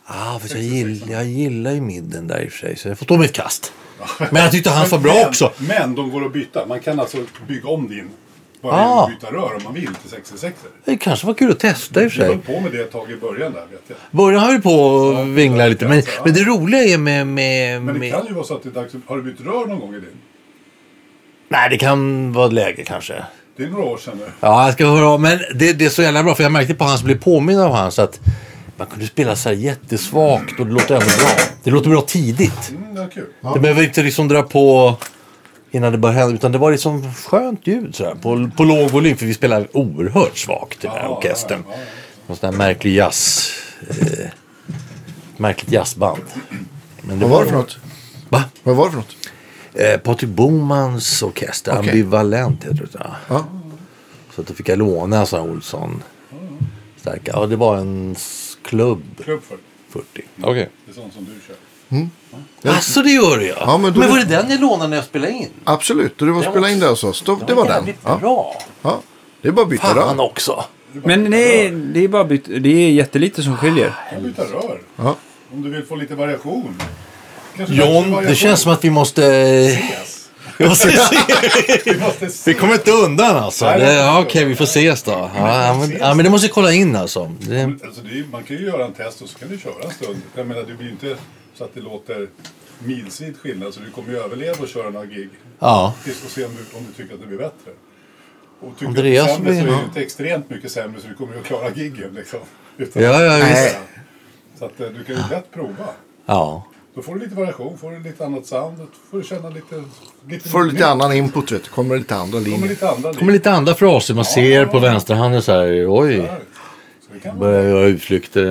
För jag gillar ju midden där i och för sig. Så jag får stå med ett kast. Men jag tyckte han var bra också. Men de går att byta. Man kan alltså bygga om din. Bara byta rör om man vill till 66. Det kanske var kul att testa i och för sig. Jag höll på med det ett tag i början där, vet jag. Början har ju på att vingla lite. Men det roliga är med... Men det kan ju vara så att det är dags. Har du bytt rör någon gång i din? Nej, det kan vara läge kanske. Det är några år sedan nu. Ja, jag ska höra av. Men det är så jävla bra. För jag märkte på han som blev påminn av hans att man kunde spela så här jättesvagt och det låter ändå bra. Det låter bra tidigt. Det är kul. Det behöver inte liksom dra på innan det börjar hända. Utan det var liksom skönt ljud så här, på låg volym. För vi spelar oerhört svagt i den här orkestern. Någon sån här märklig jazz. Märkligt jazzband. Men det Vad var det för något? Va? Vad var det för något? Patrik Bomans orkester. Okay. Ambivalent heter det. Ja. Så att då fick jag låna sån Olsson. Starka. Ja, det var en klubb. Klubb 40. Okej. Det är sånt som du kör. Alltså det gör det Ja, men var det den jag lånade när jag spelade in? Absolut, och du var spela in där hos oss. Det var den. Bra. Ja. Det är bara att byta Fan rör. också. Men nej, det är bara det är jättelite som skiljer. Jag byta rör. Ja. Om du vill få lite variation. Kanske John, det känns som att vi måste... Vi kommer inte undan alltså. Okej, vi får ses då. Ja, men det måste kolla in alltså. Alltså man kan ju göra en test och så kan du köra en stund. Jag menar, det blir inte så att det låter milsvid skillnad. Så du kommer ju överleva och köra några gig. Ja. Och se om du tycker att det blir bättre. Och tycker Andreas du att det är sämre blir... så är det inte extremt mycket sämre. Så du kommer ju att klara giggen liksom. Ja, visst. Så att du kan ju lätt prova. Ja. Då får du lite variation, får du lite annat sound, får du känna lite Får du lite annan input, vet du. Kommer det lite andra linjer. Kommer lite andra fraser. Man ser på vänsterhanden så här. Oj. Börjar göra utflykter.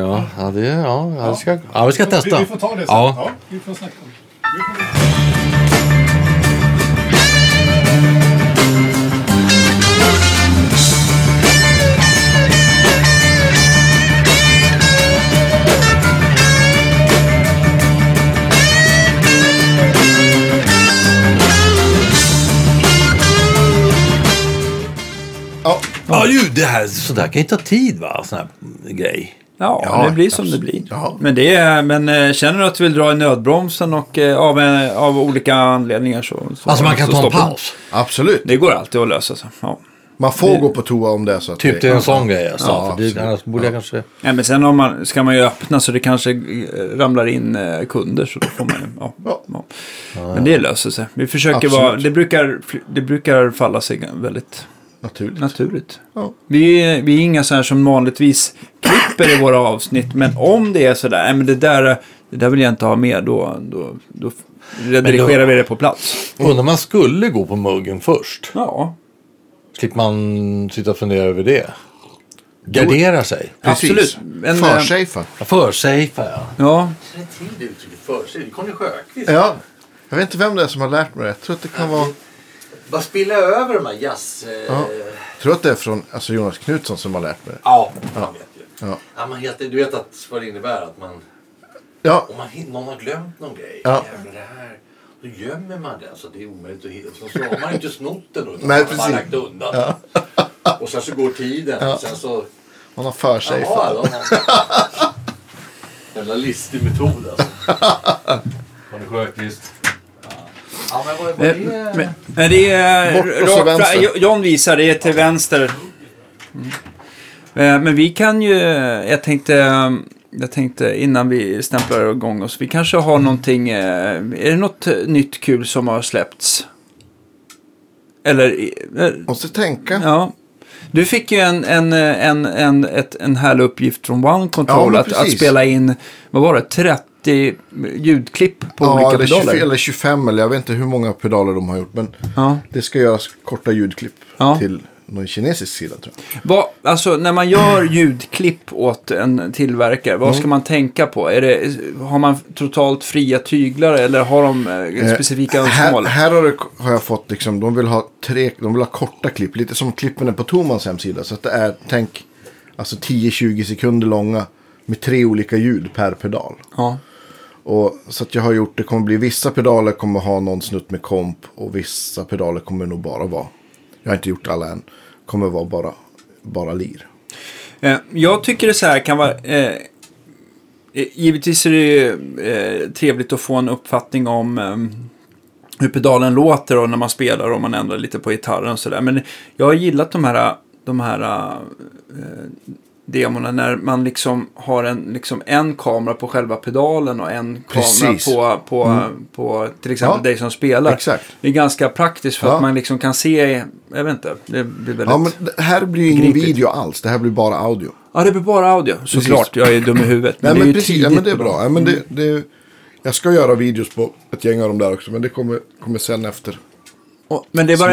Vi ska testa. Vi får ta det sen. Ja. Vi får snacka om det. Ja, det här, så där kan ju ta tid va, sån här grej. Ja, det blir som det blir. Ja. Men känner du att du vill dra i nödbromsen och av olika anledningar så alltså man kan ta en paus. Absolut. Det går alltid att lösa sig. Ja. Man får gå på toa om det är så att typ det är en sån grej jag sa. Ja, för det, annars borde jag kanske... Ja, men sen ska man ju öppna så det kanske ramlar in kunder så då får man Men det löser sig. Vi försöker vara, det brukar falla sig väldigt naturligt. Ja. Vi är inga så här som vanligtvis klipper i våra avsnitt, men om det är så där, men det där vill jag inte ha med, då redigerar vi det på plats. Undrar man skulle gå på muggen först. Ja. Slipper man sitta och fundera över det. Gardera sig. Precis. Absolut. Försafea. Försafea, ja. Ja. Känner till det uttrycket försafea. Det kommer Sjöqvist. Ja. Jag vet inte vem det är som har lärt mig det. Jag tror att det kan vara... Vad spiller över de här jazz... Jag tror att det är från Jonas Knutsson som har lärt mig det. Ja, man vet ju. Ja. Ja, man heter, du vet att vad det innebär att man... Ja. Om någon har glömt någon grej. Ja. Jävlar, det här. Då gömmer man det. Så det är omöjligt att hitta. Så har man inte snott den då. Nej, man har precis. bara lagt undan. Ja. Och sen så går tiden. Ja. Och sen så... Man har försafea. Ja, jävla listig metod alltså. Man är Sjöqvist. Ja, men vad är det? Men det är Bort och så vänster. John visar det är till vänster. Men vi kan ju, jag tänkte innan vi stämplar igång oss, vi kanske har någonting, är det något nytt kul som har släppts? Eller Måste tänka. ja. Du fick ju en härlig uppgift från One Control att spela in, vad var det, 30 ljudklipp på olika pedaler. Eller 25 eller jag vet inte hur många pedaler de har gjort. Men det ska göras korta ljudklipp till någon kinesisk sida tror jag. Alltså när man gör ljudklipp åt en tillverkare, vad ska man tänka på? Har man totalt fria tyglar eller har de specifika önskemål? Här har jag fått liksom, de vill ha korta klipp, lite som klippen på Tomans hemsida. Så att det är, tänk, alltså 10-20 sekunder långa med 3 olika ljud per pedal. Ja. Och så att jag har gjort, det kommer bli vissa pedaler kommer ha någon snutt med komp och vissa pedaler kommer nog bara vara, jag har inte gjort alla än, kommer vara bara lir. Jag tycker det så här kan vara Givetvis är det ju trevligt att få en uppfattning om hur pedalen låter och när man spelar och man ändrar lite på gitarren och sådär. Men jag har gillat de här demorna när man liksom har en kamera på själva pedalen och en kamera på till exempel dig som spelar. Exakt. Det är ganska praktiskt för att man liksom kan se, jag vet inte, det blir väldigt... Ja, men det här blir ju ingen video alls, det här blir bara audio. Ja, det blir bara audio, såklart. Jag är dum i huvudet. Men Nej, det är men ju precis, men det är bra. Ja, men jag ska göra videos på ett gäng av dem där också, men det kommer sen efter. Men det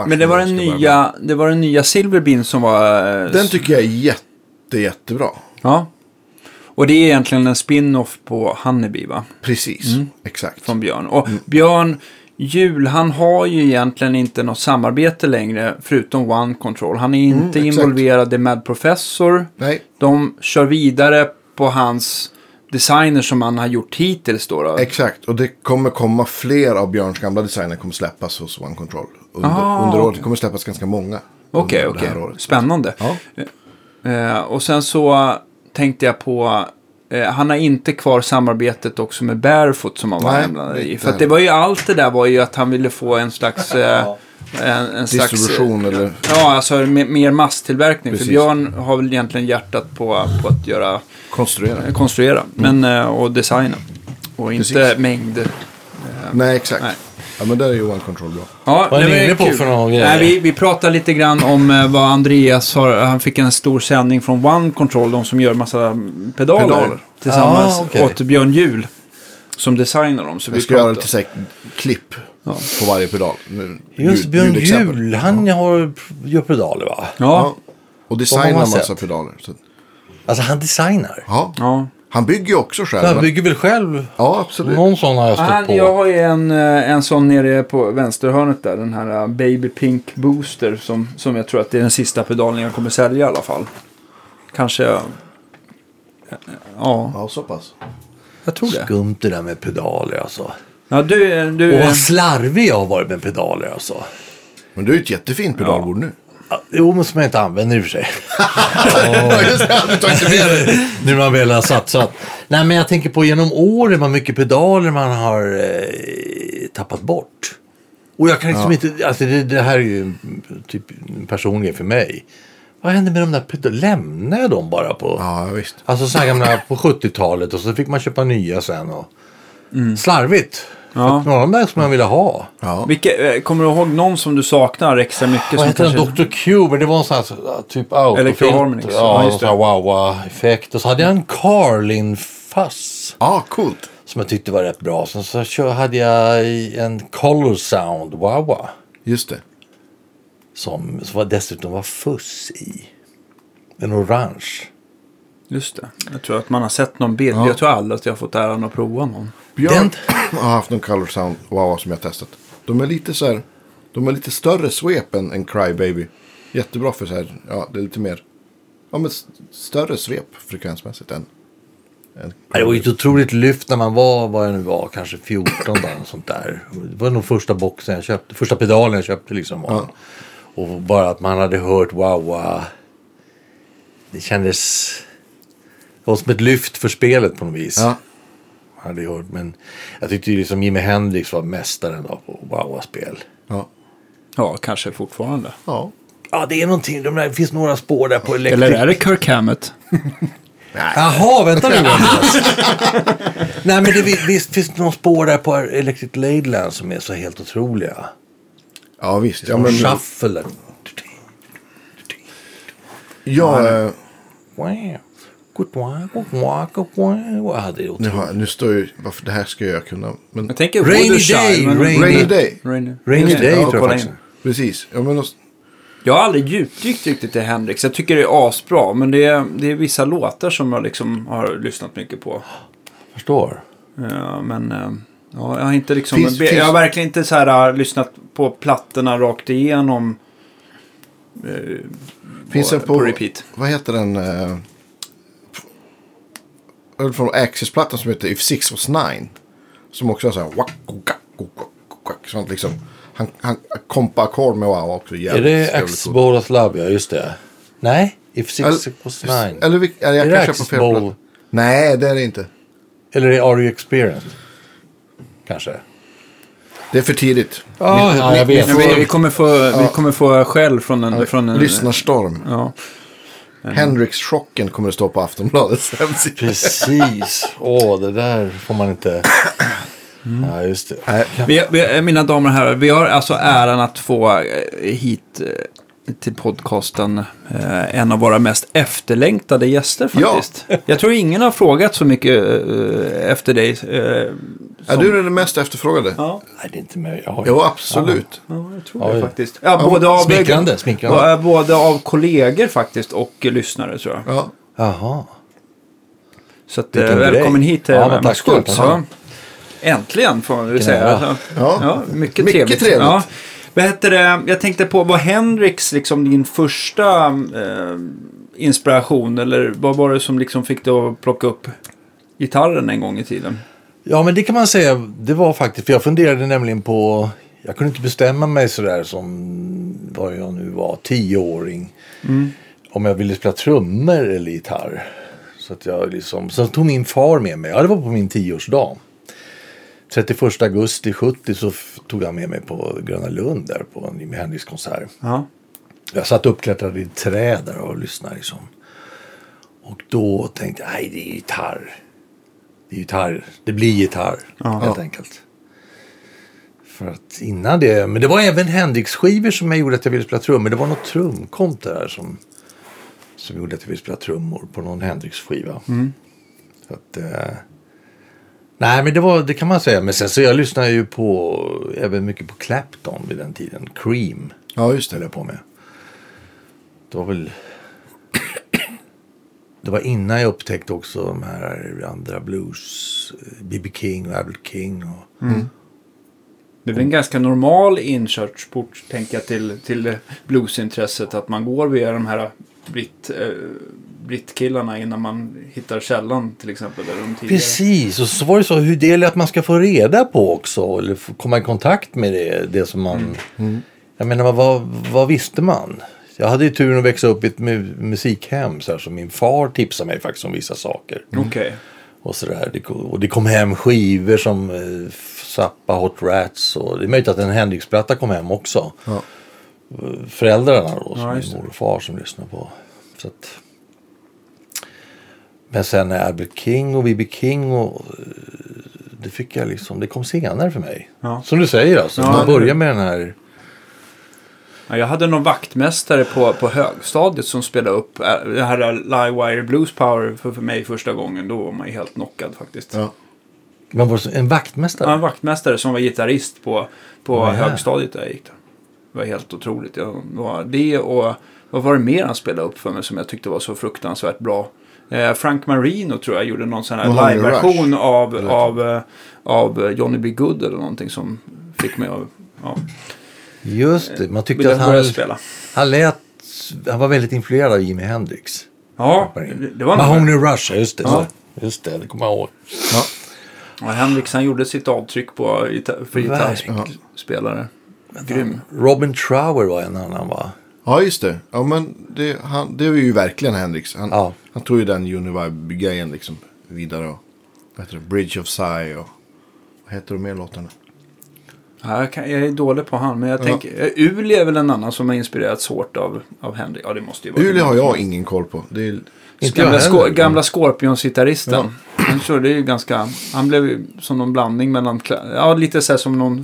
var den nya Silverbeam som var... Den tycker jag är jättebra. Ja. Och det är egentligen en spin-off på Honeybee, va? Precis, exakt. Från Björn. Och Björn Juhl, han har ju egentligen inte något samarbete längre förutom One Control. Han är inte involverad i Mad Professor. Nej. De kör vidare på hans designer som han har gjort hittills då. Exakt, och det kommer komma fler av Björns gamla designer kommer släppas hos One Control. Under året kommer släppas ganska många. Okej. Spännande. Ja. Och sen så tänkte jag på... han har inte kvar samarbetet också med Barefoot som han var hemlandad i. För att det var ju allt det där var ju att han ville få en slags... en distribution slags, eller... Ja, alltså mer masstillverkning. Precis. För Björn har väl egentligen hjärtat på att göra... Konstruera. Men, och designa. Och inte Precis. mängd. Nej, exakt. Nej. Ja, men där är ju One Control bra. Ja, Vad är ni inne på för någon grej? Nej, vi pratar lite grann om vad Andreas har. Han fick en stor sändning från One Control, de som gör massa pedaler. Tillsammans åt Björn Juhl som designar dem. Så vi ska göra lite klipp på varje pedal. Just Björn Juhl, han gör pedaler, va? Ja. Och designar massa pedaler. Så. Alltså han designar? Ja. Han bygger ju också själv. Han bygger väl själv? Ja, absolut. Någon sån har jag stött på. Jag har ju en sån nere på vänsterhörnet där. Den här Baby Pink Booster som jag tror att det är den sista pedalen jag kommer sälja i alla fall. Kanske... Ja, så pass. Jag tror det. Skumt det där med pedaler alltså. Ja, du... Och vad slarvig jag har varit med pedaler alltså. Men du är ett jättefint pedalbord nu. Jo, men som jag inte använder i och för sig. Just det, du tar inte med det. Nu man väl har satsat. Nej, men jag tänker på genom åren vad mycket pedaler man har tappat bort. Och jag kan liksom inte, alltså det här är ju typ en personlig för mig. Vad hände med de där pedalerna? Lämnade jag dem bara på? Ja, visst. Alltså så här gamla på 70-talet och så fick man köpa nya sen och slarvigt. Ja. Några av de där som man ville ha. Ja. Kommer du ihåg någon som du saknar extra mycket? Vad heter den? Dr. Cube? Det var en sån här typ Electro-harmonix. Ja, en sån här wow-effekt. Och så hade jag en Carlin-fass. Ja, coolt. Som jag tyckte var rätt bra. Sen så hade jag en Color Sound wow. Just det. Som dessutom var fuss i. En orange. Just det. Jag tror att man har sett någon bild. Jag tror aldrig att jag har fått äran att prova någon. Björn har haft någon Color Sound wow som jag har testat. De är lite så här, de är lite större svep än Cry Baby. Jättebra för så här, det är lite mer, men större svep frekvensmässigt än det var ju ett otroligt lyft när man var, vad jag nu var, kanske 14 eller sånt där. Det var nog första boxen jag köpte, första pedalen jag köpte liksom. Och bara att man hade hört wow. Det kändes, det var som ett lyft för spelet på något vis. Ja. Hade jag hört, men jag tyckte ju liksom Jimi Hendrix var mästaren då på wow-spel. Ja, kanske fortfarande. Ja. Ja, det är någonting, det finns några spår där på Eller är det Kirk Hammett? Jaha, vänta nu. Nej, men visst finns det några spår där på Electric Ladyland som är så helt otroliga. Ja, visst. Ja, men shuffle. Ja, nu står ju, varför det här ska jag kunna. Men jag tänker Rainy Day tror jag faktiskt. Precis. Ja, men jag har aldrig djupdykt riktigt till Hendrix. Jag tycker det är asbra. Men det är vissa låtar som jag liksom har lyssnat mycket på. Förstår. Men jag har inte liksom... Jag har verkligen inte så här lyssnat på plattorna rakt igenom. Finns det på repeat. Vad heter den? Från Axis-plattan som heter If 6 Was 9. Som också är så här... Sånt liksom. Han kompar ackord med wow också. Är det Axis-Bowl of Love? Ja, just det. Nej, If 6 Was 9. Eller jag kan köpa fel. Nej, det är det inte. Eller är Are You Experienced? Kanske. Det är för tidigt. Ja, jag vet. Vi kommer få skäll från en lyssnarstorm. Ja. Hendrix-chocken kommer att stå på Aftonbladets hemsida. Precis. Det där får man inte... Ja, just det. Mina damer och herrar, vi har alltså äran att få hit till podcasten en av våra mest efterlängtade gäster faktiskt. Ja. Jag tror ingen har frågat så mycket efter dig. Är du den mest efterfrågade? Ja. Nej, det är inte mig. Jo, absolut. Ja, jag tror det faktiskt. Ja, smickrande. Både av kollegor faktiskt och lyssnare tror jag. Ja. Jaha. Så att, välkommen hit Max Schultz. Äntligen får man väl säga. Ja. Mycket trevligt. Ja. Vad heter det? Jag tänkte på, var Hendrix liksom din första inspiration? Eller vad var det som liksom fick dig att plocka upp gitarren en gång i tiden? Ja, men det kan man säga. Det var faktiskt, för jag funderade nämligen på... Jag kunde inte bestämma mig sådär som vad jag nu var, 10-åring. Om jag ville spela trummor eller gitarr. Så att jag liksom... Så tog min far med mig. Ja, det var på min 10-årsdag. 31 augusti 70 så tog jag med mig på Gröna Lund där på en Jimi Hendrix-konsert. Ja. Jag satt uppklättrad vid ett träd där och lyssnade liksom. Och då tänkte jag, nej, det är gitarr. Det är gitarr. Det blir gitarr, helt enkelt. För att innan det... Men det var även Hendrix-skivor som jag gjorde att jag ville spela trummor. Det var något trumkomp där som gjorde att jag ville spela trummor på någon Hendrix-skiva. Så att... Nej, men det kan man säga. Men sen så jag lyssnade ju även mycket på Clapton vid den tiden. Cream. Ja, just det. Höll jag på med. Det var väl... Det var innan jag upptäckte också de här andra blues. B.B. King och Albert King. Det är en ganska normal inkörsport, tänker jag, till bluesintresset. Att man går via de här brittkillarna innan man hittar källan till exempel. Där de Precis, och så var det så hur det är att man ska få reda på också. Eller komma i kontakt med det som man... Jag menar, vad visste man? Jag hade ju turen att växa upp i ett musikhem så här, så min far tipsade mig faktiskt om vissa saker. Okej. Och sådär. Och det kom hem skivor som Zappa, Hot Rats. Och det är möjligt att en Hendrix-platta kom hem också. Ja. Föräldrarna då, som min mor och far som lyssnade på. Så att... Men sen Albert King och B.B. King och det fick jag liksom, det kom senare för mig. Ja. Som du säger alltså, man börjar med den här... Ja, jag hade någon vaktmästare på högstadiet som spelade upp det här Livewire Blues Power för mig första gången. Då var man ju helt knockad faktiskt. Ja. Men var det en vaktmästare? Ja, en vaktmästare som var gitarrist på högstadiet där jag gick. Det var helt otroligt. Det och vad var det mer han spelade upp för mig som jag tyckte var så fruktansvärt bra? Frank Marino tror jag gjorde någon sån här live-version av Johnny B. Good eller någonting som fick mig att... Ja. Just det, man tyckte att han var väldigt influerad av Jimi Hendrix. Ja, det var Mahoney Rush, just det. Ja. Just det kommer jag ihåg. Ja. Och Hendrix, han gjorde sitt avtryck för gitarrspelare. Grym. Robin Trower var en annan, va? Ja, just det. Ja, men det är ju verkligen Hendrix. Han tog ju den Univibe-grejen liksom vidare. Och, vad heter det? Bridge of Sigh och vad heter de mer låtarna? Ja, jag är dålig på han, men jag tänker... Uli är väl en annan som har inspirerats hårt av Henry. Ja, det måste ju vara... Uli har jag ingen koll på. Det är... Gamla Scorpions-gitarristen. Jag tror det är ganska... Han blev ju som någon blandning mellan... Ja, lite så här som någon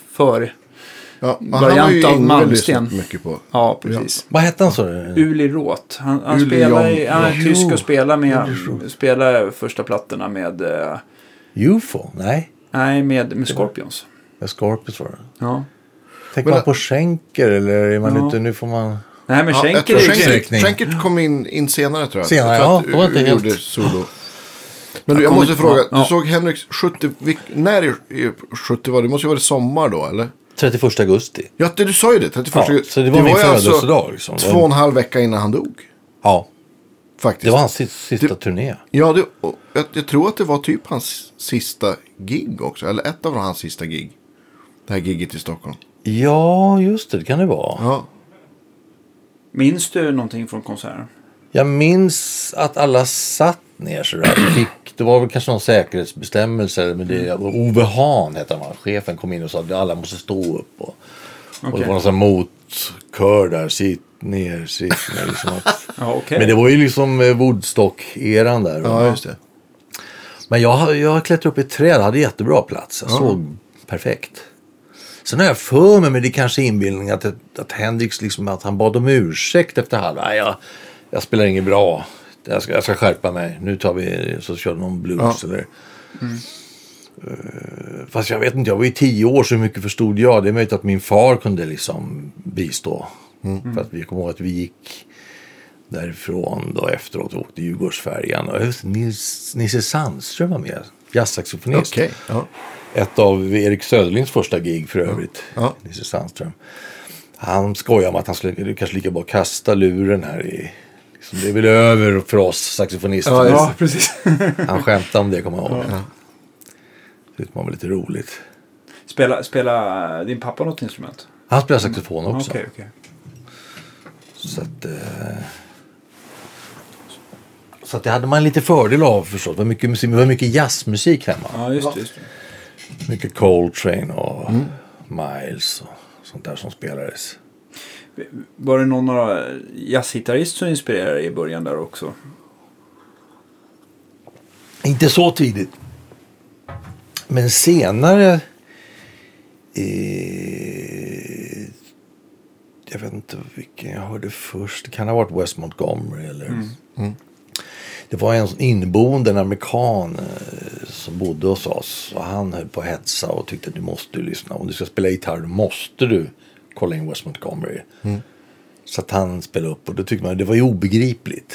variant av Malmsten. Mycket på. Ja, precis. Ja. Vad hette han så? Uli Roth. Han är tysk och spelar första plattorna med... UFO? Nej, med Scorpions. Scorpions var det. Ja. Tänker man på Schenker eller är man ute nu får man... Nej, men Schenker Schenker kom in senare tror jag. Senare, det var inte helt... gjorde solo. Men jag måste fråga, du såg Hendrix 70, när 70 var det? Måste ju vara sommar då, eller? 31 augusti. Ja, du sa ju det, 31 augusti. Så det var min födelsedag liksom. 2,5 vecka innan han dog. Ja. Faktiskt. Det var hans sista turné. Ja, jag tror att det var typ hans sista gig också. Eller ett av hans sista gig. Det här giget i Stockholm. Ja, just det. Det kan det vara. Ja. Minns du någonting från konserten? Jag minns att alla satt ner sådär. Det var väl kanske någon säkerhetsbestämmelse. Men Ove Hahn hette han. Chefen kom in och sa att alla måste stå upp. Och det var någon sån motkör där. Sitt ner. Liksom okay. Men det var ju liksom Woodstock-eran där. Ja, just det. Men jag klättrade upp i ett träd. Hade jättebra plats. Jag såg perfekt. Sen har jag för mig, men det är kanske inbildning att Hendrix liksom, att han bad om ursäkt efter halva. Jag spelar inget bra. Jag ska skärpa mig. Nu tar vi så kör någon blues eller. Fast jag vet inte, jag var ju 10 år, så hur mycket förstod jag? Det är möjligt att min far kunde liksom bistå. För att vi kommer ihåg att vi gick därifrån då efteråt och åkte Djurgårdsfärjan. Och Nisse Sandström var med, jazzsaxofonist. Okay. Ett av Erik Söderlings första gig för övrigt, Nisse Sandström. Han skojade om att han skulle kanske lika bara kasta luren här i... Liksom, det är väl över för oss saxofonister. Ja, precis. Han skämtade om det, kommer jag ihåg. Det var lite roligt. Spela din pappa något instrument? Han spelar saxofon också. Okay. Så att det hade man lite fördel av förstås. Det var mycket jazzmusik hemma. Ja, just det. Mycket Coltrane och Miles och sånt där som spelades. Var det några jazzgitarrist som inspirerade i början där också? Inte så tidigt. Men senare... jag vet inte vilken jag hörde först. Det kan ha varit Wes Montgomery eller... Det var en inneboende amerikan som bodde hos oss. Och han höll på att hetsa och tyckte att du måste lyssna. Om du ska spela gitarr måste du kolla in Wes Montgomery. Så att han spelade upp, och då tyckte man att det var ju obegripligt.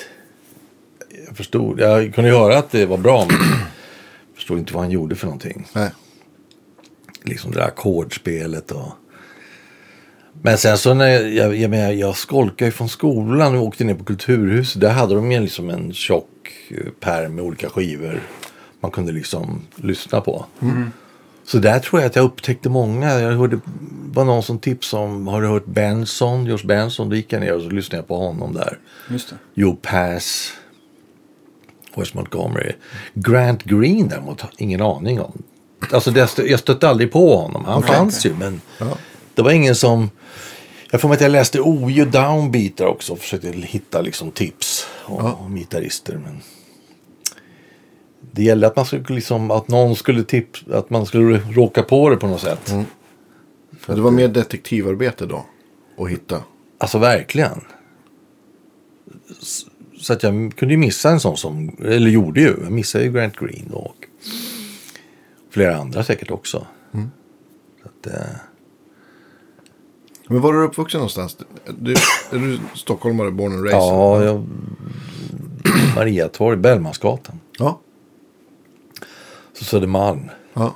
Jag kunde höra att det var bra, men jag förstod inte vad han gjorde för någonting. Nej. Liksom det där ackordspelet och... Men sen så när jag skolkade ju från skolan och åkte ner på Kulturhuset. Där hade de ju liksom en tjock pärm med olika skivor man kunde liksom lyssna på. Så där tror jag att jag upptäckte många. Jag hörde, var någon som tipsade om, har du hört George Benson? Då gick jag ner och så lyssnade jag på honom där. Just det. Joe Pass, Wes Montgomery. Grant Green däremot, ingen aning om. Alltså jag stötte aldrig på honom. Han fanns ju, men det var ingen som... Jag får med att jag läste OJ Downbeat också och försökte hitta liksom tips om gitarrister, men det gällde att man skulle liksom, att någon skulle att man skulle råka på det på något sätt. För det var mer detektivarbete då att hitta. Alltså verkligen. Så att jag kunde ju missa en sån som, eller gjorde ju, jag missade ju Grant Green och flera andra säkert också. Så att, men var du uppvuxen någonstans? Är du stockholmare, born and raised? Ja, Mariatorg, Bellmansgatan. Ja. Så Södermalm. Ja.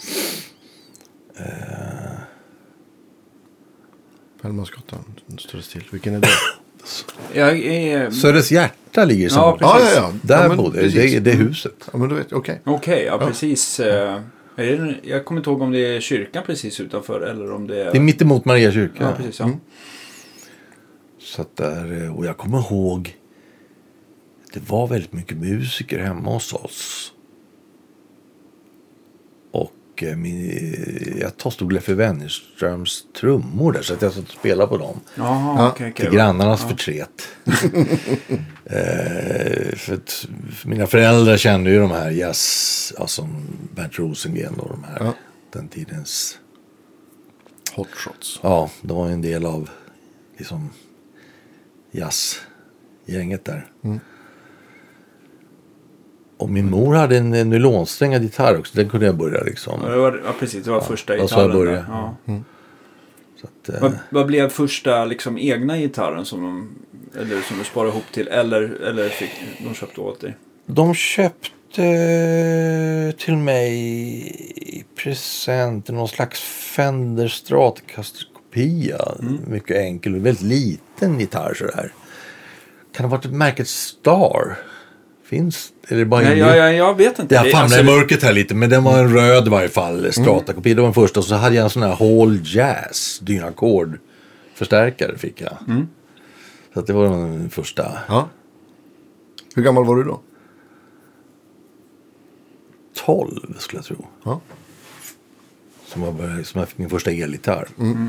Bellmansgatan, står still. Vilken är det? Söders hjärta ligger i Ja, precis. Där bodde det huset. Ja, men du vet, okej. Okej, ja, precis. Jag kommer inte ihåg om det är kyrkan precis utanför eller om det är... Det är mitt emot Maria kyrka. Ja, precis. Ja. Så att där, och jag kommer ihåg, det var väldigt mycket musiker hemma hos oss. Och jag stod Leffe Wennerströms trummor där, så att jag satt och spelade på dem. Jaha, okej. Till grannarnas förtret. För att mina föräldrar kände ju de här jazz, alltså Bert Rosengren och de här den tidens Hot shots. Ja, det var en del av liksom jazzgänget där. Och min mor hade en nylonsträngad gitarr också. Den kunde jag börja liksom. Ja, precis. Det var första gitarren. Så jag började. Ja. Så att, vad blev första liksom egna gitarren som du sparade ihop till? Eller fick de köpte åt dig? De köpte till mig i present någon slags Fender Stratocaster-kopia. Mycket enkel och väldigt liten gitarr sådär. Kan det ha varit ett märket Star? Finns det? Eller bara jag vet inte. Jag famlar i mörkret här lite, men den var en röd i varje fall. Strata-kopia, det var den första. Och så hade jag en sån här Hall Jazz Dynacord förstärkare fick jag. Så att det var den första. Ja. Hur gammal var du då? 12 skulle jag tro. Ja. Som jag fick min första elgitarr.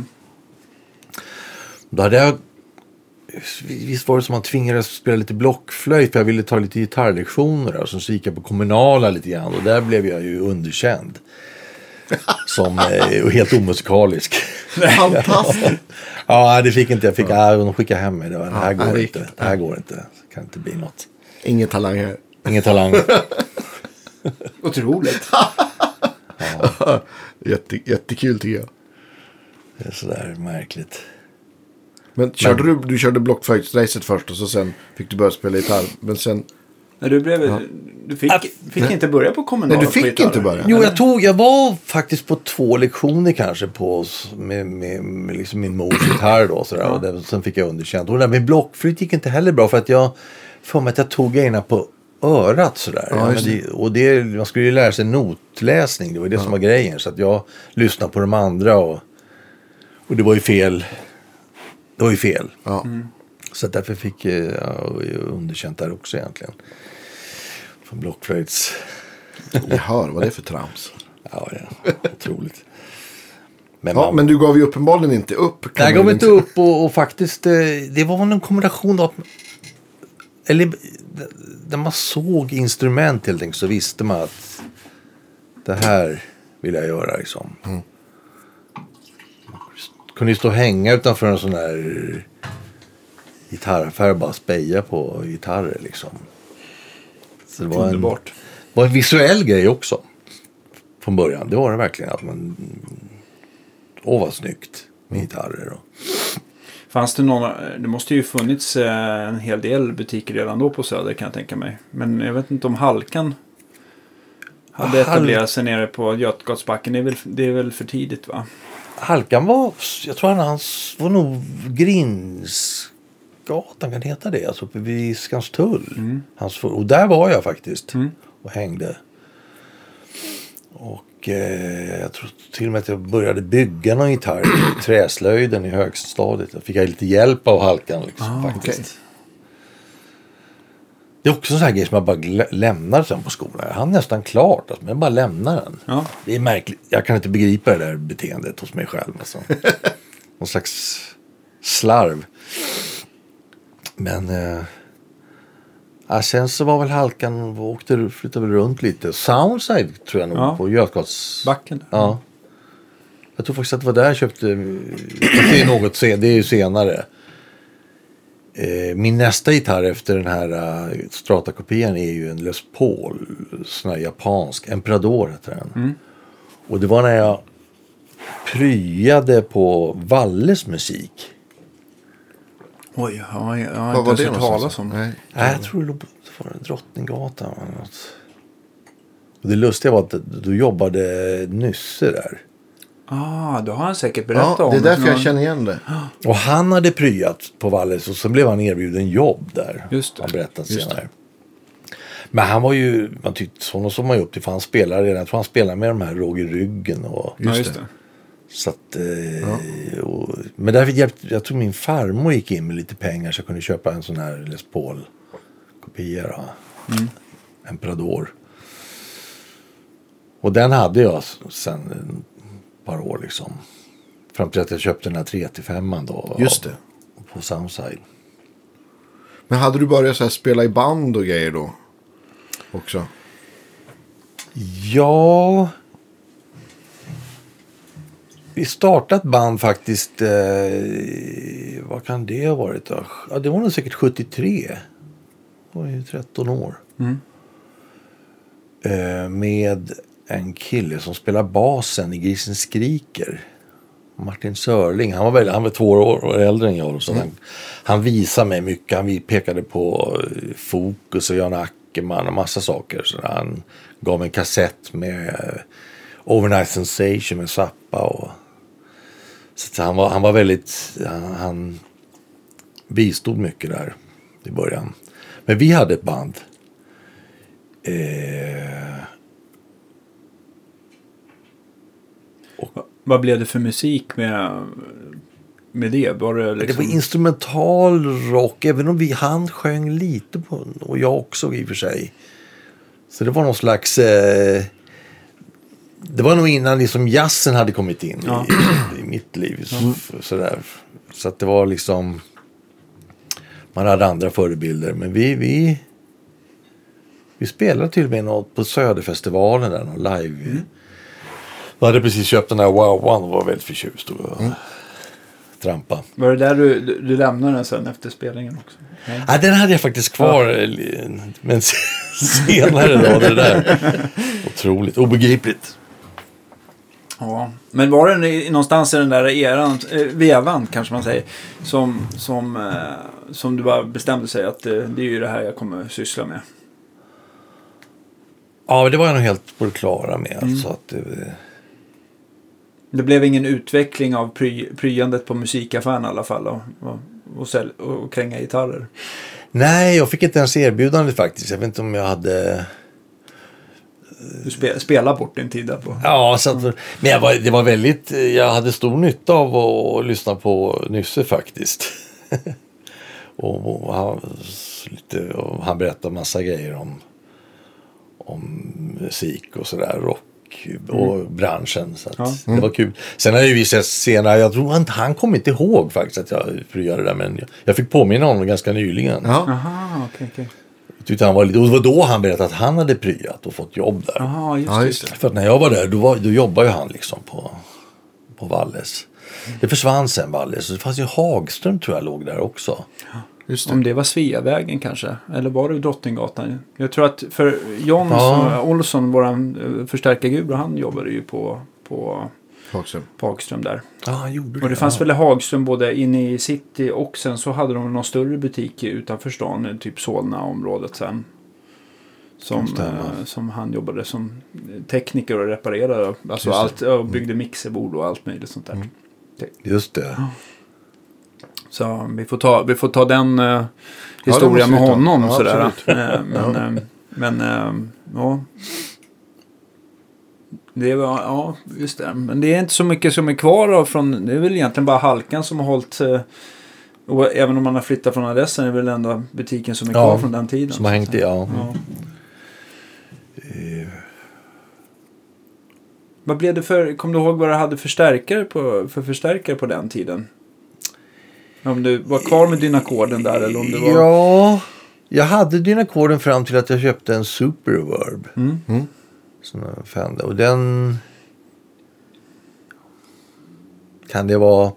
Då hade jag... Visst var det som man tvingades spela lite blockflöjt, för jag ville ta lite gitarrlektioner där, så gick jag på kommunala lite grann, och där blev jag ju underkänd. Som helt omusikalisk. Fantastiskt. Ja, det fick inte jag. De skickade hem mig. Det här går inte. Det här går inte. Det kan inte bli något. Ingen talang här. Ingen talang. Otroligt. Jättekul tycker jag. Det är sådär märkligt. Men körde du körde blockflöjtsracet först och så sen fick du börja spela gitarr. Men sen... Nej, du fick inte börja på kommunal. Nej, du fick inte börja. Jo, jag var faktiskt på 2 lektioner kanske med liksom min mors gitarr då. Sådär, och sen fick jag underkänt. Och det där med blockflöjt gick inte heller bra, för att jag tog grejerna på örat sådär. Man skulle ju lära sig notläsning, det var det som var grejen. Så att jag lyssnade på de andra och det var ju fel. Det var ju fel. Ja. Så därför fick jag underkänt där också egentligen. Från blockflöjts. Jag hör, vad det är för trams. Ja, otroligt. Men du gav ju uppenbarligen inte upp. Jag gav inte upp, och faktiskt det var en kombination av, eller när man såg instrument helt enkelt, så visste man att det här vill jag göra liksom. Kunde ju stå och hänga utanför en sån där gitarraffär och bara speja på gitarrer liksom. Så det var var en visuell grej också från början. Det var det verkligen, att man vad snyggt med gitarrer. Fanns det det måste ju funnits en hel del butiker redan då på Söder, kan jag tänka mig. Men jag vet inte om Halkan hade etablerat sig nere på Götgatsbacken. Det är väl för tidigt, va? Halkan var, jag tror hans var nog Grinsgatan, kan det heta det? Alltså uppe vid Skanstull. Och där var jag faktiskt och hängde. Och jag tror till och med att jag började bygga någon gitarr i träslöjden i högstadiet. Jag fick lite hjälp av Halkan liksom, faktiskt. Okay. Det är också en sån här grej som jag bara lämnar sen på skolan. Jag hann nästan klart, alltså, men jag bara lämnar den. Ja. Det är märkligt. Jag kan inte begripa det där beteendet hos mig själv. Alltså. Någon slags slarv. Men sen så var väl Halkan, flyttade väl runt lite. Soundside tror jag nog, på Götgatsbacken. Ja. Jag tror faktiskt att det var där jag köpte. Det är ju senare. Min nästa gitarr efter den här Strata-kopian är ju en Les Paul, sån här japansk, Emperador heter den. Och det var när jag pryade på Walles musik. Oj, jag har inte hört talas om. Nej, jag tror det var Drottninggatan eller något. Och det lustiga var att du jobbade Nysse där. Då har han säkert berättat om det. Det är därför jag känner igen det. Och han hade pryat på Walles och så blev han erbjuden jobb där. Just det. Han berättat senare. Men han var ju, man tyckte sådana som man upp till, för han spelade redan. Jag tror han spelade med de här Roger Ryggen och... Just det. Så att, men därför jag tror min farmor gick in med lite pengar så jag kunde köpa en sån här Les Paul-kopia då. Emperador. Och den hade jag sen ett par år liksom. Fram till att jag köpte den här 3-5 då. Just det. På Soundside. Men hade du börjat så här spela i band och grejer då? Också? Ja... Vi startade ett band faktiskt, vad kan det ha varit då? Ja, det var nog säkert 73. Det var ju 13 år. Med en kille som spelar basen i Grisen skriker. Martin Sörling. Han var 2 år äldre än jag. Så han visade mig mycket. Han pekade på Fokus och Jan Ackerman och massa saker. Så han gav mig en kassett med Overnight Sensation med Zappa och... Så han var väldigt... Han bistod mycket där i början. Men vi hade ett band. Vad blev det för musik med med det? Var det liksom... Det var instrumental rock, även om han sjöng lite på, och jag också i och för sig. Så det var någon slags... det var nog innan liksom jazzen hade kommit in i mitt liv. Sådär. Så att det var liksom... Man hade andra förebilder. Men vi spelade till och med något på Söderfestivalen där, någon live. Jag hade precis köpt den här Wow One och var väldigt förtjust och trampa. Var det där du lämnade den sen efter spelningen också? Ja, den hade jag faktiskt kvar. Men senare då, det där. Otroligt, obegripligt. Ja, men var det någonstans i den där eran, vevan kanske man säger, som du bara bestämde sig att det är ju det här jag kommer syssla med? Ja, det var jag nog helt på det klara med. Alltså att det blev ingen utveckling av pryandet på musikaffären i alla fall och kränga gitarrer? Nej, jag fick inte ens erbjudande faktiskt. Jag vet inte om jag hade... Du spelar bort din tid där på. Ja, så att, men det var väldigt... Jag hade stor nytta av att lyssna på Nysse faktiskt. och han berättade massa grejer om musik och sådär, rock och branschen. Så att det var kul. Sen har ju vi sett senare, jag tror han kommer inte ihåg faktiskt att jag gör det där, men jag fick påminna honom ganska nyligen. Aha, okej. Tyckte han var lite, och det var då han berättade att han hade pryat och fått jobb där. Aha, just det. För att när jag var där, då jobbade ju han liksom på Valles. Det försvann sen Valles. Det fanns ju Hagström tror jag låg där också. Just det. Om det var Sveavägen kanske. Eller var det Drottninggatan? Jag tror att för John Olsson, våran förstärkargubbe, han jobbade ju på Hagström där. Ja, han gjorde det. Och det fanns väl Hagström både inne i city och sen så hade de någon större butik utanför stan, typ Solna-området sen. Som han jobbade som tekniker och reparerade. Alltså allt, och byggde mixerbord och allt möjligt sånt där. Just det. Så vi får ta den historien med honom. Ja, sådär. Ja. Det var, just det. Men det är inte så mycket som är kvar av från, det är väl egentligen bara Halkan som har hållit, och även om man har flyttat från adressen är det väl ändå butiken som är kvar från den tiden. Som har hängt i, Vad blev det för, kom du ihåg vad du hade förstärkare på den tiden? Om du var kvar med Dynacorden där eller om det var... Ja, jag hade Dynacorden fram till att jag köpte en Super Reverb. Som jag fann det. Och den kan det vara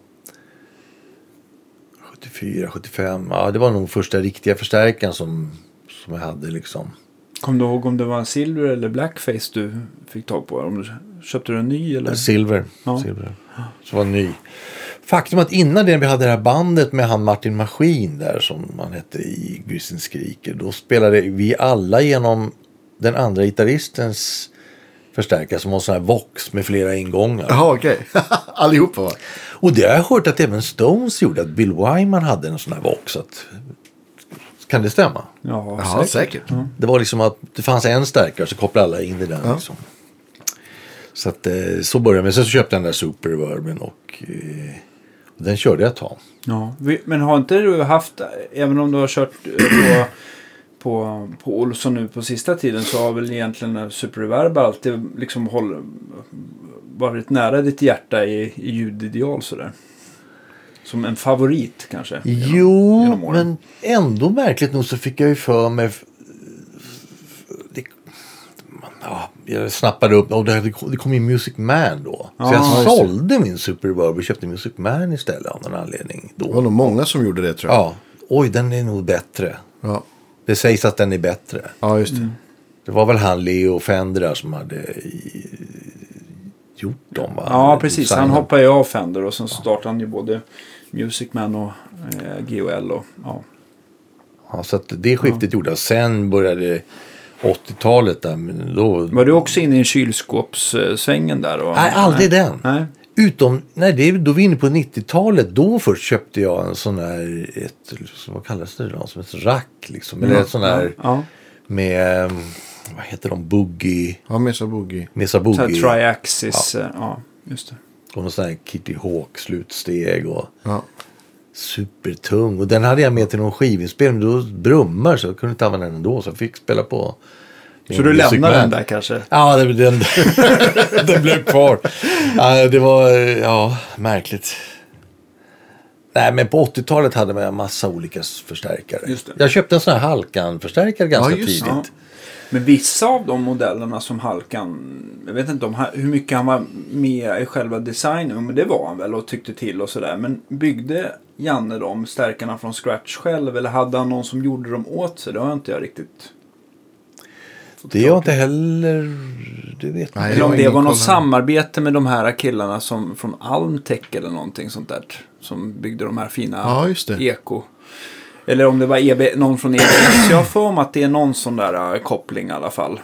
74, 75. Ja, det var nog första riktiga förstärkaren som jag hade liksom. Kom du ihåg om det var en silver eller blackface du fick tag på? Om du köpte du en ny eller? Silver. Så var ny. Faktum att innan det vi hade det här bandet med han Martin Maskin där som man hette i Grisen skriker. Då spelade vi alla genom den andra gitarristens förstärkare som var sån här Vox med flera ingångar. Jaha, okej. Allihopa va? Och det har jag hört att även Stones gjorde, att Bill Wyman hade en sån här Vox. Kan det stämma? Ja, säkert. Det var liksom att det fanns en stärkare så kopplade alla in i den liksom. Så att så började jag med. Sen så köpte jag den där Super Reverben och den körde jag ett tag. Ja, men har inte du haft, även om du har kört på Olsson nu på sista tiden, så har väl egentligen Super Reverb alltid liksom varit nära ditt hjärta i ljudideal sådär. Som en favorit kanske. Jo, men ändå märkligt nog så fick jag ju för mig jag snappade upp och det kom ju Music Man då. Så jag sålde min Super Reverb och köpte Music Man istället av någon anledning då. Det var nog många som gjorde det tror jag. Ja, oj den är nog bättre. Ja. Det sägs att den är bättre. Ja, just det. Det var väl han Leo Fender som hade gjort dem va? Ja, precis. Han hoppade ju av Fender och sen startade han ju både Music Man och GOL och Ja, så att det skiftet gjorde jag. Sen började 80-talet där, men då... Var du också inne i kylskåpssvängen där? Nej, aldrig den. Nej. Utom, då var vi inne på 90-talet. Då först köpte jag en sån här, vad kallas det då? Som ett rack liksom. Eller ett sån här med, vad heter de? Boogie. Ja, Mesa Boogie. Mesa Boogie. Tri-axis, just det. Och någon sån här Kitty Hawk slutsteg och supertung. Och den hade jag med till någon skivinspelning, men då brummar så jag kunde inte använda den ändå, så jag fick spela på. Så du lämnar den där kanske? Ja, den blev kvar. Ja, det var märkligt. Nej, men på 80-talet hade man en massa olika förstärkare. Just det. Jag köpte en sån här Halkan-förstärkare ganska tidigt. Ja. Men vissa av de modellerna som Halkan, jag vet inte hur mycket han var med i själva designen, men det var han väl och tyckte till och sådär. Men byggde Janne de stärkarna från scratch själv, eller hade han någon som gjorde dem åt sig? Det har inte jag riktigt. Det är inte heller, det vet jag. Eller om det var något samarbete med de här killarna som från Almtech eller någonting sånt där, som byggde de här fina eko. Eller om det var någon från EBS. Jag får om att det är någon sån där koppling i alla fall.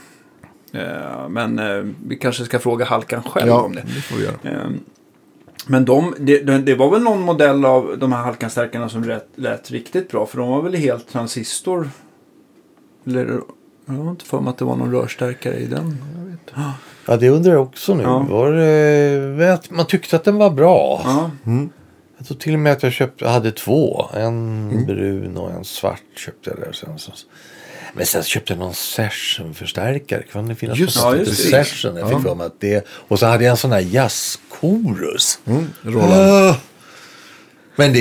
Men vi kanske ska fråga Halkan själv om det. Det får vi göra. Men det var väl någon modell av de här Halkan-stärkarna som lät riktigt bra. För de var väl helt transistor. Eller jag har inte för mig att det var någon rörstärkare i den. Jag vet. Ja, det undrar jag också nu. Man tyckte att den var bra. Ja. Jag tror till och med att jag hade 2. En brun och en svart köpte jag där sen. Men sen köpte jag någon session-förstärkare. Kan det finnas just session? Jag fick för mig att det. Och så hade jag en sån här jazzkorus. Roland. Men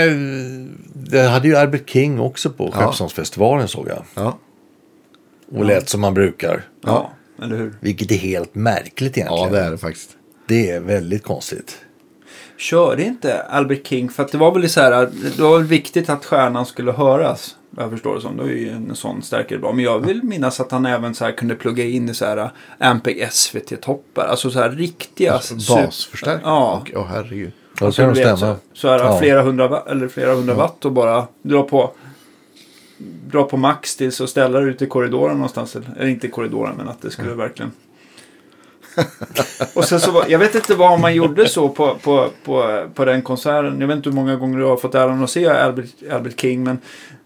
det hade ju Albert King också på Skeppsholmsfestivalen, såg jag. Ja. Och lät som man brukar. Ja, eller hur? Vilket är helt märkligt egentligen. Ja, det är det faktiskt. Det är väldigt konstigt. Körde inte Albert King, för att det var väl så här, det var väl viktigt att stjärnan skulle höras. Jag förstår det som, det är ju en sån stärkare bra. Men jag vill minnas att han även så här kunde plugga in i så här Ampeg SVT-toppar. Alltså så här riktiga basförstärkare. Ja. Herregud. Ja, så kan det stämma. Så här flera hundra watt och bara dra på max tills och ställa det ute i korridoren någonstans. Eller inte i korridoren, men att det skulle verkligen. Och sen så jag vet inte vad man gjorde så på den konserten. Jag vet inte hur många gånger du har fått äran att se Albert King, men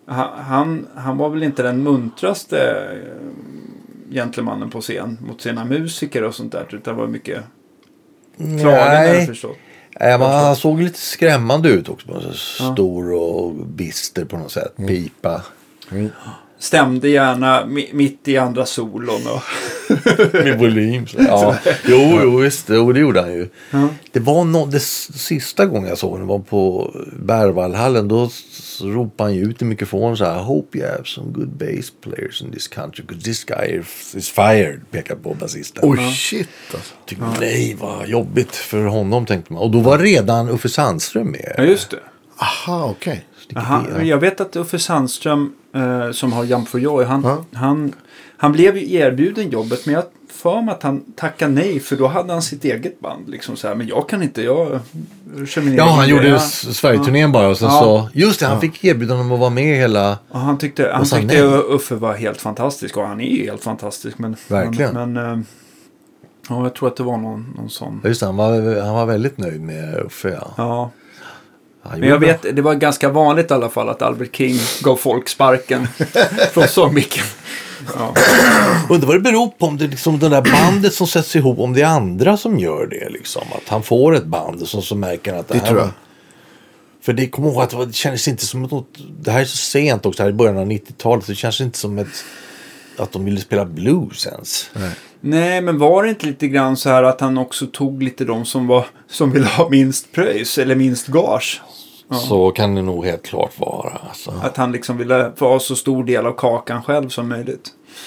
han var väl inte den muntraste gentlemannen på scen mot sina musiker och sånt där, utan det var mycket klagande förstås. Han såg lite skrämmande ut också. Stor och bister på något sätt. Pipa. Stämde gärna mitt i andra solon. Med volym. Ja. Jo, visst. Jo, det gjorde han ju. Det var det sista gången jag såg honom var på Berwaldhallen. Då ropade han ju ut i mikrofonen så här: I hope you have some good bass players in this country, because this guy is fired. Pekar på basisten. Shit alltså. Tyckte, nej, vad jobbigt för honom, tänkte man. Och då var redan Uffe Sandström med. Ja, just det. Aha, okej. Jag vet att Uffe Sandström som har Jump for Joy, han blev ju erbjuden jobbet, men jag för mig att han tackade nej, för då hade han sitt eget band liksom så här, men jag kan inte, jag kör min egen. Han gjorde Sverige-turnén bara och sen så, just det, han fick erbjuden om att vara med hela. Och han tyckte Uffe var helt fantastisk, och han är ju helt fantastisk, men verkligen. Men jag tror att det var någon sån. Just det, han var väldigt nöjd med Uffe, ja. Men jag vet, det var ganska vanligt i alla fall att Albert King gav folk sparken från sångmicken. Ja. Undrar vad det beror på, om det är liksom den där bandet som sätts ihop, om det är andra som gör det liksom, att han får ett band som märker att det här, tror jag. För det kommer ihåg att det känns inte som något, det här är så sent också, här i början av 90-talet, så det känns inte som att de ville spela blues ens. Nej, men var det inte lite grann så här att han också tog lite de som ville ha minst pröjs eller minst gage? Ja. Så kan det nog helt klart vara. Alltså. Att han liksom ville få så stor del av kakan själv som möjligt.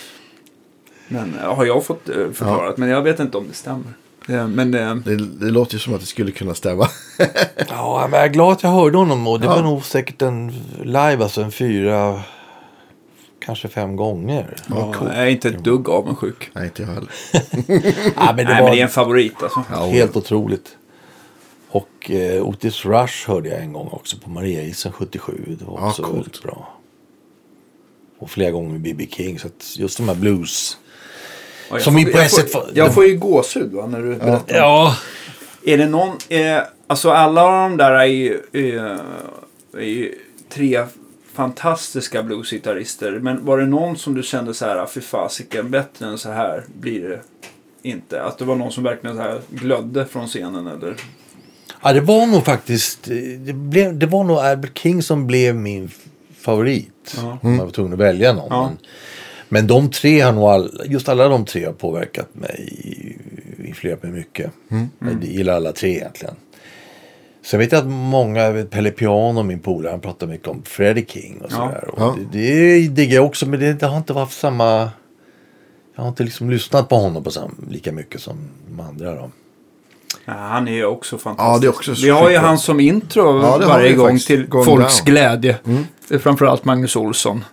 Men har jag fått förklarat, men jag vet inte om det stämmer. Men det låter ju som att det skulle kunna stämma. Ja, men jag är glad att jag hörde honom, och det var nog säkert en live, alltså 4, kanske 5 gånger. Ja, cool. Jag är inte ett dugg avundsjuk. Nej, inte jag heller. Men det är en favorit alltså. Helt otroligt. Och Otis Rush hörde jag en gång också på Mariaisen 77. Det var också väldigt bra. Och flera gånger med B.B. King. Så att just de här blues. Jag får ju gåshud när du berättar. Ja. Är det någon... alltså alla de där är ju 3 fantastiska bluesgitarrister. Men var det någon som du kände så här, fy fasiken, bättre än så här blir det inte? Att det var någon som verkligen så här glödde från scenen, eller Ja, det var nog faktiskt... Det var nog Albert King som blev min favorit. Om jag var tvungen att välja någon. Ja. Men de tre har nog... Just alla de tre har påverkat mig. Influerat mig mycket. Jag gillar alla tre egentligen. Så jag vet att många... Pelle Piano, min polare, han pratar mycket om Freddie King och sådär. Och det diggar jag också, men det har inte varit samma... Jag har inte liksom lyssnat på honom på lika mycket som de andra då. Ja, han är också fantastisk. Ja, det är också vi har ju han som intro varje gång till folks glädje. Det är framförallt Magnus Olsson.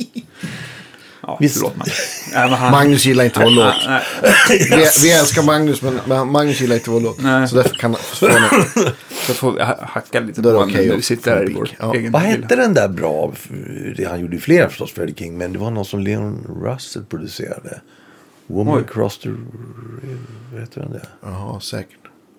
Ja, förlåt mig. Magnus gillar inte vår låt. Vi älskar Magnus, men Magnus gillar inte vår låt. Nej. Så därför kan så får vi hacka lite på honom när vi sitter här i vår egen Vad hette den där bra? Han gjorde ju flera förstås, Freddie King, men det var någon som Leon Russell producerade. Woman Across the River, heter den det? Jaha, säkert.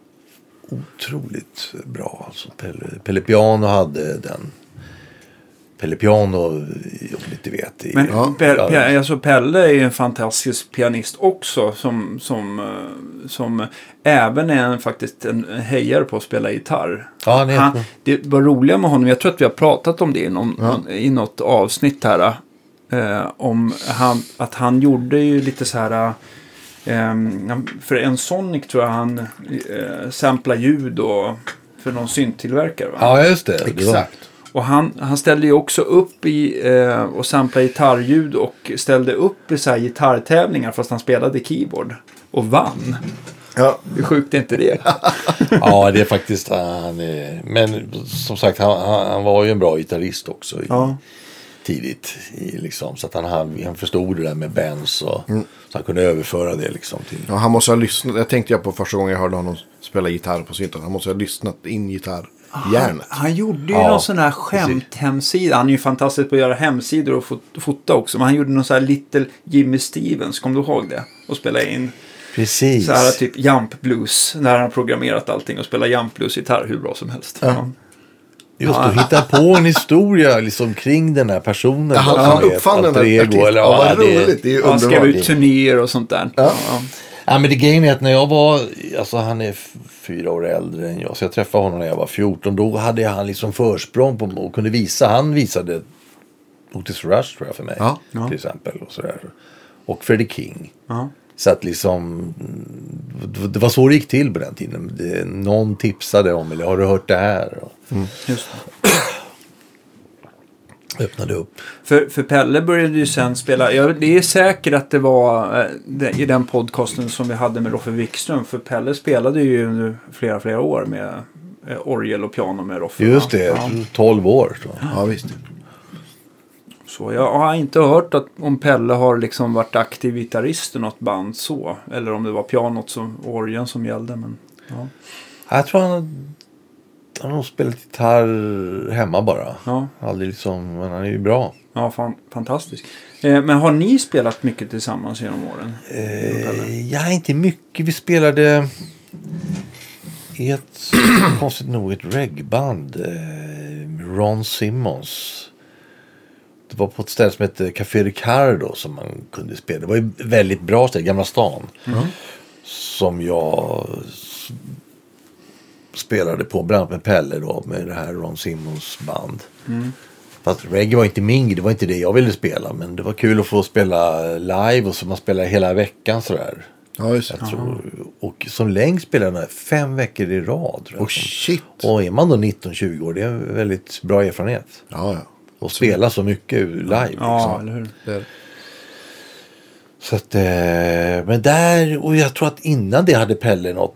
Otroligt bra alltså. Pelle Piano hade den. Pelle Piano, om ni inte vet. Men alltså Pelle är ju en fantastisk pianist också som även är faktiskt en hejare på att spela gitarr. Ja, det var roliga med honom. Jag tror att vi har pratat om det i något avsnitt här. Om att han gjorde ju lite så här... för en Sonic tror jag han samplar ljud och för någon synttillverkare, va? Ja, just det. Exakt. Och han ställde ju också upp och samplade gitarrljud och ställde upp i så här gitarrtävlingar fast han spelade keyboard och vann. Ja. Hur sjukt är inte det? Ja, det är faktiskt men som sagt han var ju en bra gitarrist också tidigt liksom, så att han förstod det där med bands och så han kunde överföra det liksom till. Ja, han måste ha lyssnat. Jag tänkte på första gången jag hörde honom spela gitarr på synten. Han måste ha lyssnat in gitarrhjärnet. Han gjorde ju någon sån här skämthemsida. Han är ju fantastisk på att göra hemsidor och fota också. Men han gjorde någon sån här Little Jimmy Stevens, kom du ihåg det? Och spela in Precis. Så här typ Jump Blues. Där han har programmerat allting och spelar Jump Blues gitarr hur bra som helst. Ja. Just att hitta på en historia liksom kring den här personen. Han uppfann den här artisten. Vad roligt. Det är han skrev ut turnéer och sånt där. Ja, men det grejen är att när jag var, alltså han är 4 år äldre än jag, så jag träffade honom när jag var 14, då hade han liksom försprång på och kunde visa, han visade Otis Rush tror jag för mig, till exempel och sådär. Och Freddie King. Så att liksom, det var så det gick till på den tiden. Någon tipsade om, eller har du hört det här? Just det. Öppnade upp. För Pelle började ju sen spela, det är säkert att det var i den podcasten som vi hade med Roffe Wikström, för Pelle spelade ju under flera år med orgel och piano med Roffe. Just det, 12 år. Så. Ja, visst. Så jag har inte hört om Pelle har liksom varit aktiv gitarrist i något band så, eller om det var pianot och orgeln som gällde, men jag tror han har spelat gitarr hemma bara. Aldrig liksom, men han är ju bra. Ja, fantastisk. Men har ni spelat mycket tillsammans genom åren? Ja, inte mycket. Vi spelade i ett konstigt nog ett regband. Ron Simmons. Det var på ett ställe som hette Café Ricardo som man kunde spela. Det var ju väldigt bra ställe, Gamla stan. Som jag spelade på, bland annat med Pelle då, med det här Ron Simmons band. Fast reggae var inte min, det var inte det jag ville spela, men det var kul att få spela live och så man spelar hela veckan sådär. Ja, just det. Och som längst spelade jag 5 veckor i rad. Shit. Och är man då 19-20 år, det är en väldigt bra erfarenhet. Ja. Och spela så mycket live. Ja, eller hur? Så att, men där, och jag tror att innan det hade Pelle något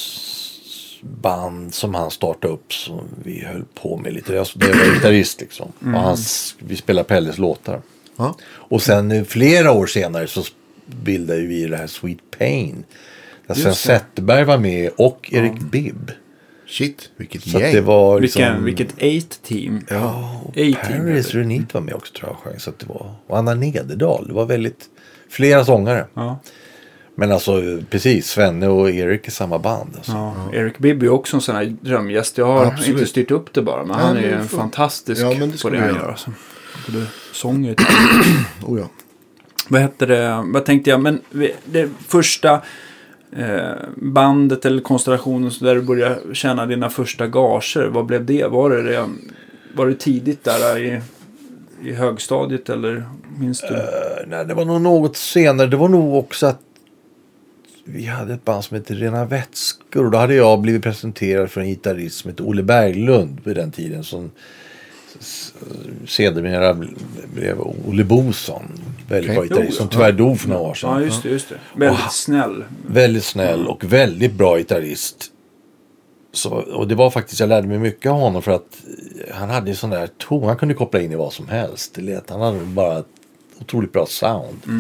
band som han startade upp som vi höll på med lite. Det var gitarrist liksom. Och vi spelade Pelles låtar. Och sen flera år senare så bildade vi det här Sweet Pain. Där Sven Zetterberg var med och Erik Bibb. Shit, vilket så gäng. Det var liksom, vilket 8-team. Ja, och Paris Renit var med också tror jag. Så att det var, och Anna Nederdal. Det var väldigt flera sångare. Men alltså precis, Svenne och Erik är samma band. Alltså. Erik Bibb är också en sån här drömgäst. Jag har inte styrt upp det bara, men han är ju fantastisk på det han gör. Alltså. Både sång och oh ja. Vad tänkte jag? Men det första bandet eller konstellationen så där du började tjäna dina första gager? Vad blev det? Var det tidigt där i högstadiet eller minns du? Nej, det var nog något senare. Det var nog också att vi hade ett band som hette Rena Vätskor. Och då hade jag blivit presenterad för en gitarrist som hette Olle Berglund vid den tiden. Som sedermera blev Olle Boson. Väldigt bra gitarrist som tyvärr dog för några år sedan. Ja, just det. Väldigt snäll. Väldigt snäll och väldigt bra gitarrist. Och det var faktiskt, jag lärde mig mycket av honom för att han hade en sån där ton. Han kunde koppla in i vad som helst. Han hade bara ett otroligt bra sound.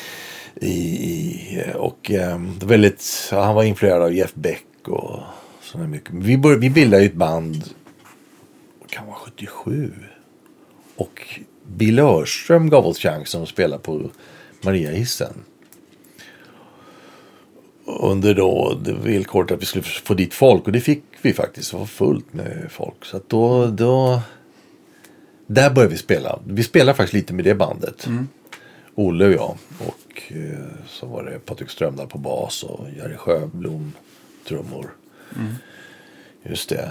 Väldigt, han var influerad av Jeff Beck och sådär mycket. Vi bildade ju ett band, kan vara 77. Och Bill Örström gav oss chansen att spela på Mariahissen. Under då det villkoret att vi skulle få dit folk, och det fick vi faktiskt. Det var fullt med folk. Så att då där började vi spela. Vi spelade faktiskt lite med det bandet. Olle och jag. Och så var det Patrik Strömdahl på bas och Jerry Sjöblom trummor. Just det.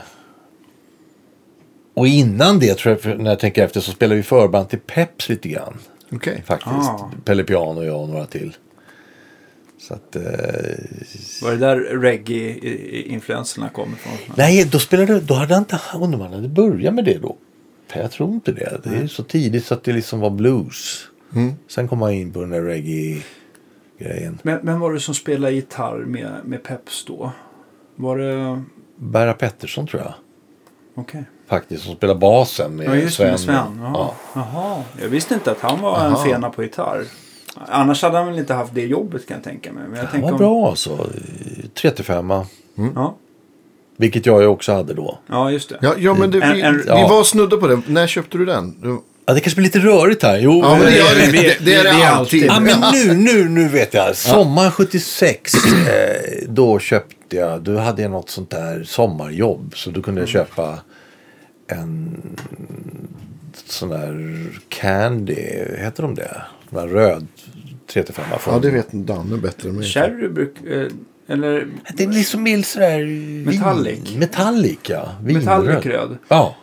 Och innan det, tror jag, när jag tänker efter, så spelade vi förband till Peps lite grann. Okej. Faktiskt. Pelle Piano och jag och några till. Så att, var det där reggae-influenserna kommer ifrån? Nej, då hade inte, undrar man hade börjat med det då. Jag tror inte det. Det är så tidigt så att det liksom var blues. Sen kom man in på den där reggae-grejen. Men var det som spelade gitarr med Peps då? Var det... Berra Pettersson, tror jag. Okej. Faktiskt, som spelar basen med Sven. Med Sven. Jaha. Jag visste inte att han var en fena på gitarr. Annars hade han väl inte haft det jobbet, kan jag tänka mig. Men han var bra alltså. 35. Ja. Vilket jag också hade då. Ja, just det. Ja, men vi var snudda på det. När köpte du den? Ja, det kanske blir lite rörigt här. Jo, ja, men det är det alltid. Ja, men nu vet jag. Sommaren 76, då köpte jag, då hade jag något sånt där sommarjobb. Så då kunde jag köpa en sån där candy, heter de det? Den där röd 35. Ja, det vet Danne bättre än mig. Cherry eller... Det är liksom mild sådär... Metallic, ja. Metallic röd. Ja.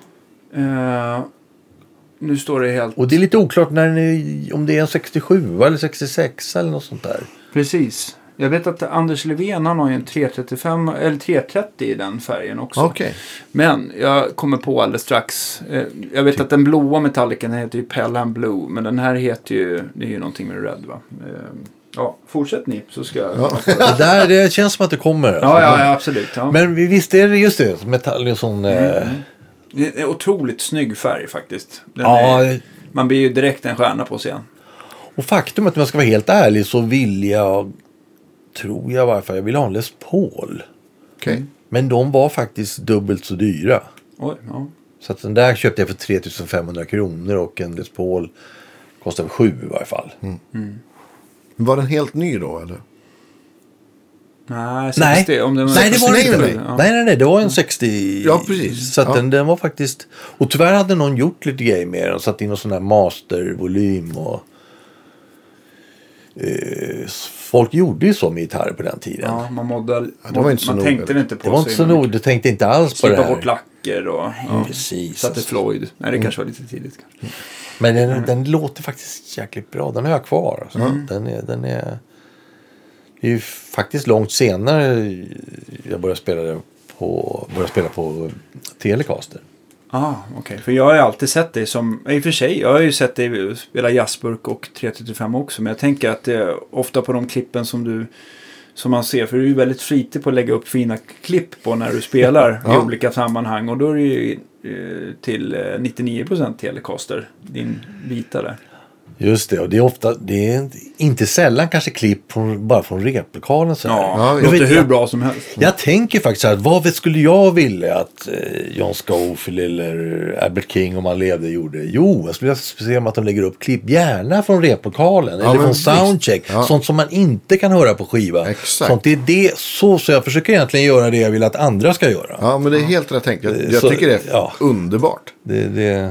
Nu står det helt... Och det är lite oklart om det är en 67 eller 66 eller något sånt där. Precis. Jag vet att Anders Levén, han har ju en 335 eller 330 i den färgen också. Okej. Men jag kommer på alldeles strax. Jag vet att den blåa Metallicen heter ju Pale and Blue, men den här heter ju, det är ju någonting med Red, va? Ja, fortsätt ni så ska jag... Det känns som att det kommer. Ja, absolut. Ja. Men visst är det just det, metall sån... Det är otroligt snygg färg faktiskt. Man blir ju direkt en stjärna på scen. Och faktum att man ska vara helt ärlig så vill jag, tror jag i varje fall, jag vill ha en Les Paul. Okej. Men de var faktiskt dubbelt så dyra. Oj, ja. Så att den där köpte jag för 3500 kronor och en Les Paul kostade 7 i varje fall. Var den helt ny då, eller? Nej, 60. Om det var nej, det var det inte. Ja. Nej, det var en 60. Ja, precis. Så att den var faktiskt... Och tyvärr hade någon gjort lite grejer med den och satt in någon sån här mastervolym och... folk gjorde ju så med gitarrer på den tiden. Ja, man tänkte inte på det var inte så nog. Du tänkte inte alls på det här. Slippa bort lacker och... Ja, precis. Satte Floyd. Nej, det kanske var lite tidigt. Men den låter faktiskt jäkligt bra. Den har jag kvar. Alltså. Den är... Det är ju faktiskt långt senare jag började spela på Telecaster. Okej. För jag har ju alltid sett dig som... I och för sig, jag har ju sett dig spela jazzburk och 335 också. Men jag tänker att det är ofta på de klippen som man ser. För du är ju väldigt flitig på att lägga upp fina klipp på när du spelar i olika sammanhang. Och då är det ju till 99% Telecaster, din vita där. Just det, och det är inte sällan kanske klipp bara från replokalen. Ja, det låter hur bra som helst. Jag tänker faktiskt så här, vad skulle jag vilja att John Scofield eller Albert King, om han levde, gjorde? Jo, jag skulle se om att de lägger upp klipp, gärna från replokalen eller från soundcheck. Ja. Sånt som man inte kan höra på skiva. Exakt. Sånt så jag försöker egentligen göra det jag vill att andra ska göra. Ja, men det är helt rätt tänkt. Jag tycker det är underbart.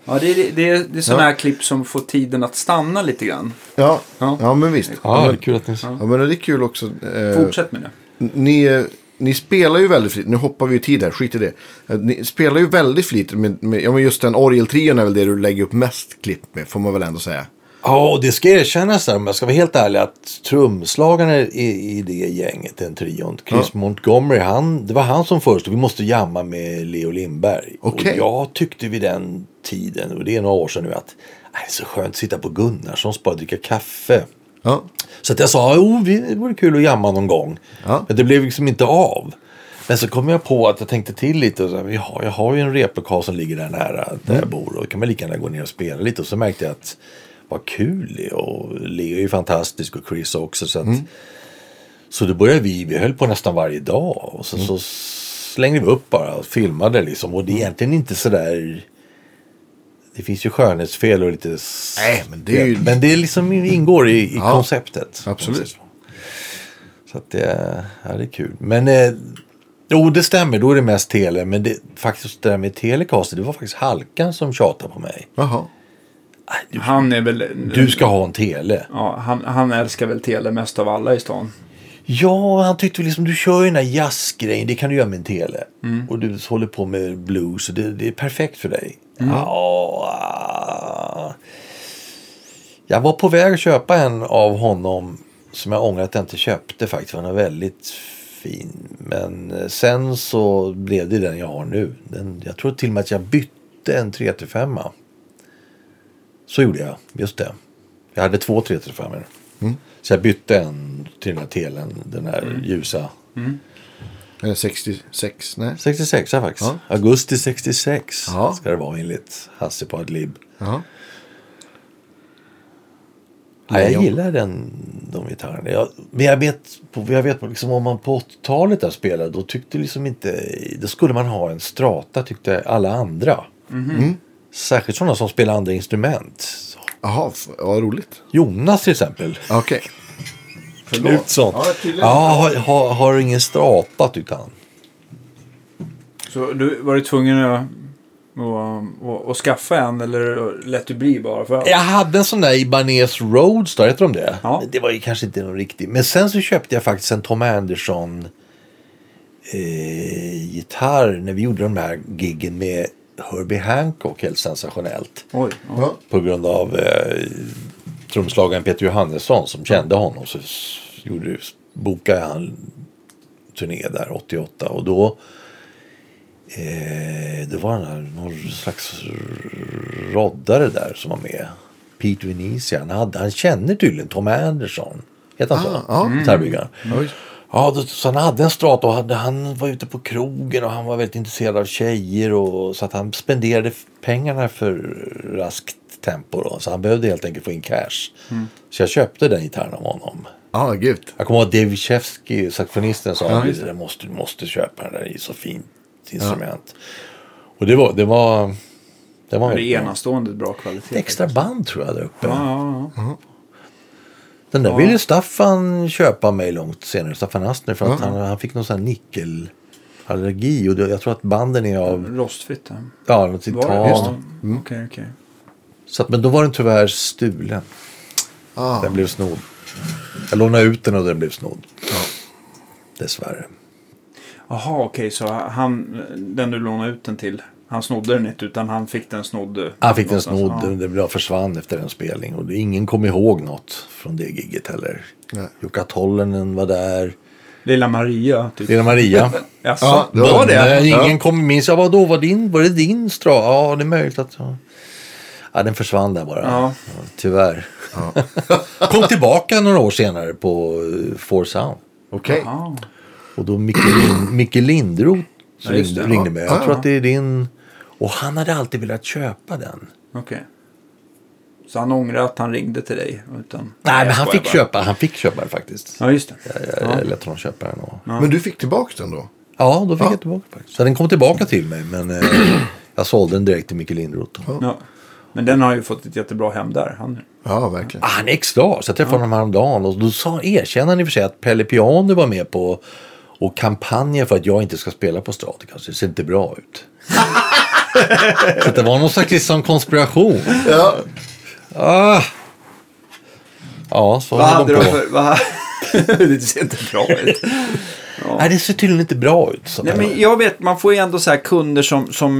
Ja, det är sådana här klipp som får tiden att stanna lite grann. Ja, men visst. Ja, det är kul att ni... Ja, men det är kul också. Fortsätt med det. Ni spelar ju väldigt flitigt. Nu hoppar vi ju tid här, skit i det. Ni spelar ju väldigt flitigt med just den orgeltrion är väl det du lägger upp mest klipp med, får man väl ändå säga. Ja, och det ska erkännas där, om jag ska vara helt ärlig, att trumslagaren i det gänget, den trion, Chris Montgomery, det var han som först, vi måste jamma med Leo Lindberg. Okay. Och jag tyckte vid den tiden, och det är några år sedan nu, att det är så skönt att sitta på Gunnarssons bara dricka kaffe. Ja. Så att jag sa, det vore kul att jamma någon gång. Ja. Men det blev liksom inte av. Men så kom jag på att jag tänkte till lite. Och så, jag har ju en replokal som ligger där nära där jag bor. Och då kan man lika gärna gå ner och spela lite. Och så märkte jag att vad kul det är. Och Leo är ju fantastisk och Chris också. Så, så då började vi höll på nästan varje dag. Och så slängde vi upp bara och filmade liksom. Och det är egentligen inte sådär... Det finns ju skönhetsfel och lite... Nej, men det är ju... Men det liksom ingår i konceptet. Absolut. Så att det är kul. Men det stämmer, då är det mest tele. Men faktiskt det där med Telecaster, det var faktiskt Halkan som tjatade på mig. Jaha. Han är väl... Du ska ha en tele. Ja, han älskar väl tele mest av alla i stan. Ja, han tyckte liksom, du kör ju den här jazzgrejen, det kan du göra med en tele. Och du håller på med blues, och det är perfekt för dig. Jag var på väg att köpa en av honom som jag ångrar att jag inte köpte faktiskt. Han är väldigt fin. Men sen så blev det den jag har nu. Jag tror till och med att jag bytte en 335. Så gjorde jag, just det. Jag hade 2 335. Så jag bytte en till den här telen, den här ljusa. 66, nej? 66 faktiskt. Ja. Augusti 66 ska det vara enligt Hasse på Adlib. Ja. Ja, jag gillar de gitarrerna. Men jag vet liksom, om man på 80-talet där spelade, då tyckte liksom inte, då skulle man ha en strata, tyckte alla andra. Särskilt sådana som spelar andra instrument. Jaha, vad roligt. Jonas till exempel. Okej. Knutsson. Har ingen strata, tyckte han. Så du var tvungen att skaffa en, eller lät du bli bara för? Jag hade en sån där Ibanez Roadster, heter de det? Ja. Det var ju kanske inte någon riktig. Men sen så köpte jag faktiskt en Tom Anderson gitarr när vi gjorde de här giggen med Herbie Hancock, helt sensationellt. Oj. Ja. På grund av trumslagaren Peter Johannesson som kände honom, så bokade jag en turné där 88, och då det var någon slags roddare där som var med, Pete Venezia. Han känner tydligen Tom Anderson, heter han så? Gitarrbyggaren. Ja, så han hade en strat, och han var ute på krogen och han var väldigt intresserad av tjejer, och så att han spenderade pengarna för raskt tempo då, så han behövde helt enkelt få in cash. Så jag köpte den gitarren av honom. Gud. Jag kommer ihåg att David Chevsky, saxofonisten, sa att du måste köpa den där, i så fint instrument. Och det var enastående bra kvalitet. Extra band tror jag där uppe. Ja. Den där ville Staffan köpa mig långt senare, Staffan Astner, för att han fick någon sån här nickelallergi, och jag tror att banden är av rostfritt. Ja, något titan. Okej. Så att, men då var den tyvärr stulen. Den blev snodd. Jag lånade ut den och den blev snodd. Dessvärre. Jaha, okej, så den du lånade ut den till, han snodde den inte, utan han fick den snodd. Han fick den snodd, den försvann efter en spelning, och ingen kom ihåg något från det gigget heller. Jukka Tollenen var där. Lilla Maria. Typ. Lilla Maria. Jaså, det var det? Ingen kom minns. Ja, vadå, var det din strå? Ja, det är möjligt att... Ja, den försvann där bara. Ja, tyvärr. Kom tillbaka några år senare på Four Sound. Okej. Och då Micke Lindroth ringde mig. Jag tror att det är din... Och han hade alltid velat köpa den. Okej. Så han ångrar att han ringde till dig? Nej, men han fick köpa den faktiskt. Ja, just det. Jag lät honom köpa den. Men du fick tillbaka den då? Ja, då fick jag tillbaka faktiskt. Så den kom tillbaka till mig, men jag sålde den direkt till Micke Lindroth. Ja. Men den har ju fått ett jättebra hem där. Ja, verkligen. Han är extra, så jag träffade honom häromdagen, och då erkände han i och för sig att Pelle Piano var med på och kampanjen för att jag inte ska spela på Stratocaster. Det ser inte bra ut. Så det var någon slags liksom konspiration. Ja. Ja, så Vad höll hade de de på. för... Det ser inte bra ut. Ja. Nej, det ser tydligen inte bra ut. Så Nej, men jag vet, man får ju ändå så här kunder som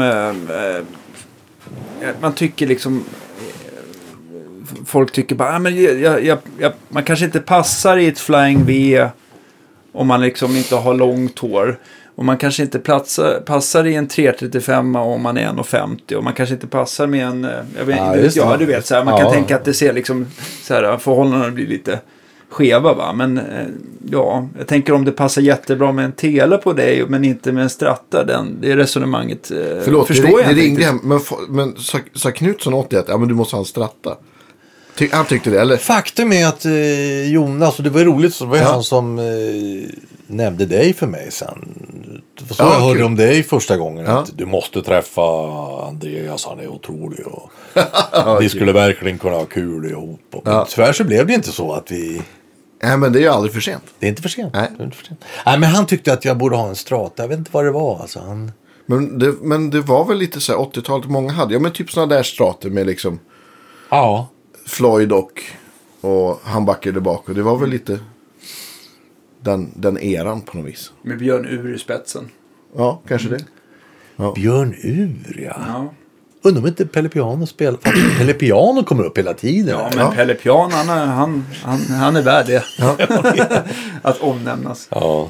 man tycker liksom folk tycker bara, men man kanske inte passar i ett Flying V om man liksom inte har långt hår. Och man kanske inte passar i en 335 om man är 1,50. Och man kanske inte passar med en... du vet så här, man kan tänka att det ser liksom så här, förhållandena blir lite skeva, va? Men jag tänker om det passar jättebra med en tele på dig men inte med en stratta, det resonemanget Förlåt, förstår jag det ringde inte. hem, men sa Knutsson åt dig att men du måste ha en stratta? Han tyckte det, eller? Faktum är att Jonas, och det var roligt, så var han som nämnde dig för mig sen. Så jag hörde om dig första gången att du måste träffa Andreas, han är otrolig och vi skulle verkligen kunna ha kul ihop. Men tyvärr så blev det inte så att vi... Nej, men det är ju aldrig för sent. Det är inte för sent. Nej. Det är inte för sent. Nej, men han tyckte att jag borde ha en strata. Jag vet inte vad det var. Alltså, Men det var väl lite så här 80-talet många hade. Ja, men typ sådana där strater med liksom Floyd och Humbucker där bak. Och det var väl lite den eran på något vis. Med Björn Ur i spetsen. Ja, kanske det. Ja. Björn Ur, ja. Undrar om inte Pelle Piano spelar. Pelle Piano kommer upp hela tiden. Ja, men Pelle Piano, han är värd det. Ja. Att omnämnas. Ja.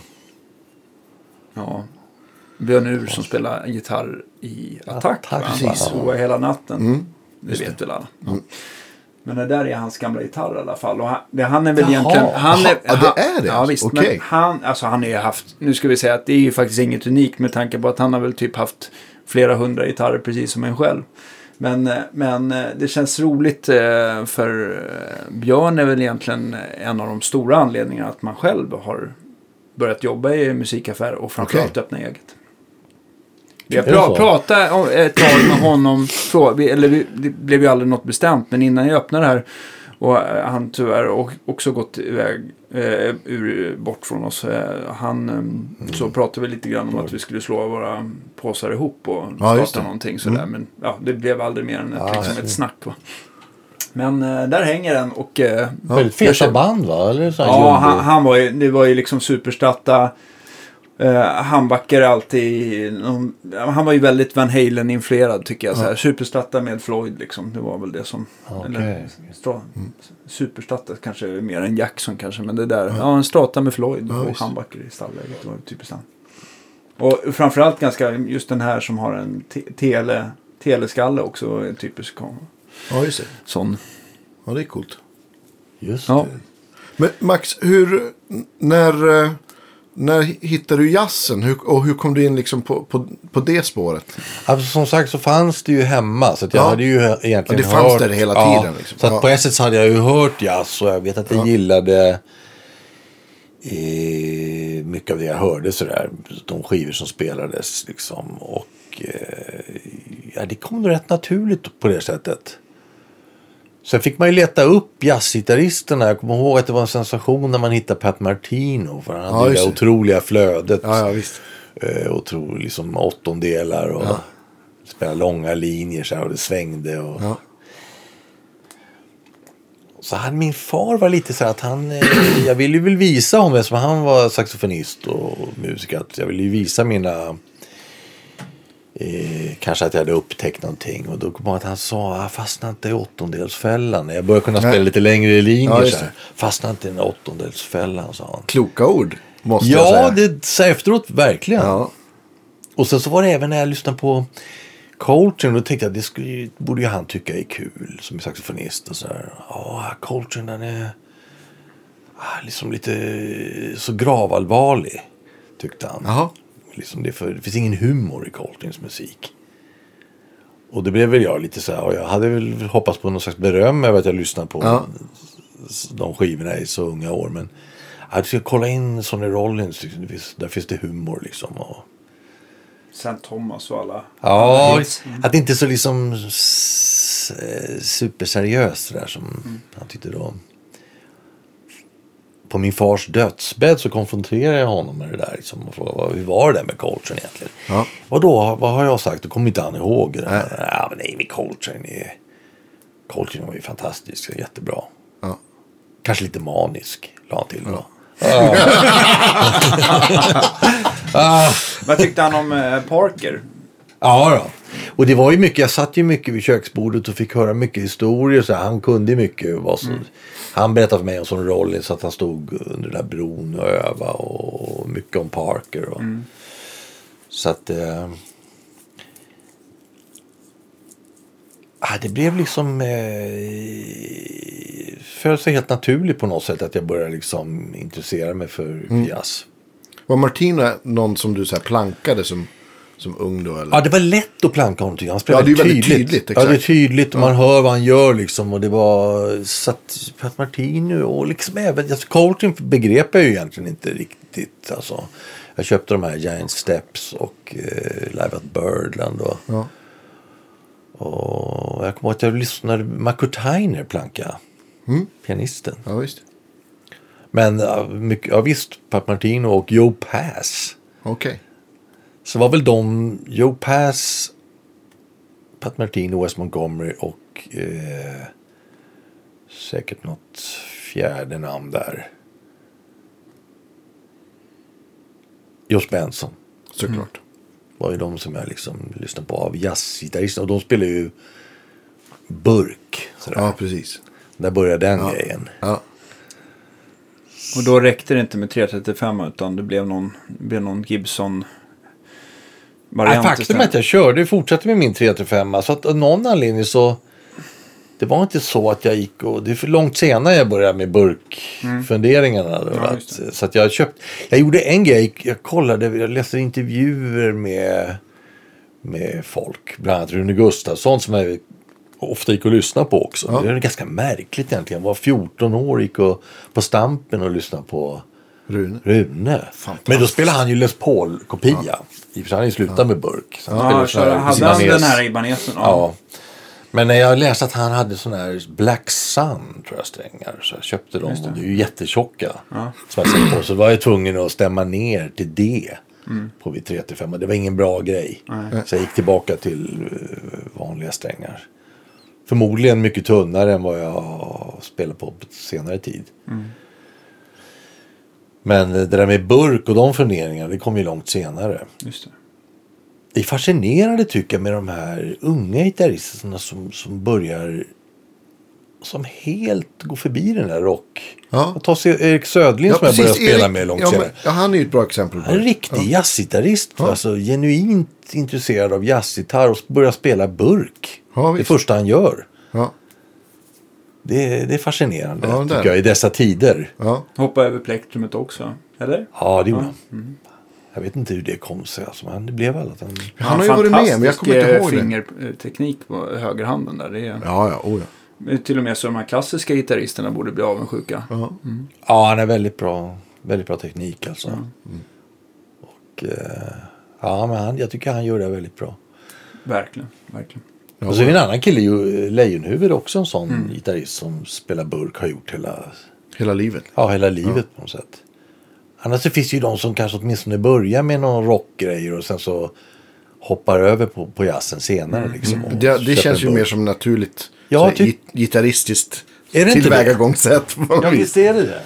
Björn Ur som spelar gitarr i Attack. Precis. Och hela natten. Det vet väl alla. Men det där är hans gamla gitarr i alla fall. Och han är väl egentligen... det är det? Ja, visst. Okay. Men han har ju haft... Nu ska vi säga att det är ju faktiskt inget unikt med tanke på att han har väl typ haft flera hundra gitarrer precis som en själv. Men det känns roligt för Björn är väl egentligen en av de stora anledningarna att man själv har börjat jobba i musikaffär och framförallt öppna eget. Vi har pratat ett tag med honom, det blev ju aldrig något bestämt, men innan jag öppnade det här och han tyvärr också gått iväg bort från oss. Så pratade vi lite grann om att vi skulle slå våra påsar ihop och starta någonting sådär. Men det blev aldrig mer än ett snack, va. Men där hänger den och... väldigt feta band, va? Eller så det var ju liksom superstatta. Humbucker alltid... han var ju väldigt Van Halen-influerad tycker jag. Så superstatta med Floyd liksom. Det var väl det som... Superstatta kanske mer än Jackson kanske. Men det där... en strata med Floyd och Humbucker i stallläget. Det var typiskt han. Och framförallt ganska... Just den här som har en teleskalle också. En typisk... Ja, just det. Sån. Ja, det är coolt. Just det. Men Max, när hittade du jazzen? Hur kom du in liksom på det spåret? Alltså, som sagt så fanns det ju hemma. Så att jag hade ju egentligen det fanns där hela tiden. Liksom. Så att på ett sätt så hade jag ju hört jazz. Och jag vet att jag gillade mycket av det jag hörde. Sådär, de skivor som spelades. Liksom. Och det kom nog rätt naturligt på det sättet. Sen fick man ju leta upp jazzgitarristerna. Jag kommer ihåg att det var en sensation när man hittade Pat Martino. För han hade det otroliga flödet. Ja, visst. Liksom åttondelar och spelade långa linjer så här, och det svängde. Och... Ja. Så min far var lite så här att jag ville ju väl visa honom eftersom han var saxofonist och musiker. Att jag ville ju visa mina... kanske att jag hade upptäckt någonting och då kom jag att han sa fastna inte i åttondelsfällan. Jag började kunna spela lite längre linjer så här. Fastna inte i den åttondelsfällan, sa han. Kloka ord måste jag säga. Ja, det sa efteråt verkligen. Och sen så var det även när jag lyssnade på Coltrane, då tänkte jag att det borde ju han tycka är kul som saxofonist och så här. Coltrane, den är liksom lite så gravallvarlig, tyckte han. Jaha. Liksom det finns ingen humor i Coltranes musik. Och det blev väl jag lite så här. Och jag hade väl hoppats på någon slags beröm över att jag lyssnade på de skivorna i så unga år. Men jag ska kolla in Sonny Rollins. Liksom, där finns det humor liksom. Och... Sen Thomas och alla. Ja, att det inte är så liksom superseriöst där som han tyckte då. på min fars dödsbädd så konfronterade jag honom med det där. Liksom, och frågade, hur var det där med Coltrane egentligen? Ja. Och då, vad har jag sagt? Då kommer inte han ihåg det där. Ja, men nej, med Coltrane var ju fantastisk, jättebra. Ja. Kanske lite manisk, la han till då. Vad tyckte han om Parker? Ja då. Och det var ju mycket, jag satt ju mycket vid köksbordet och fick höra mycket historier. Så han kunde mycket. Han berättade för mig om sån roll så att han stod under den där bron och öva och mycket om Parker. Så att det blev liksom föll sig helt naturligt på något sätt att jag började liksom intressera mig för jazz. Var Martino någon som du så här plankade som ung då? Eller? Ja, det var lätt att planka honom. Han spelade det är väldigt tydligt. Exakt. Ja, det är tydligt och man hör vad han gör liksom. Och det var så att Pat Martino och liksom även Coltrane begrep jag ju egentligen inte riktigt. Alltså, jag köpte de här Giant Steps och Live at Birdland och jag kommer ihåg att jag lyssnade McCoy planka. Pianisten. Ja, visst. Men visst, Pat Martino och Joe Pass. Okej. Så var väl Joe Pass, Pat Martino, Wes Montgomery och säkert något fjärde namn där. Josh Benson. Såklart. Var ju de som jag liksom lyssnade på av jazzgitarrister. Och de spelar ju burk. Sådär. Ja, precis. Där började den grejen. Ja. Och då räckte det inte med 335 utan det blev någon Gibson variant. Faktum är att jag fortsatte med min 335. Så att av någon anledning så det var inte så att jag gick och det är för långt senare jag började med burkfunderingarna. Så att jag gjorde en grej, jag läste intervjuer med folk, bland annat Rune Gustafsson som jag ofta gick och lyssnade på också. Ja. Det är ganska märkligt egentligen. Jag var 14 år och gick på Stampen och lyssnade på Rune. Men då spelade han ju Les Paul-kopia. I och för sig han slutat med burk. Så hade han den här Ibanesen? Ja. Men när jag läste att han hade sån här Black Sun, tror jag, strängar. Så jag köpte dem och det är ju jättetjocka. Som jag på. Så var jag tvungen att stämma ner till det på V335. Det var ingen bra grej. Så jag gick tillbaka till vanliga strängar. Förmodligen mycket tunnare än vad jag spelade på senare tid. Men det där med burk och de funderingarna, det kom ju långt senare. Just det. Det är fascinerande tycker jag med de här unga gitarristerna som börjar som helt går förbi den där rock. Ja. Ta sig Erik Södlin som jag började spela med långt senare. Ja, han är ju ett bra exempel på det. Han är en riktig jazzgitarrist. Ja. Alltså genuint intresserad av jazzgitarr och börjar spela burk. Ja, det första han gör. Ja. Det är fascinerande tycker jag i dessa tider. Ja. Hoppa över plektrumet också, eller? Ja, det gjorde han. Jag vet inte hur det kom sig. Alltså, men det blev alla. Han har ju varit med, men jag kommer inte ihåg det. Fingerteknik på högerhanden där. Det är... Ja. Till och med så de här klassiska gitarristerna borde bli avundsjuka. Ja, han är väldigt bra teknik alltså. Och men jag tycker han gör det väldigt bra. Verkligen. Ja. Och så är en annan kille ju Lejonhuvud också en sån gitarrist som spelar burk har gjort hela livet. Ja, hela livet på något sätt. Annars så finns ju de som kanske åtminstone börjar med någon rockgrejer och sen så hoppar över på jazzen senare. Liksom, det känns ju mer som naturligt gitarristiskt tillvägagångssätt. Ja, visst är det.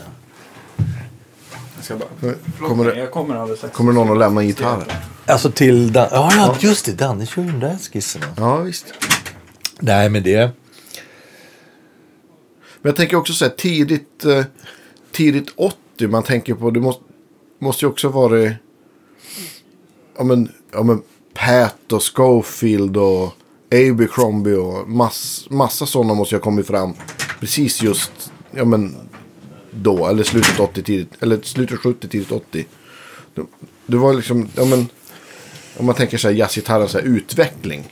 Kommer någon att lämna gitarren? Alltså till just det, Danne kör ju den där skissen. Ja, visst. Nej, men det... Men jag tänker också så här, tidigt 80, man tänker på, det måste ju också vara ja men Pat och Schofield och Abercrombie och massa sådana måste jag kommit fram precis just då, eller slutet 80 tidigt, eller slutet 70 tidigt 80. Det var liksom om man tänker så här jazzgitarren så här utveckling.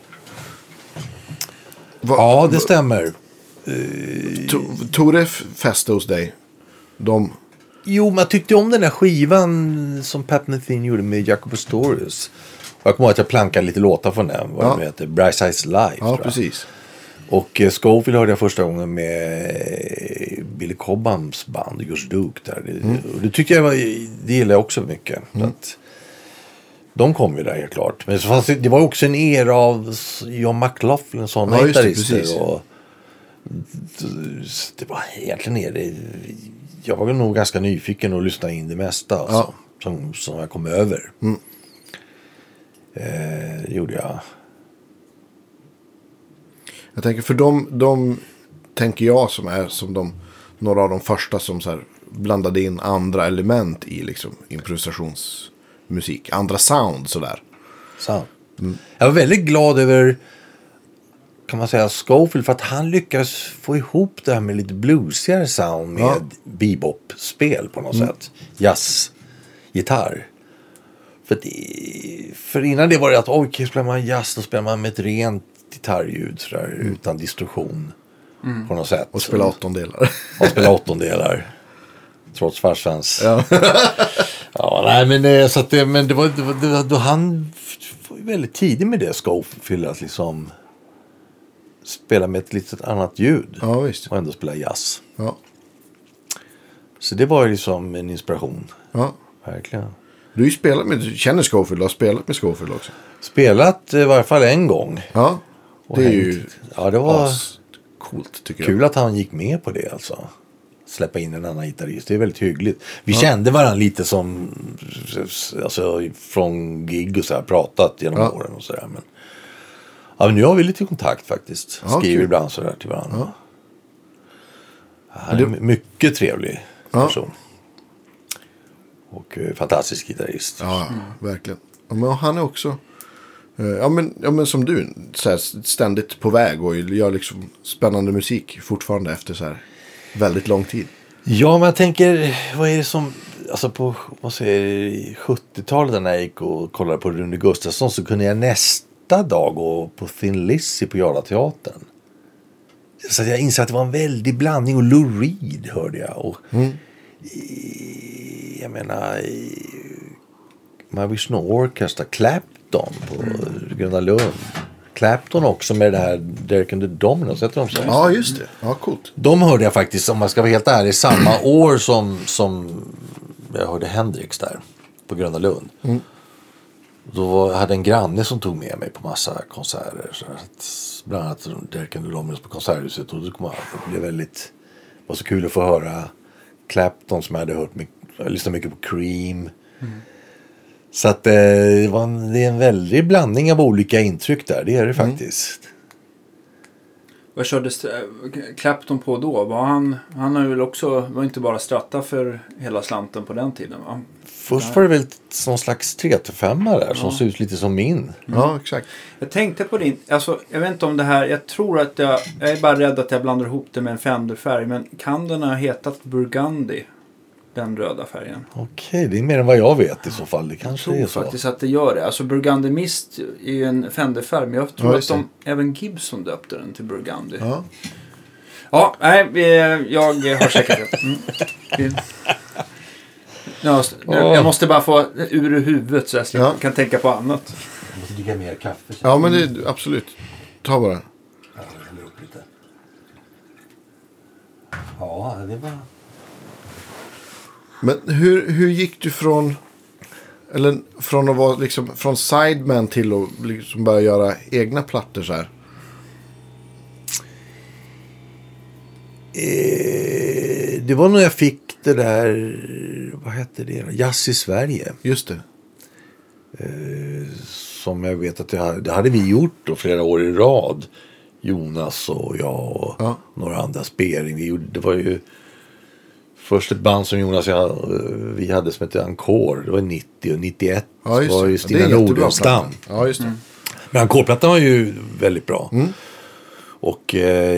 Ja, det stämmer. Tog det fäste hos dig? Jo, men jag tyckte om den där skivan som Pat Metheny gjorde med Jacob Astorius. Jag kommer ihåg att jag plankade lite låtar från den. Vad det heter, Bright Sides Life. Ja, precis. Och Scofield hörde jag första gången med Billy Cobhams band, Gus Duke där. Och det tyckte jag det gillade jag också mycket. Att de kom ju där helt klart. Men så fanns det var också en era av John McLaughlin, sådana gitarrister. Och det var egentligen jag var nog ganska nyfiken och lyssnade in det mesta alltså, som jag kom över. Det gjorde jag. Jag tänker för de tänker jag som är som några av de första som så här blandade in andra element i liksom improvisationsmusik, andra sound sådär. Jag var väldigt glad över, kan man säga, Scofield, för att han lyckades få ihop det här med lite bluesigare sound med bebop-spel på något sätt. Jazz-gitarr. För innan det var det att spelar man jazz, då spelar man med ett rent gitarrljud sådär, utan distorsion på något sätt. Och spela åttondelar. Och spela åttondelar. Trots farsans. Nej, men så att men det var då han var väldigt tidig med det, Scofield, att liksom spela med ett litet annat ljud. Ja, visst. Och ändå spela jazz. Ja. Så det var ju liksom en inspiration. Ja. Verkligen. Du har ju spelat med, du känner Scofield, du har spelat med Scofield också. Spelat i varje fall en gång. Ja. Det är ju det var coolt tycker kul att han gick med på det alltså. Släppa in en annan gitarrist. Det är väldigt hyggligt. Vi kände varandra lite som alltså, från gig och så här, pratat genom åren och sådär. Men nu har vi lite kontakt faktiskt. Skriver ibland så där till varandra. Han är mycket trevlig person. Och fantastisk gitarrist. Ja, verkligen. Men han är också men som du så här, ständigt på väg och gör liksom spännande musik fortfarande efter så här väldigt lång tid. Ja, men jag tänker, vad är det som, alltså på 70-talet när jag gick och kollade på Rune Gustafsson, så kunde jag nästa dag gå på Thin Lizzy på Jarlateatern. Så jag insåg att det var en väldig blandning, och Lou Reed hörde jag. Och jag menar, My Vision Orchestra, Clapton på Gröna Lund. Clapton också med det här Derek and the Dominos, heter de så? Ja, just det. Ja, coolt. De hörde jag faktiskt, om man ska vara helt ärlig, samma år som jag hörde Hendrix där på Gröna Lund. Då hade en granne som tog med mig på massa konserter. Så att, bland annat Derek and the Dominos på Konserthuset. Och det var så kul att få höra Clapton, som jag hade hört mycket. Jag lyssnade mycket på Cream. Så att det är en väldig blandning av olika intryck där. Det är det faktiskt. Vad körde Clapton på då? Han har väl också, var inte bara stratta för hela slanten på den tiden, va? Först var det väl någon slags 3-5 där som ser ut lite som min. Ja, exakt. Jag tänkte på din, alltså jag vet inte om det här, jag tror att jag är bara rädd att jag blandar ihop det med en Fender-färg, men kan den ha hetat Burgundy? Den röda färgen. Okej, det är mer än vad jag vet i så fall. Det kanske är så. Jag tror faktiskt att det gör det. Alltså Burgundy Mist är ju en Fender-färg, men jag tror att även Gibson döpte den till Burgundy. Ja, nej, jag har säkert rätt. Jag måste bara få ur huvudet så jag kan tänka på annat. Jag måste dricka mer kaffe. Ja, men det absolut. Ta bara. Jag häller upp lite. Ja, det var... Men hur gick du från att vara liksom från sideman till att liksom börja göra egna plattor så här? Det var när jag fick det där, vad hette det? Jazz i Sverige. Just det. Som jag vet att det hade vi gjort då flera år i rad. Jonas och jag och några andra spelning. Det var ju först ett band som Jonas och vi hade som hette Encore. Det var 90 och 91. Ja, just det. Var ju Stina Nordenstam. Ja, just det. Men Encore-plattan var ju väldigt bra. Och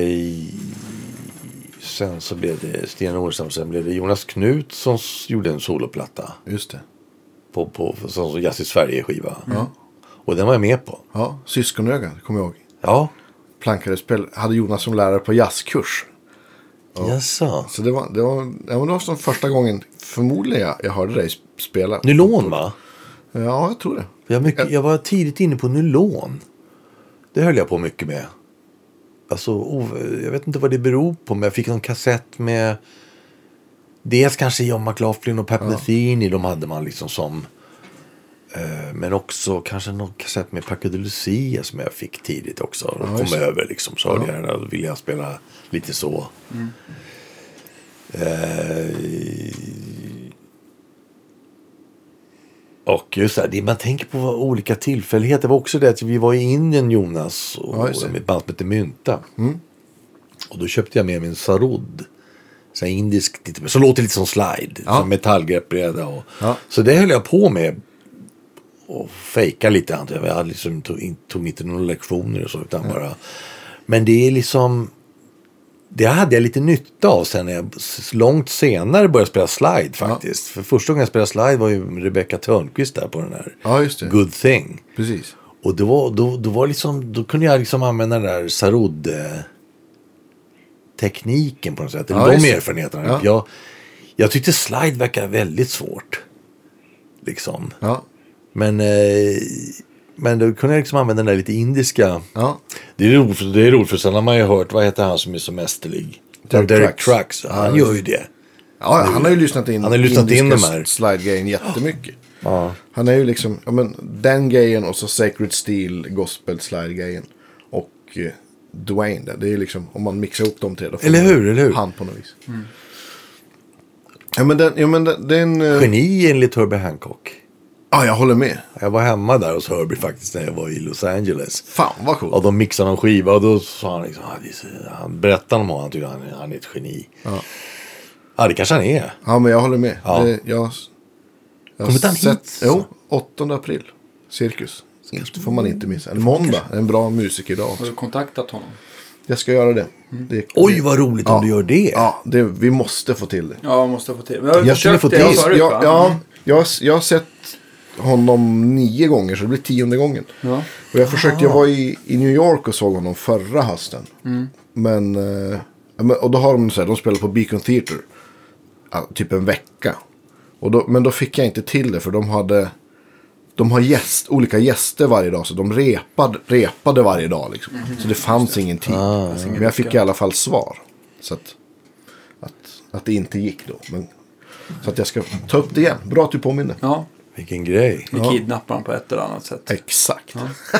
sen så blev det Stina Nordenstam. Sen blev det Jonas Knut som gjorde en soloplatta. Just det. På som Jazz i Sverige-skiva. Och den var jag med på. Ja, Syskonöga, kommer jag ihåg. Ja. Plankade spel. Hade Jonas som lärare på jazzkurs. Jaså. Så det var som första gången förmodligen jag hörde dig spela. Nylon, va? Ja, jag tror det. Jag var tidigt inne på nylon. Det höll jag på mycket med. alltså, jag vet inte vad det beror på, men jag fick en kassett med dels kanske John McLaughlin och Pat Metheny, de hade man liksom som men också kanske någon kassett med Paco de Lucia som jag fick tidigt också och kom över liksom, så hörde jag den och ville jag spela lite så. Och just det, man tänker på olika tillfälligheter. Det var också det att vi var i Indien, Jonas, och med ett band som heter Mynta. Och då köpte jag med min sarod. Så indisk, så låter det lite som slide, som metallgreppbräda. Och, så det höll jag på med och fejka lite. Jag hade liksom, tog inte några lektioner och så, utan bara. Men det är liksom, det hade jag lite nytta av sen när jag långt senare började spela slide faktiskt. För första gången jag spelade slide var ju Rebecca Törnqvist där på den här Good Thing. Precis. Och då var liksom, då kunde jag liksom använda den där sarod tekniken på något sätt. Eller de erfarenheterna. Jag tyckte slide verkar väldigt svårt. Liksom. Men då kunde jag liksom använda den där lite indiska. Det är roligt för sen har man ju hört, vad heter han som är så mästerlig? Derek Trucks. Han gör ju det. Ja, han har ju lyssnat in, in de här slide-grejen jättemycket. Han är ju liksom, den grejen och så Sacred Steel gospel slide-grejen. Och Dwayne, det är liksom, om man mixar ihop de tre, då får eller hur? Han på något vis. Den geni enligt Herbie Hancock. Ja, jag håller med. Jag var hemma där hos Herbie faktiskt när jag var i Los Angeles. Fan, vad coolt. Och de mixade en skiva och då sa han liksom, han berättade om honom, han tyckte han är ett geni. Ja, det kanske han är. Ja, men jag håller med. Jag kommer inte han hit? Jo, 8 april. Cirkus. Det får man inte missa. En måndag. En bra musikerdag också. Har du kontaktat honom? Jag ska göra det. Oj, vad roligt om du gör det. Ja, vi måste få till det. Ja, måste få till. Jag skulle få till förut, jag har sett honom 9 gånger, så det blir 10:e gången. Och jag försökte, jag var i New York och såg honom förra hösten. Men och då har de så här, de spelar på Beacon Theater typ en vecka. Men då fick jag inte till det, för de har olika gäster varje dag, så de repade varje dag liksom. Så det fanns ingen tid. Men jag fick i alla fall svar. Så att det inte gick då. Men, så att jag ska ta upp det igen. Bra att du påminner. Ja. Vilken grej. Vi kidnappar honom på ett eller annat sätt. Exakt.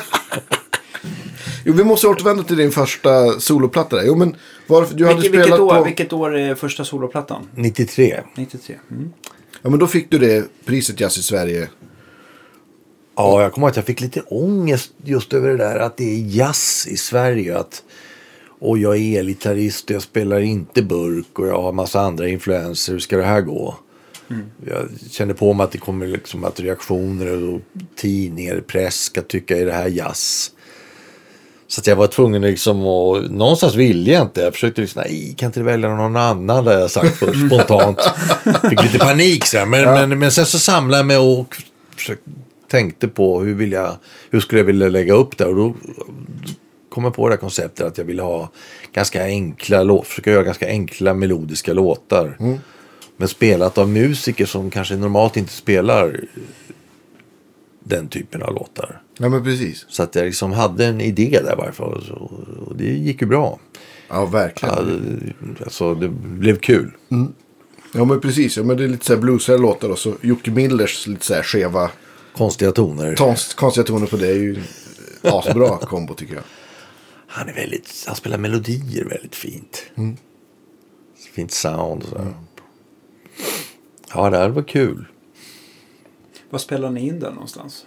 Jo, vi måste återvända till din första soloplatta där. Jo, men vilket år är första soloplattan? 93. Ja, men då fick du det priset Jazz i Sverige. Ja, jag kommer ihåg att jag fick lite ångest just över det där att det är jazz i Sverige. Och jag är elgitarrist och jag spelar inte burk och jag har massa andra influenser. Hur ska det här gå? Jag känner på mig att det kommer liksom att reaktioner och tidningar, press ska tycka är det här jazz. Så att jag var tvungen liksom och någonstans ville jag inte. Jag försökte liksom, nej, kan inte välja någon annan, där jag sagt först spontant. Fick lite panik så här. Men sen så samlade jag mig och tänkte på hur skulle jag vilja lägga upp det, och då kom jag på det här konceptet att jag ville ha ganska enkla försöka göra ganska enkla melodiska låtar. Men spelat av musiker som kanske normalt inte spelar den typen av låtar. Ja, men precis. Så att jag liksom hade en idé där varför, och det gick ju bra. Ja, verkligen. Ja, alltså, det blev kul. Ja, men precis. Ja, men det är lite så här bluesare låtar och så Jocke Millers lite så här skeva konstiga toner. Konstiga toner på det är ju asbra kombo, tycker jag. Han spelar melodier väldigt fint. Fint sound och så. Ja, det här var kul. Vad spelar ni in där någonstans?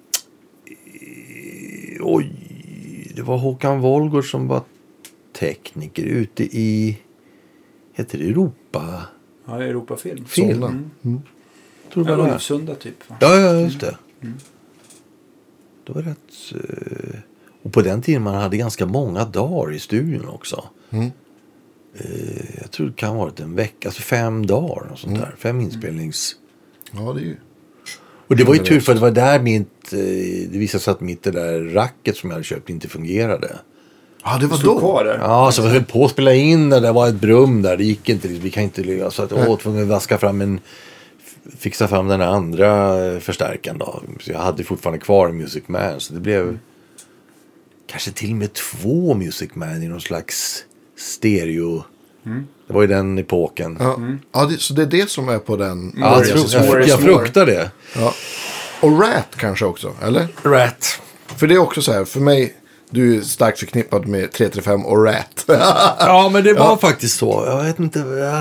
Oj, det var Håkan Wollgård som var tekniker ute i, heter det Europa? Ja, Europafilm. Film. Tror det var Ulvsunda typ, va? Ja, just det. Det var rätt. Och på den tiden man hade ganska många dagar i studion också. Jag tror det kan ha varit en vecka, alltså 5 dagar och sånt där. 5 inspelnings. Ja, det är ju. Och det var ju tur, för det var där det visade sig att mitt det där racket som jag hade köpt inte fungerade. Ja, det var då. Ja, så vi höll på att spela in det var ett brum där. Det gick inte, vi kan inte ligga. Så att jag tvungen att fixa fram den andra förstärkaren då. Så jag hade fortfarande kvar Music Man, så det blev kanske till och med 2 Music Man i någon slags stereo. Det var ju den epoken. Ja, så det är det som är på den. Ja, jag fruktar det. Ja. Och Rat kanske också, eller? Rat. För det är också så här, för mig, du är starkt förknippad med 335 och Rat. Ja, men det var faktiskt så. Jag vet inte.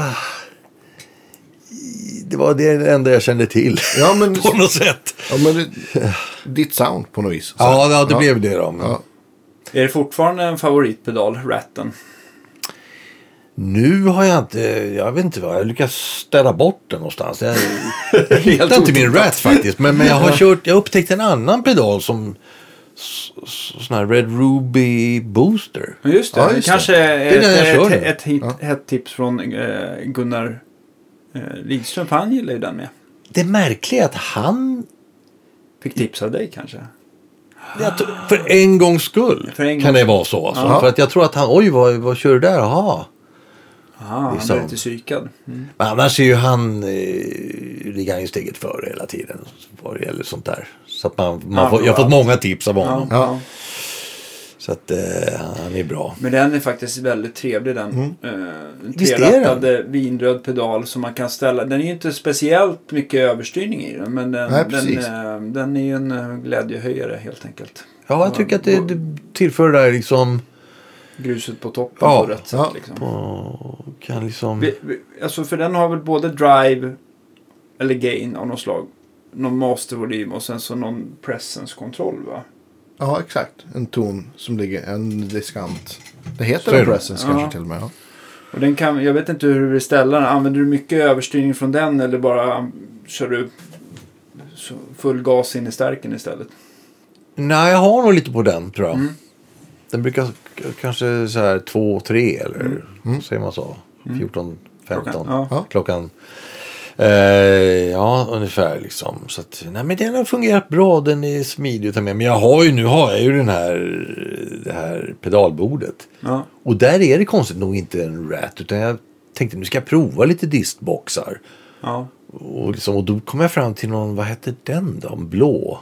Det var det enda jag kände till. Ja, men, på något sätt. Ja, men ditt sound på något vis. Så. Ja, det blev det då. Men... Ja. Är det fortfarande en favoritpedal, Ratten? Nu har jag vet inte vad, jag lyckas ställa bort den någonstans. Jag hittar inte min Rat faktiskt, men jag upptäckte en annan pedal som sån här Red Ruby Booster. Just det, Ja, just kanske ett tips från Gunnar Lidström, för han gillar ju den med. Det märkliga är att han Fick tips av dig kanske? för en gångs skull kan det vara så. Alltså. För att jag tror att han, oj vad kör du där? Jaha. Han blir lite psykad. Men annars är ju han ligger han ju steget före hela tiden vad det gäller sånt där. Så att jag har fått många tips av honom. Ja. Så att han är bra. Men den är faktiskt väldigt trevlig den. Visst är trerattade vinröd pedal som man kan ställa. Den är ju inte speciellt mycket överstyrning i den. Men den är ju en glädjehöjare helt enkelt. Ja, jag tycker att det tillför det där liksom... Gruset på toppen på rätt sätt. Liksom. Kan liksom... Alltså för den har väl både drive eller gain av något slag. Någon mastervolym och sen så någon presence-kontroll, va? Ja, exakt. En ton som ligger, en diskant. Det heter en presence kanske till och med. Ja. Och den kan, jag vet inte hur du vill ställa den. Använder du mycket överstyrning från den eller bara kör du full gas in i stärken istället? Nej, jag har nog lite på den, tror jag. Den brukar kanske så här 2-3 eller säger man så. 14-15 klockan. Ja, ungefär liksom. Så att, nej, men den har fungerat bra. Den är smidig att ta med. Men jag har ju det här pedalbordet. Ja. Och där är det konstigt nog inte en Rat. Utan jag tänkte nu ska jag prova lite distboxar. Ja. Och då kom jag fram till någon, vad heter den då? Blå.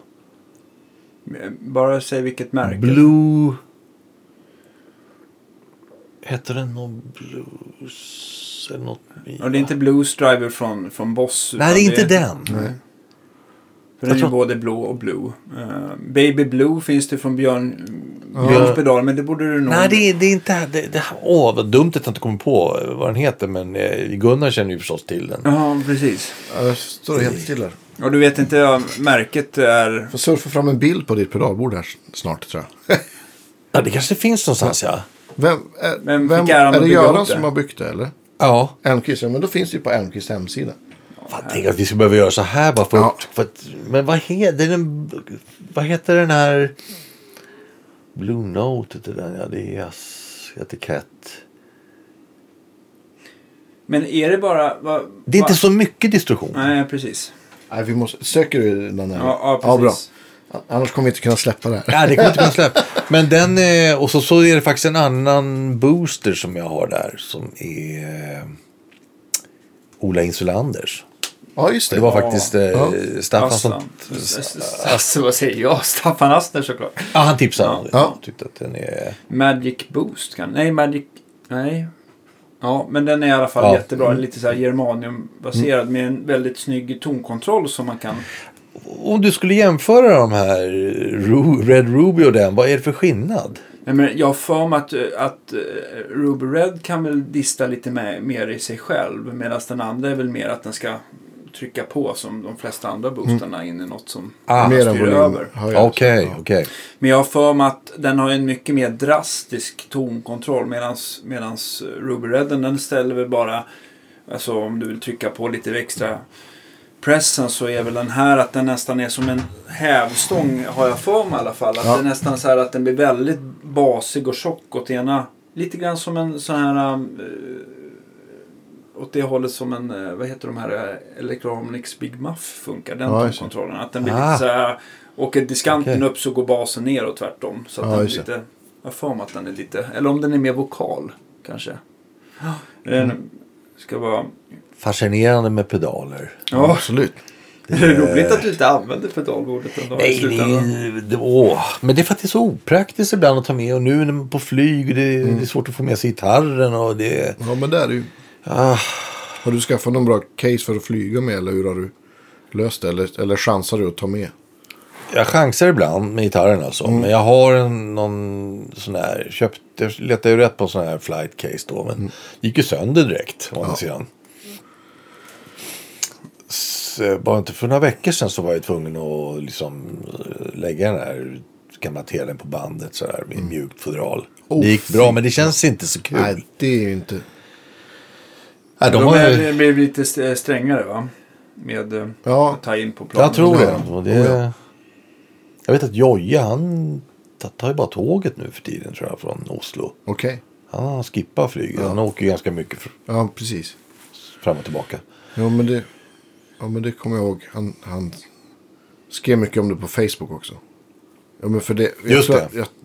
Bara säg vilket märke. Blue. Heter den någon Blues eller något? Ja, det är inte Blues Driver från Boss. Nej, det är inte den. Nej. För den är ju både blå och blue. Baby Blue finns det från Björns pedal, men det borde du nog... Nej, det är inte... vad dumt att jag inte kommer på vad den heter, men Gunnar känner ju förstås till den. Ja, precis. Jag står helt stilla. Och du vet inte, märket är... Får surfa fram en bild på ditt pedalbord här snart, tror jag. Ja, det kanske finns någonstans, ja. Vem är det Göran som har byggt det, eller? Ja. Elmqvist, men då finns det ju på Elmqvists hemsida. Jag tänker att vi ska behöva göra så här bara för att men vad heter den här Blue Note till den? Ja, det är etikett. Men är det bara... det är inte så mycket diskussion. Nej, precis. Nej, vi måste... Söker du den här? Ja, precis. Ja, bra. Annars kommer vi inte kunna släppa det här. Ja, det kommer inte kunna släppa. Men den och så är det faktiskt en annan booster som jag har där som är Ola Insulanders. Ja, just det. Det var faktiskt Staffan som... vad säger jag? Staffan Astner såklart. Ja, han tipsade. Ja. Jag tyckte att den är... Magic Boost kan... Nej. Ja, men den är i alla fall jättebra. Lite så här germaniumbaserad med en väldigt snygg tonkontroll som man kan... Om du skulle jämföra de här Red Ruby och den, vad är det för skillnad? Nej, men jag har för mig att Ruby Red kan väl dista lite mer i sig själv. Medan den andra är väl mer att den ska trycka på som de flesta andra boosterna in i något som mer styr över. Okej. Men jag har för mig att den har en mycket mer drastisk tonkontroll. Medans Ruby Red den ställer väl bara, alltså om du vill trycka på lite extra pressen, så är väl den här att den nästan är som en hävstång, har jag för mig i alla fall. Att det är nästan så här att den blir väldigt basig och tjock åt ena. Lite grann som en sån här åt det hållet som en, vad heter de här Electronics Big Muff funkar, den kontrollen. Att den blir lite så här, åker diskanten upp så går basen ner och tvärtom. Så att den blir lite, jag får mig att den är lite, eller om den är mer vokal kanske. Den ska vara... Fascinerande med pedaler. Ja, absolut. Det är roligt att du inte använder pedalbordet ändå. Men det är faktiskt så opraktiskt ibland att ta med. Och nu på flyg, det är svårt att få med sig gitarren. Och det... Ja, men det är det ju. Har du skaffat någon bra case för att flyga med? Eller hur har du löst det? Eller chansar du att ta med? Jag chansar ibland med gitarren alltså. Men jag har någon sån här... Jag letade ju rätt på en sån här flight case då. Men gick ju sönder direkt. Å andra sidan. Bara inte för några veckor sedan så var jag tvungen att liksom lägga den här gamla telen på bandet så där med mjukt fodral. Det gick bra, men det känns inte så kul. Nej, det är ju inte... Nej, de blir lite strängare va? Med att ta in på planen. Jag tror det. Jag vet att Joja, han tar ju bara tåget nu för tiden tror jag från Oslo. Okej. Han skippar flyget. Han åker ju ganska mycket precis. Fram och tillbaka. Ja, men det kommer jag ihåg. Han skrev mycket om det på Facebook också. Ja, men för det... Just det.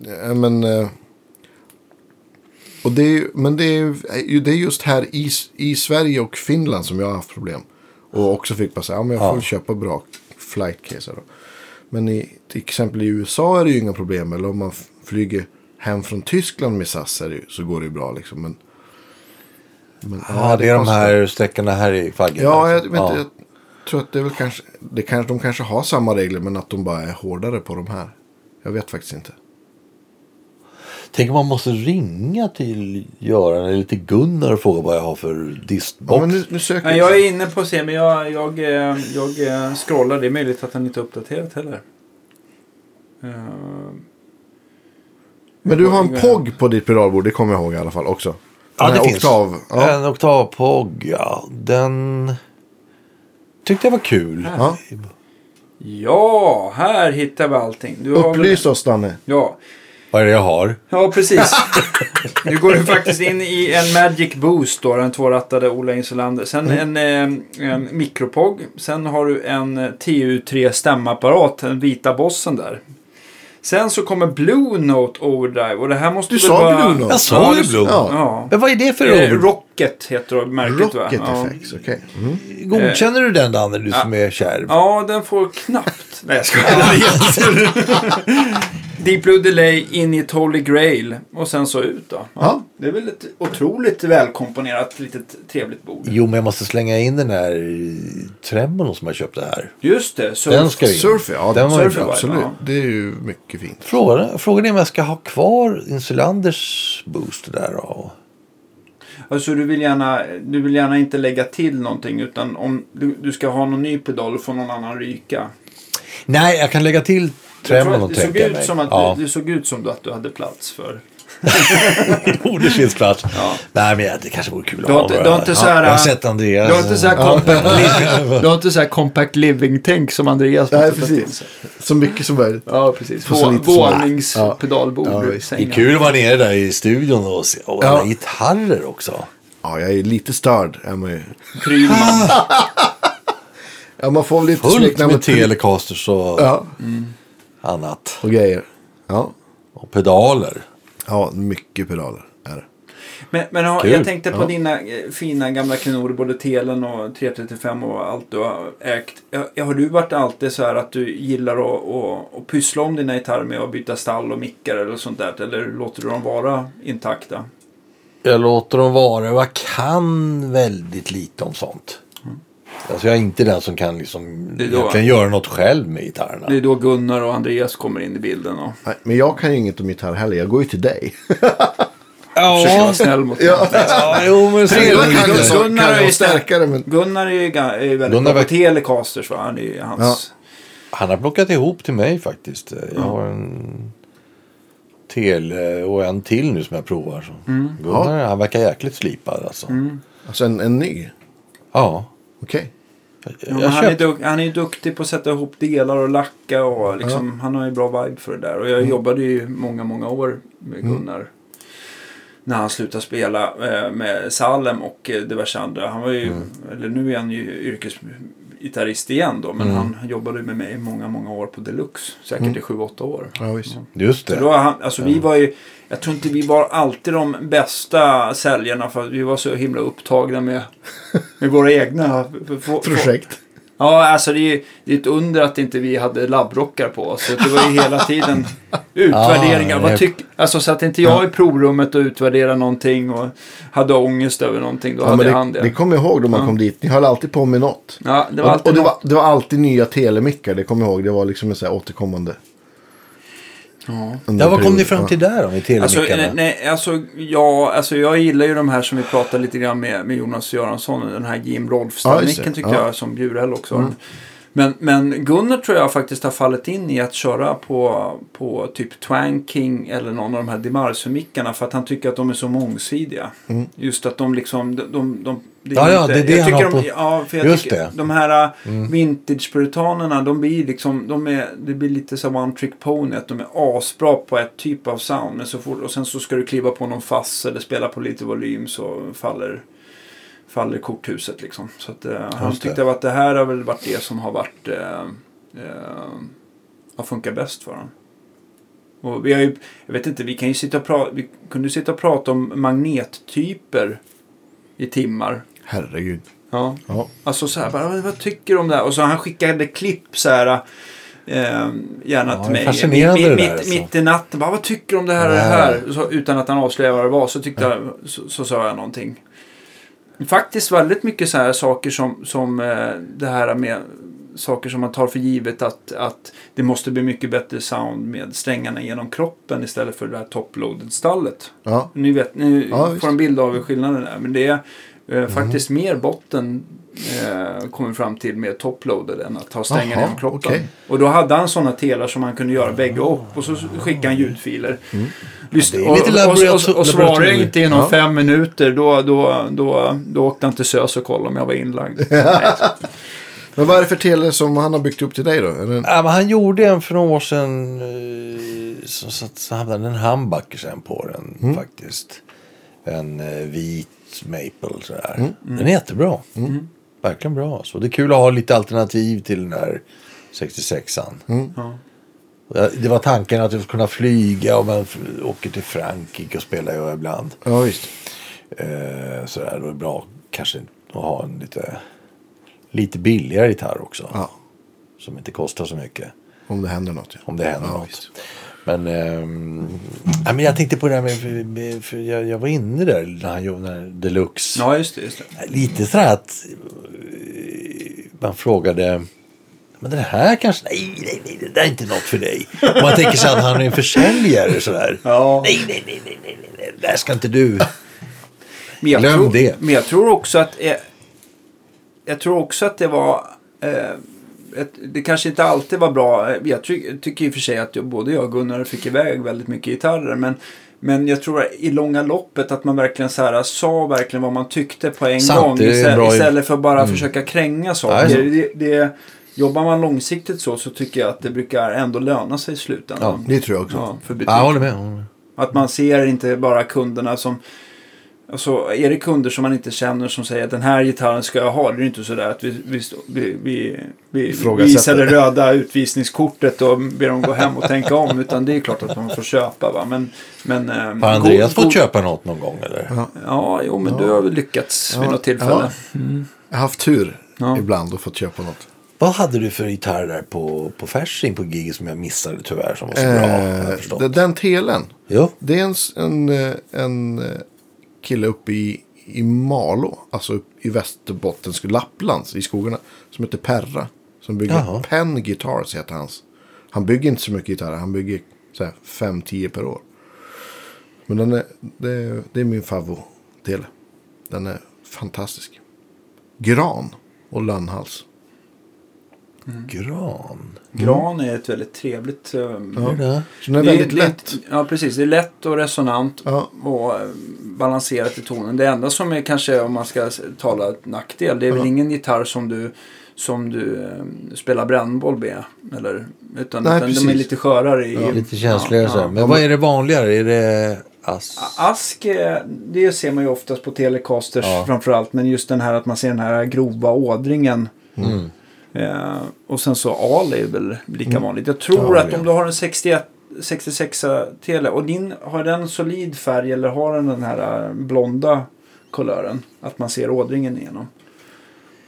Och det är just här i Sverige och Finland som jag har haft problem. Och också fick bara säga, men jag får köpa bra flight case då. Men till exempel i USA är det ju inga problem. Eller om man flyger hem från Tyskland med SAS så går det ju bra liksom. Men det är de här sträckorna här i Faggen. Ja, jag tror att det är väl kanske... De kanske har samma regler men att de bara är hårdare på de här. Jag vet faktiskt inte. Tänk om man måste ringa till Göran eller till Gunnar och fråga vad jag har för distbox. Ja, men nu söker jag är inne på att se, men jag scrollar. Det är möjligt att han inte är uppdaterat heller. Men du har en POG på ditt pedalbord, det kommer jag ihåg i alla fall också. Ja, det finns. En Oktav-POG, ja. Den tyckte jag var kul. Ja, här hittar vi allting. Upplys oss, Danne. Ja. Vad är det jag har? Ja, precis. Nu går du faktiskt in i en Magic Boost då, den tvårattade Ola Insulander. Sen en mikropog. Sen har du en TU3 stämapparat, den vita bossen där. Sen så kommer Blue Note Overdrive. Och det här måste du sa Blue Note. Jag sa ju Blue Note. Ja. Men vad är det för Overdrive? Rocket heter det märket, va? Rocket Effects, okej. Godkänner du den, Danne, du som är kärv? Ja, den får knappt. Nej, jag skojar. Deep Blue Delay, In It Holy Grail. Och sen så ut då. Ja. Det är väl ett otroligt välkomponerat, litet trevligt bord. Jo, men jag måste slänga in den här tremolon som jag köpte här. Just det. Den ska in. Surf, ja. Den var Surf, absolut. Ja. Det är ju mycket fint. Frågan är om jag ska ha kvar Insulanders boost där då. Alltså du vill gärna inte lägga till någonting, utan om du ska ha någon ny pedal och få någon annan ryka. Nej, jag kan lägga till tremolon, tänker jag mig. Det såg ut som att du hade plats för. Jo, det finns plats. Ja. Nej, men det kanske vore kul att ha. Jag har sett Andreas. Du har inte så här compact living-tänk som Andreas. Nej, precis. Så mycket som möjligt. Ja, precis. Våningspedalbord. Ja. Det är kul att vara nere där i studion och se. Och alla gitarrer också. Ja, jag är lite störd. Prylman. Ja, man får lite fullt med Telecasters och annat. Och grejer. Ja. Och pedaler. Ja, mycket pedaler är det. Men jag tänkte på dina fina gamla klenoder, både Telen och 335 och allt du har ägt. Har du varit alltid så här att du gillar att pyssla om dina gitarrer med att byta stall och mickar eller sånt där? Eller låter du dem vara intakta? Jag låter dem vara. Jag kan väldigt lite om sånt. Alltså jag är inte den som kan jag kan göra något själv med gitarrerna. Det är då Gunnar och Andreas kommer in i bilden. Och... Nej, men jag kan ju inget om gitarr heller. Jag går ju till dig. Försöker vara snäll mot dig. Gunnar är ju väldigt bra på Telecasters. Han är hans... Han har plockat ihop till mig faktiskt. Jag har en Tele och en till nu som jag provar. Så. Gunnar, han verkar jäkligt slipad alltså. Alltså en ny? Ja. Okej. Han är duktig på att sätta ihop delar och lacka och liksom, han har ju bra vibe för det där. Och jag jobbade ju många år med Gunnar när han slutade spela med Salem och diverse andra. Han var ju, eller nu är han ju yrkesgitarrist igen då, men han jobbade med mig många år på Deluxe, säkert i 7-8 år. Ja, visst. Just det. Så då vi var ju, jag tror inte vi var alltid de bästa säljarna, för att vi var så himla upptagna med våra egna projekt. Ja, alltså det är ett under att inte vi hade labbrockar på oss. Så det var ju hela tiden utvärderingar. Alltså så att inte jag i provrummet och utvärderade någonting och hade ångest över någonting. Då hade han det. Ni kommer ihåg då man kom dit. Ni höll alltid på med något. Ja, det var alltid det var alltid nya telemickar. Det kommer jag ihåg. Det var liksom en så här återkommande. Ja, vad kom ni fram till där då med telemickarna? Jag gillar ju de här som vi pratade lite grann med Jonas Göransson. Den här Jim Rolfstad-micken tycker jag som Bjurel också. Men Gunnar tror jag faktiskt har fallit in i att köra på typ Twanking eller någon av de här Dimarso-mickarna för att han tycker att de är så mångsidiga. Just att de liksom... det är det han har på... jag tycker de här vintage-puritanerna, de blir liksom... det blir lite som one trick pony, att de är asbra på ett typ av sound. Men och sen så ska du kliva på någon fass eller spela på lite volym så faller korthuset liksom. Så att han tyckte att det här har väl varit det som har varit har funkat bäst för honom. Och vi har ju, jag vet inte, vi kunde sitta och prata om magnettyper i timmar. Herregud. Ja. Alltså så här, bara, vad tycker du om det här? Och så han skickade klipp så här gärna till mig mitt i natten. Bara, vad tycker du om det här och det här? Så, utan att han avslöjade vad det var så sa jag någonting. Faktiskt väldigt mycket så här saker som det här med saker som man tar för givet att det måste bli mycket bättre sound med strängarna genom kroppen istället för det här top-loaded-stallet. Ja. Ni får en bild av skillnaden där. Men det är faktiskt mer botten kommer fram till med top-loaded än att ha strängarna genom kroppen. Okay. Och då hade han sådana telar som man kunde göra bägge och så skickade han ljudfiler. Och svarade jag inte inom 5 minuter då åkte han till SÖS och kollade om jag var inlagd. Men vad är det för tele som han har byggt upp till dig då? Men han gjorde en för några år sedan så hade han en humbucker sen på den faktiskt. En vit maple sådär. Den är jättebra. Verkligen bra. Så det är kul att ha lite alternativ till den där 66an. Det var tanken att jag skulle kunna flyga och man åker till Frankrike och spelar jag ibland. Ja, visst. Sådär, då är det bra kanske att ha en lite billigare gitarr också. Ja. Som inte kostar så mycket. Om det händer något. Ja. Om det händer något. Visst. Men jag tänkte på det här med för jag var inne där när han gjorde Deluxe. Ja, just det. Lite så att man frågade, men det här kanske, nej, det där är inte något för dig. Och man tänker sig att han är en försäljare sådär. Ja. Nej, det där ska inte du. Glöm det. Men jag tror också att det var det kanske inte alltid var bra. Jag tycker i och för sig att både jag och Gunnar fick iväg väldigt mycket gitarrer. Men jag tror i långa loppet att man verkligen sa verkligen vad man tyckte på en gång. Istället för att bara försöka kränga saker. Jobbar man långsiktigt så tycker jag att det brukar ändå löna sig i slutändan. Ja, det tror jag också. Jag håller med. Att man ser inte bara kunderna som... Alltså, är det kunder som man inte känner som säger att den här gitarren ska jag ha, det är inte så där att vi visar det röda utvisningskortet och ber dem gå hem och tänka om, utan det är klart att man får köpa, va? Men har Andreas fått köpa något någon gång eller? Ja, men du har väl lyckats vid något tillfälle. Ja. Jag har haft tur ibland och fått köpa något. Vad hade du för gitarr där på Fasching på gig som jag missade tyvärr som var så bra? Den telen. Jo. Det är en kille uppe i Malå, alltså upp i Västerbottens Lapplands i skogarna, som heter Perra, som bygger Penn Guitars heter hans. Han bygger inte så mycket gitarrer, han bygger 5-10 per år. Men det är min favoritdel. Den är fantastisk. Gran och lönnhals. Gran är ett väldigt trevligt... Så den är väldigt lätt. Ja, precis. Det är lätt och resonant och balanserat i tonen. Det enda som är kanske, om man ska tala nackdel, det är väl ingen gitarr som du spelar brännboll med. Utan de är lite skörare. Lite känsligare. Men vad är det vanligare? Är det ask? Det ser man ju oftast på Telecasters framförallt. Men just den här att man ser den här grova ådringen. Och sen så al är väl lika vanligt. Jag tror att om du har en 66 tele och har den solid färg eller har den här blonda kulören, att man ser ådringen igenom.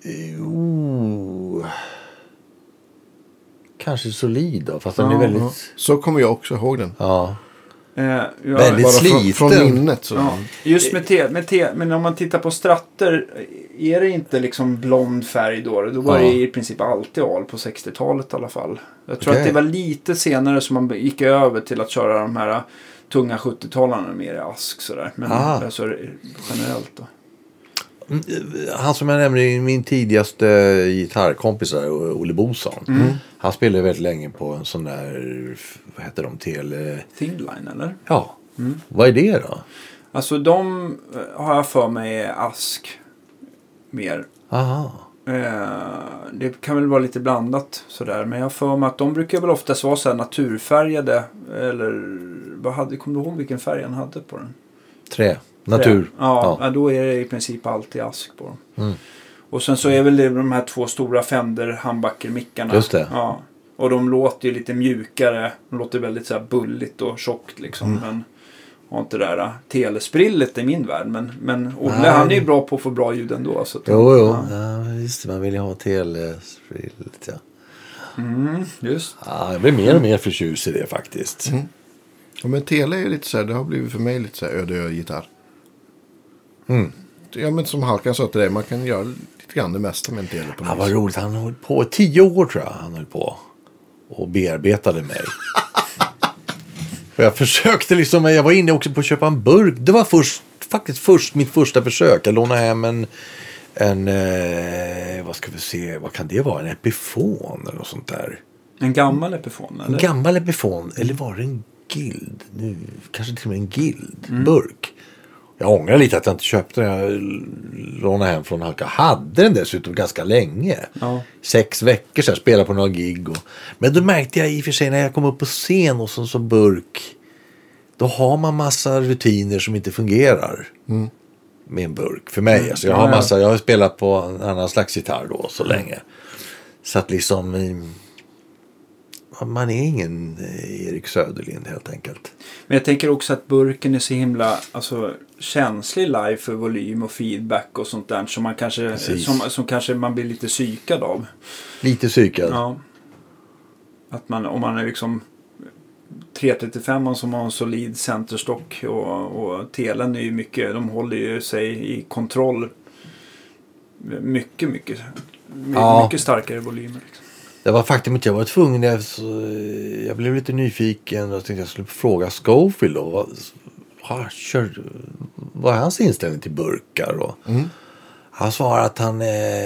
Kanske Solid då, fast den är väldigt... Ja. Så kommer jag också ihåg den. Ja. Väldigt sliten. Från minnet. Så. Ja. Just men om man tittar på stratter, är det inte liksom blond färg då? Då var det i princip alltid al på 60-talet i alla fall. Jag tror att det var lite senare som man gick över till att köra de här tunga 70-talarna mer i ask sådär. Men alltså generellt då. Han som jag nämnde, min tidigaste gitarrkompis där, Olle Boson. Han spelade väldigt länge på en sån där, vad heter de, Thinline eller? Ja. Vad är det då? Alltså de har jag för mig ask mer. Aha. Det kan väl vara lite blandat sådär. Men jag har för mig att de brukar väl oftast vara så här naturfärgade. Eller kommer du ihåg vilken färg han hade på den? Trä. Natur. Ja, då är det i princip alltid ask på dem. Och sen så är väl det de här 2 stora Fender humbucker-mickarna. Just det. Ja. Och de låter ju lite mjukare. De låter väldigt så här bulligt och tjockt liksom. Men har inte det där telesprillet i min värld. Men Olle, han är ju bra på att få bra ljud ändå. Så att jo. Ja, just det, man vill ju ha telesprillet, ja. Just. Ja, jag blir mer och mer förtjust i det faktiskt. Ja, men tele är lite så här, det har blivit för mig lite så här öde-gitarr. Ja, men som Halkan sa till dig, man kan göra lite grann det mesta med en tele på något. Ja, vad roligt. Han höll på 10 år tror jag han höll på och bearbetade mig. Och jag försökte liksom, jag var inne också på att köpa en burk. Det var faktiskt mitt första försök. Jag lånade hem en vad ska vi se, vad kan det vara? En Epiphone eller något sånt där. En gammal Epiphone eller? En gammal Epiphone, eller var det en Guild? Nu, kanske till och med en Guild-burk. Jag ångrar lite att jag inte köpte den. Jag lånade hem från Halka. Hade den dessutom ganska länge. 6 veckor sedan. Spelade på några gig. Men då märkte jag i och för sig när jag kom upp på scen och som burk. Då har man massa rutiner som inte fungerar. Med en burk. För mig. Alltså, jag har spelat på en annan slags gitarr då så länge. Så att liksom... Man är ingen Erik Söderlind helt enkelt. Men jag tänker också att burken är så himla känslig live för volym och feedback och sånt där som man kanske som kanske man blir lite psykad av. Lite psykad. Ja. Att om man är liksom 335 som har en solid centerstock och telen är ju mycket, de håller ju sig i kontroll mycket starkare volymer liksom. Det var faktiskt att jag var tvungen. Jag blev lite nyfiken och tänkte jag skulle fråga Scofield då. Vad är hans inställning till burkar? Och han svarade att han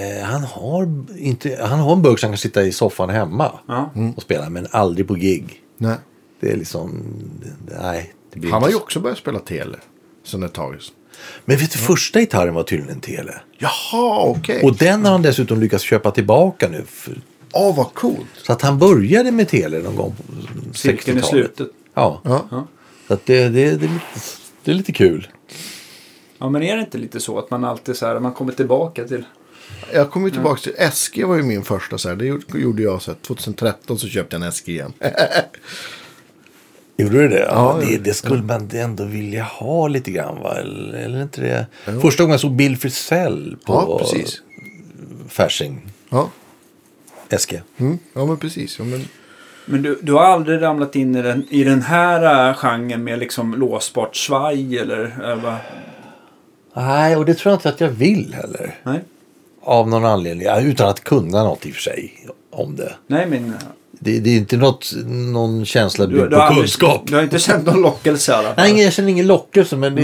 har en burk som kan sitta i soffan hemma och spela, men aldrig på gig. Nej. Det är liksom... Nej. Det han har ju också börjat spela tele. Sen ett tag. Men vet du, första gitarren var tydligen en tele. Jaha, okej. Och den har han dessutom lyckats köpa tillbaka nu. Vad coolt. Så att han började med tele någon gång på 60-talet. Cirkeln i slutet. Ja. Så att det är lite kul. Ja, men är det inte lite så att man alltid så här, man kommer tillbaka till... Jag kommer tillbaka till SG var ju min första så här. Det gjorde jag så här, 2013 så köpte jag en SG igen. Gjorde du det? Ja, det skulle man ändå vilja ha lite grann, va? Eller inte det? Jo. Första gången jag såg Bill Frisell på Fasching. Ja. SG. Ja, men precis. Ja, men du har aldrig ramlat in i den här genren med liksom låsbart svaj eller vad? Nej, och det tror jag inte att jag vill heller. Nej. Av någon anledning. Utan att kunna något i och för sig om det. Nej, men... Det är inte någon känsla byggd på kunskap. Du har inte känt någon lockelse i alla fall? Nej, jag känner ingen lockelse. Men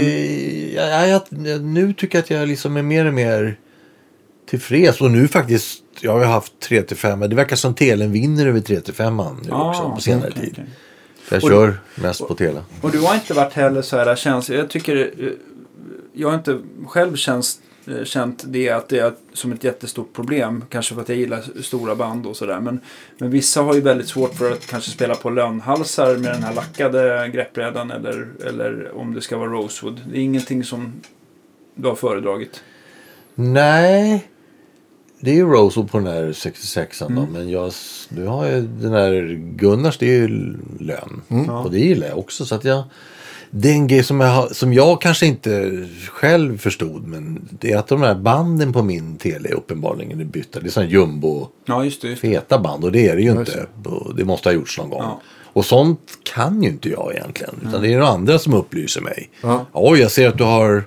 nu tycker jag att jag liksom är mer och mer tillfreds. Och nu faktiskt, jag har ju haft 3-5. Det verkar som telen vinner över 3-5 nu också på senare tid. Okay. Jag kör mest på tele. Och du har inte varit heller så här känslig. Jag har inte själv känt det att det är som ett jättestort problem. Kanske för att jag gillar stora band och sådär. Men vissa har ju väldigt svårt för att kanske spela på lönhalsar med den här lackade greppbrädan. Eller om det ska vara rosewood. Det är ingenting som du har föredragit. Nej. Det är ju rosewood på den här 66an då. Men nu har jag den här Gunnars, det är ju lön. Och det gillar jag också. Så att Det är en grej som jag kanske inte själv förstod, men det är att de här banden på min tele uppenbarligen är bytta. Det är sån jumbo feta band, och det är det ju inte. Det måste ha gjorts någon gång. Ja. Och sånt kan ju inte jag egentligen, utan det är några andra som upplyser mig. Ja. Oj, jag ser att du har,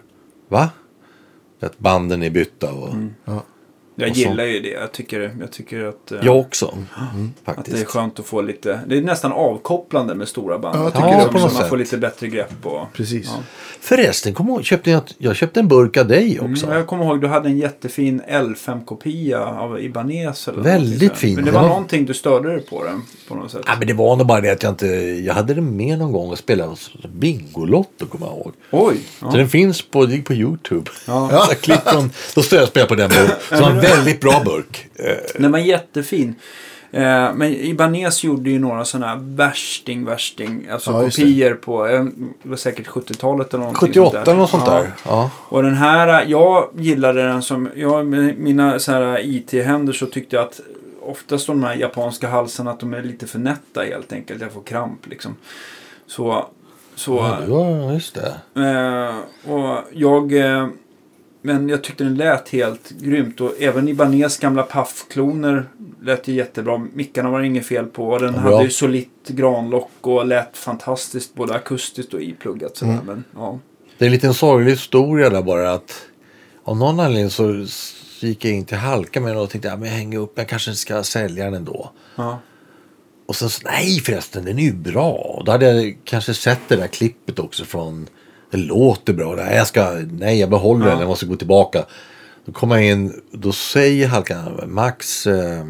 att banden är bytta och... Jag gillar ju det. Jag tycker att... Jag också. Faktiskt. Att det är skönt att få lite... Det är nästan avkopplande med stora band. Jag tycker det man får lite bättre grepp. Och, precis. Ja. Förresten, kom ihåg, jag köpte en burk av dig också. Jag kommer ihåg, du hade en jättefin L5-kopia av Ibanez. Eller väldigt fin. Men det var någonting du störde dig på den på något sätt. Ja, men det var nog bara det att jag hade den med någon gång och spelade Bingolotto, kommer jag ihåg. Oj. Ja. Så den finns på YouTube. Ja. Då står jag och spelar på den burk. Så var en väldigt bra burk. Den var jättefin. Men Ibanez gjorde ju några sådana här värsting. Alltså kopior på, det var säkert 70-talet eller någonting. 78 eller något sånt där. Ja. Och den här, jag gillade den som, med mina så här IT-händer så tyckte jag att oftast de här japanska halsarna, att de är lite för nätta helt enkelt. Jag får kramp liksom. Så ja, just det. Och men jag tyckte den lät helt grymt. Och även Ibanez gamla Puff-kloner lät ju jättebra. Mickarna var det inget fel på. Och den hade ju solitt granlock och lät fantastiskt både akustiskt och ipluggat. Men, ja. Det är en liten sorglig historia där bara, att av någon anledning så gick jag in till Halka med den och tänkte jag hänger upp, jag kanske ska sälja den ändå. Ja. Och sen så, nej förresten, den är ju bra. Då hade jag kanske sett det där klippet också från... Det låter bra. Jag behåller den. Jag måste gå tillbaka. Då kommer jag in. Då säger Halkan, Max,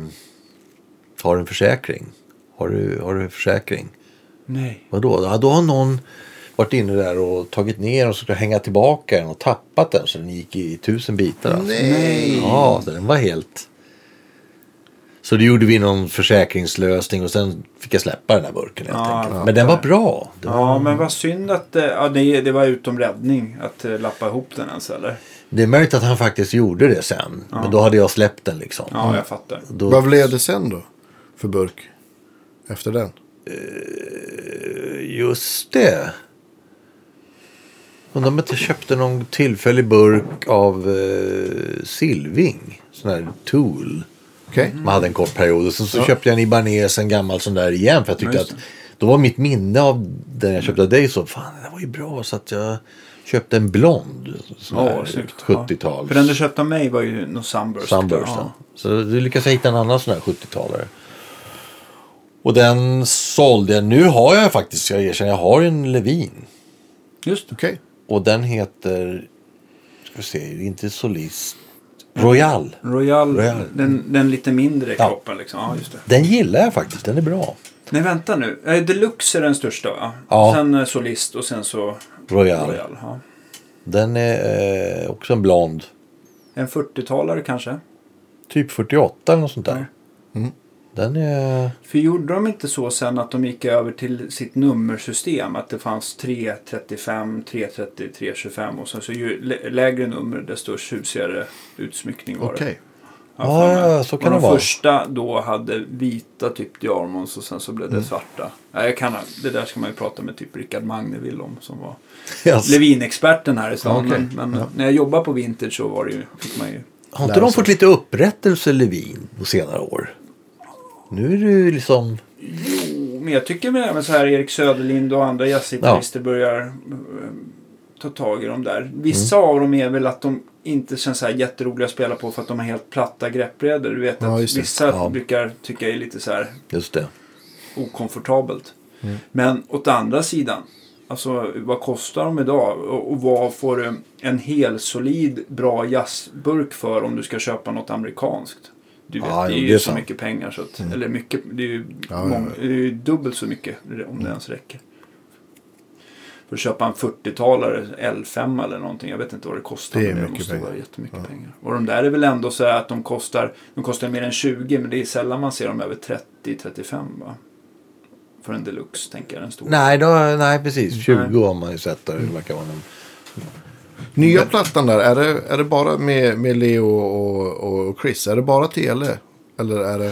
har du en försäkring? Har du en försäkring? Nej. Vadå? Ja, då har någon varit inne där och tagit ner och så ska hänga tillbaka den och tappat den. Så den gick i 1000 bitar. Alltså. Nej. Ja, så den var helt... Så det gjorde vi någon försäkringslösning och sen fick jag släppa den här burken helt enkelt. Men den var bra. Men vad synd att det var utom räddning att lappa ihop den ens, eller? Det är möjligt att han faktiskt gjorde det sen. Men då hade jag släppt den liksom. Ja, jag fattar. Vad blev det sen då för burk efter den? Just det. Undrar om jag köpte någon tillfällig burk av Silving. Sån här Tool. Okay. Man hade en kort period. Och så köpte jag en Ibanez, en gammal sån där igen. För jag tyckte att då var mitt minne av den jag köpte av dig så, fan det var ju bra. Så att jag köpte en blond. Sån här 70-tal. För den du köpte av mig var ju någon Sunburst. Så du lyckades hitta en annan sån här 70-talare. Och den sålde jag. Nu har jag faktiskt, jag erkänner, jag har en Levin. Just okej. Och den heter, ska vi se, inte Solist. Royal. Den lite mindre kroppen liksom. Ja, just det. Den gillar jag faktiskt, den är bra. Nej, vänta nu. Deluxe är den största, va? Ja. Sen Solist och sen så Royal. Ja. Den är också en blond. En 40-talare kanske? Typ 48 eller något sånt där. Mm. Den är... För gjorde de inte så sen att de gick över till sitt nummersystem? Att det fanns 335, 330, 325 och så ju lägre nummer desto tjusigare utsmyckning var det. Okej. Ja, så kan det vara. De första då hade vita typ Diarmons och sen så blev det svarta. Det där ska man ju prata med typ Rickard Magneville om som var Levin-experten här i stan. Okay. Men när jag jobbade på Vintage så var det ju, fick man ju... Har inte de fått lite upprättelse Levin på senare år? Nu är det ju liksom... Jo, men jag tycker med så här Erik Söderlind och andra jazzgitarrister börjar ta tag i dem där. Vissa av dem är väl att de inte känns så här jätteroliga att spela på för att de har helt platta greppbrädor. Du vet att vissa brukar tycka är lite så här okomfortabelt. Men åt andra sidan, alltså vad kostar de idag och vad får du en hel solid bra jazzburk för om du ska köpa något amerikanskt? Du vet, det är ju så mycket pengar så att, eller mycket, det är ju det är ju dubbelt så mycket om det ens räcker. För att köpa en 40-talare L5 eller någonting, jag vet inte vad det kostar. Det är men mycket måste pengar. Vara jättemycket pengar. Och de där är väl ändå så att de kostar mer än 20, men det är sällan man ser dem över 30-35 va? För en deluxe tänker jag, en stor. Nej precis, 20 har man ju sett där, det verkar vara någon... Nya plattan där, är det bara med Leo och Chris? Är det bara tele? Eller är det...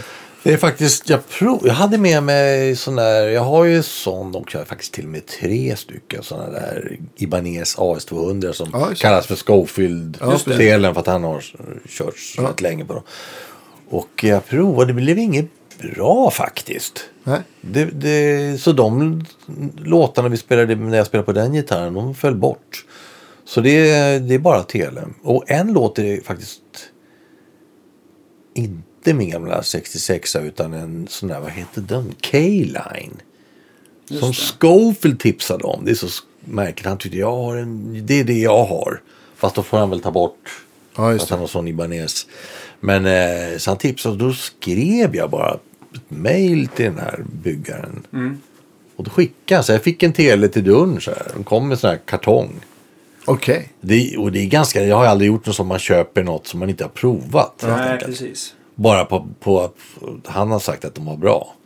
Det är faktiskt, jag hade med mig sån där, jag har ju sån och jag har faktiskt till och med 3 stycken såna där Ibanez AS200 som kallas för Schofield-delen för att han har kört så länge på dem. Och jag provade, det blev inget bra faktiskt. Nej. Så de låtarna vi spelade när jag spelade på den gitarren, de föll bort. Så det är bara Telem. Och en låt är faktiskt inte min gamla 66 utan en sån där, vad heter den? K-Line. Som Schofield tipsade om. Det är så märkligt. Han tyckte det är det jag har. Fast då får han väl ta bort att han har sån Ibanez. Men så han tipsade, då skrev jag bara ett mejl till den här byggaren. Och då skickade han, så jag fick en tele till dörren så här. Den kom med sån här kartong. Okej. Och det är ganska, jag har aldrig gjort något som man köper något som man inte har provat. Nej, precis. Bara på att han har sagt att de var bra.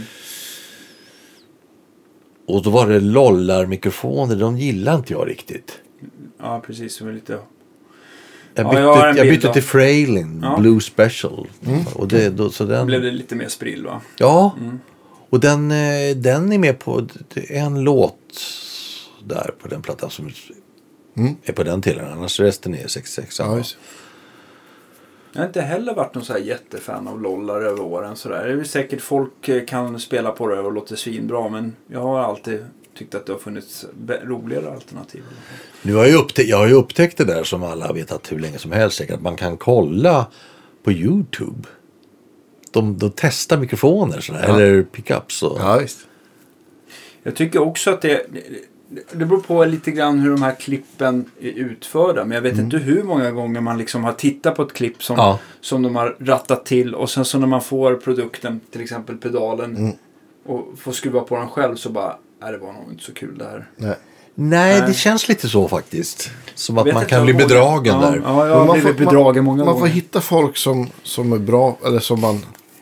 Och då var det lollar-mikrofoner, de gillar inte jag riktigt. Ja, precis. Som är lite... Jag bytte till Frailin Blue Special. Och så den blev det lite mer sprill, va? Ja. Och den är med på en låt där på den plattan som är på den tiden. Annars resten är 66. Ja, jag har inte heller varit någon så här jättefan av lollar över åren. Så där. Det är säkert folk kan spela på det och låter svinbra. Men jag har alltid tyckt att det har funnits roligare alternativ. Nu har jag har ju upptäckt det där som alla vet att hur länge som helst. Att man kan kolla på YouTube. De testar mikrofoner sådär, eller pickups. Ja, visst. Jag tycker också att det beror på lite grann hur de här klippen är utförda. Men jag vet inte hur många gånger man liksom har tittat på ett klipp som de har rattat till. Och sen så när man får produkten, till exempel pedalen, och får skruva på den själv så bara, det var nog inte så kul det här. Nej, det känns lite så faktiskt. Som att man kan bli bedragen där. Ja, jag har blivit bedragen många gånger. Man får hitta folk som är bra, eller som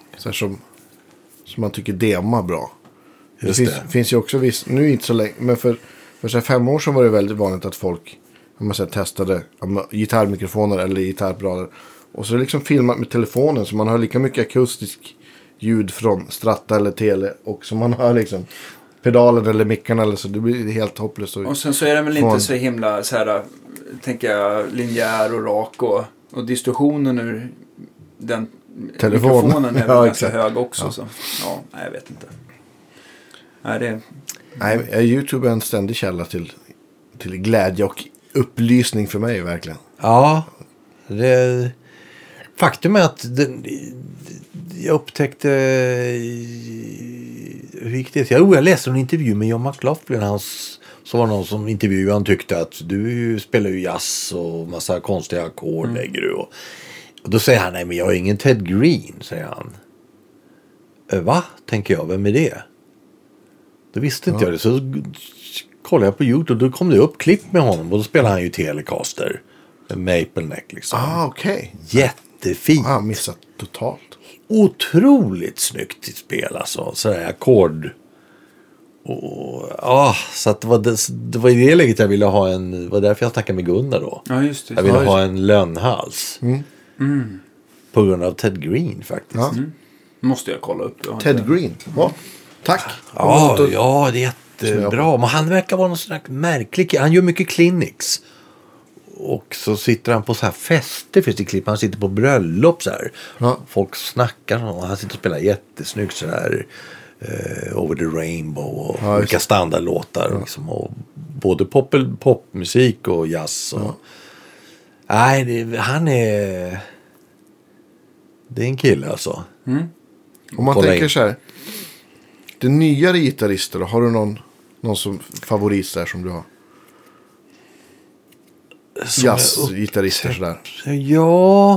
man tycker demar bra. Det finns ju också nu inte så länge, men för så 5 år sedan var det väldigt vanligt att folk testade gitarrmikrofoner eller gitarrpedaler. Och så liksom filmat med telefonen så man har lika mycket akustisk ljud från Strata eller Tele och som man har liksom pedalen eller mickarna eller så. Det blir helt hopplöst. Och sen så är det väl inte så himla så här, tänker jag, linjär och rak och distorsionen ur den mikrofonen är väl ganska hög också. Så. Ja, jag vet inte. Nej, YouTube är en ständig källa till glädje och upplysning för mig verkligen. Ja, faktum är att jag upptäckte hur gick det? Jag läste en intervju med John McLaughlin. Så var det någon som intervjuade, han tyckte att du spelar ju jazz och massa konstiga ackord lägger du. Och då säger han, nej men jag är ingen Ted Green, säger han. Va? Tänker jag, vem är det? Då visste inte jag det. Så kollade jag på YouTube och då kom det upp klipp med honom. Och då spelade han ju Telecaster. Maple Neck liksom. Okej. Jättefint. Missat totalt. Otroligt snyggt spel alltså. Sådär ackord. Så att det var i det läget jag ville ha det var därför jag snackade med Gunnar då. Ja, just det. Jag ville ha en lönnhals. På grund av Ted Green faktiskt. Måste jag kolla upp. Ted Green. Tack. Ja, det är jättebra. Men han verkar vara någon slags märklig. Han gör mycket clinics. Och så sitter han på så här fester, finns det klipp. Han sitter på bröllop så här. Folk snackar och han sitter och spelar jättesnyggt så här. Over the Rainbow och olika standardlåtar. Liksom, och både popmusik och jazz. Och... Nej, han är... Det är en kille alltså. Om man tänker så här. Det nyare gitarrister, har du någon som favorit där som du har? Jazzgitarrister sådär. Ja.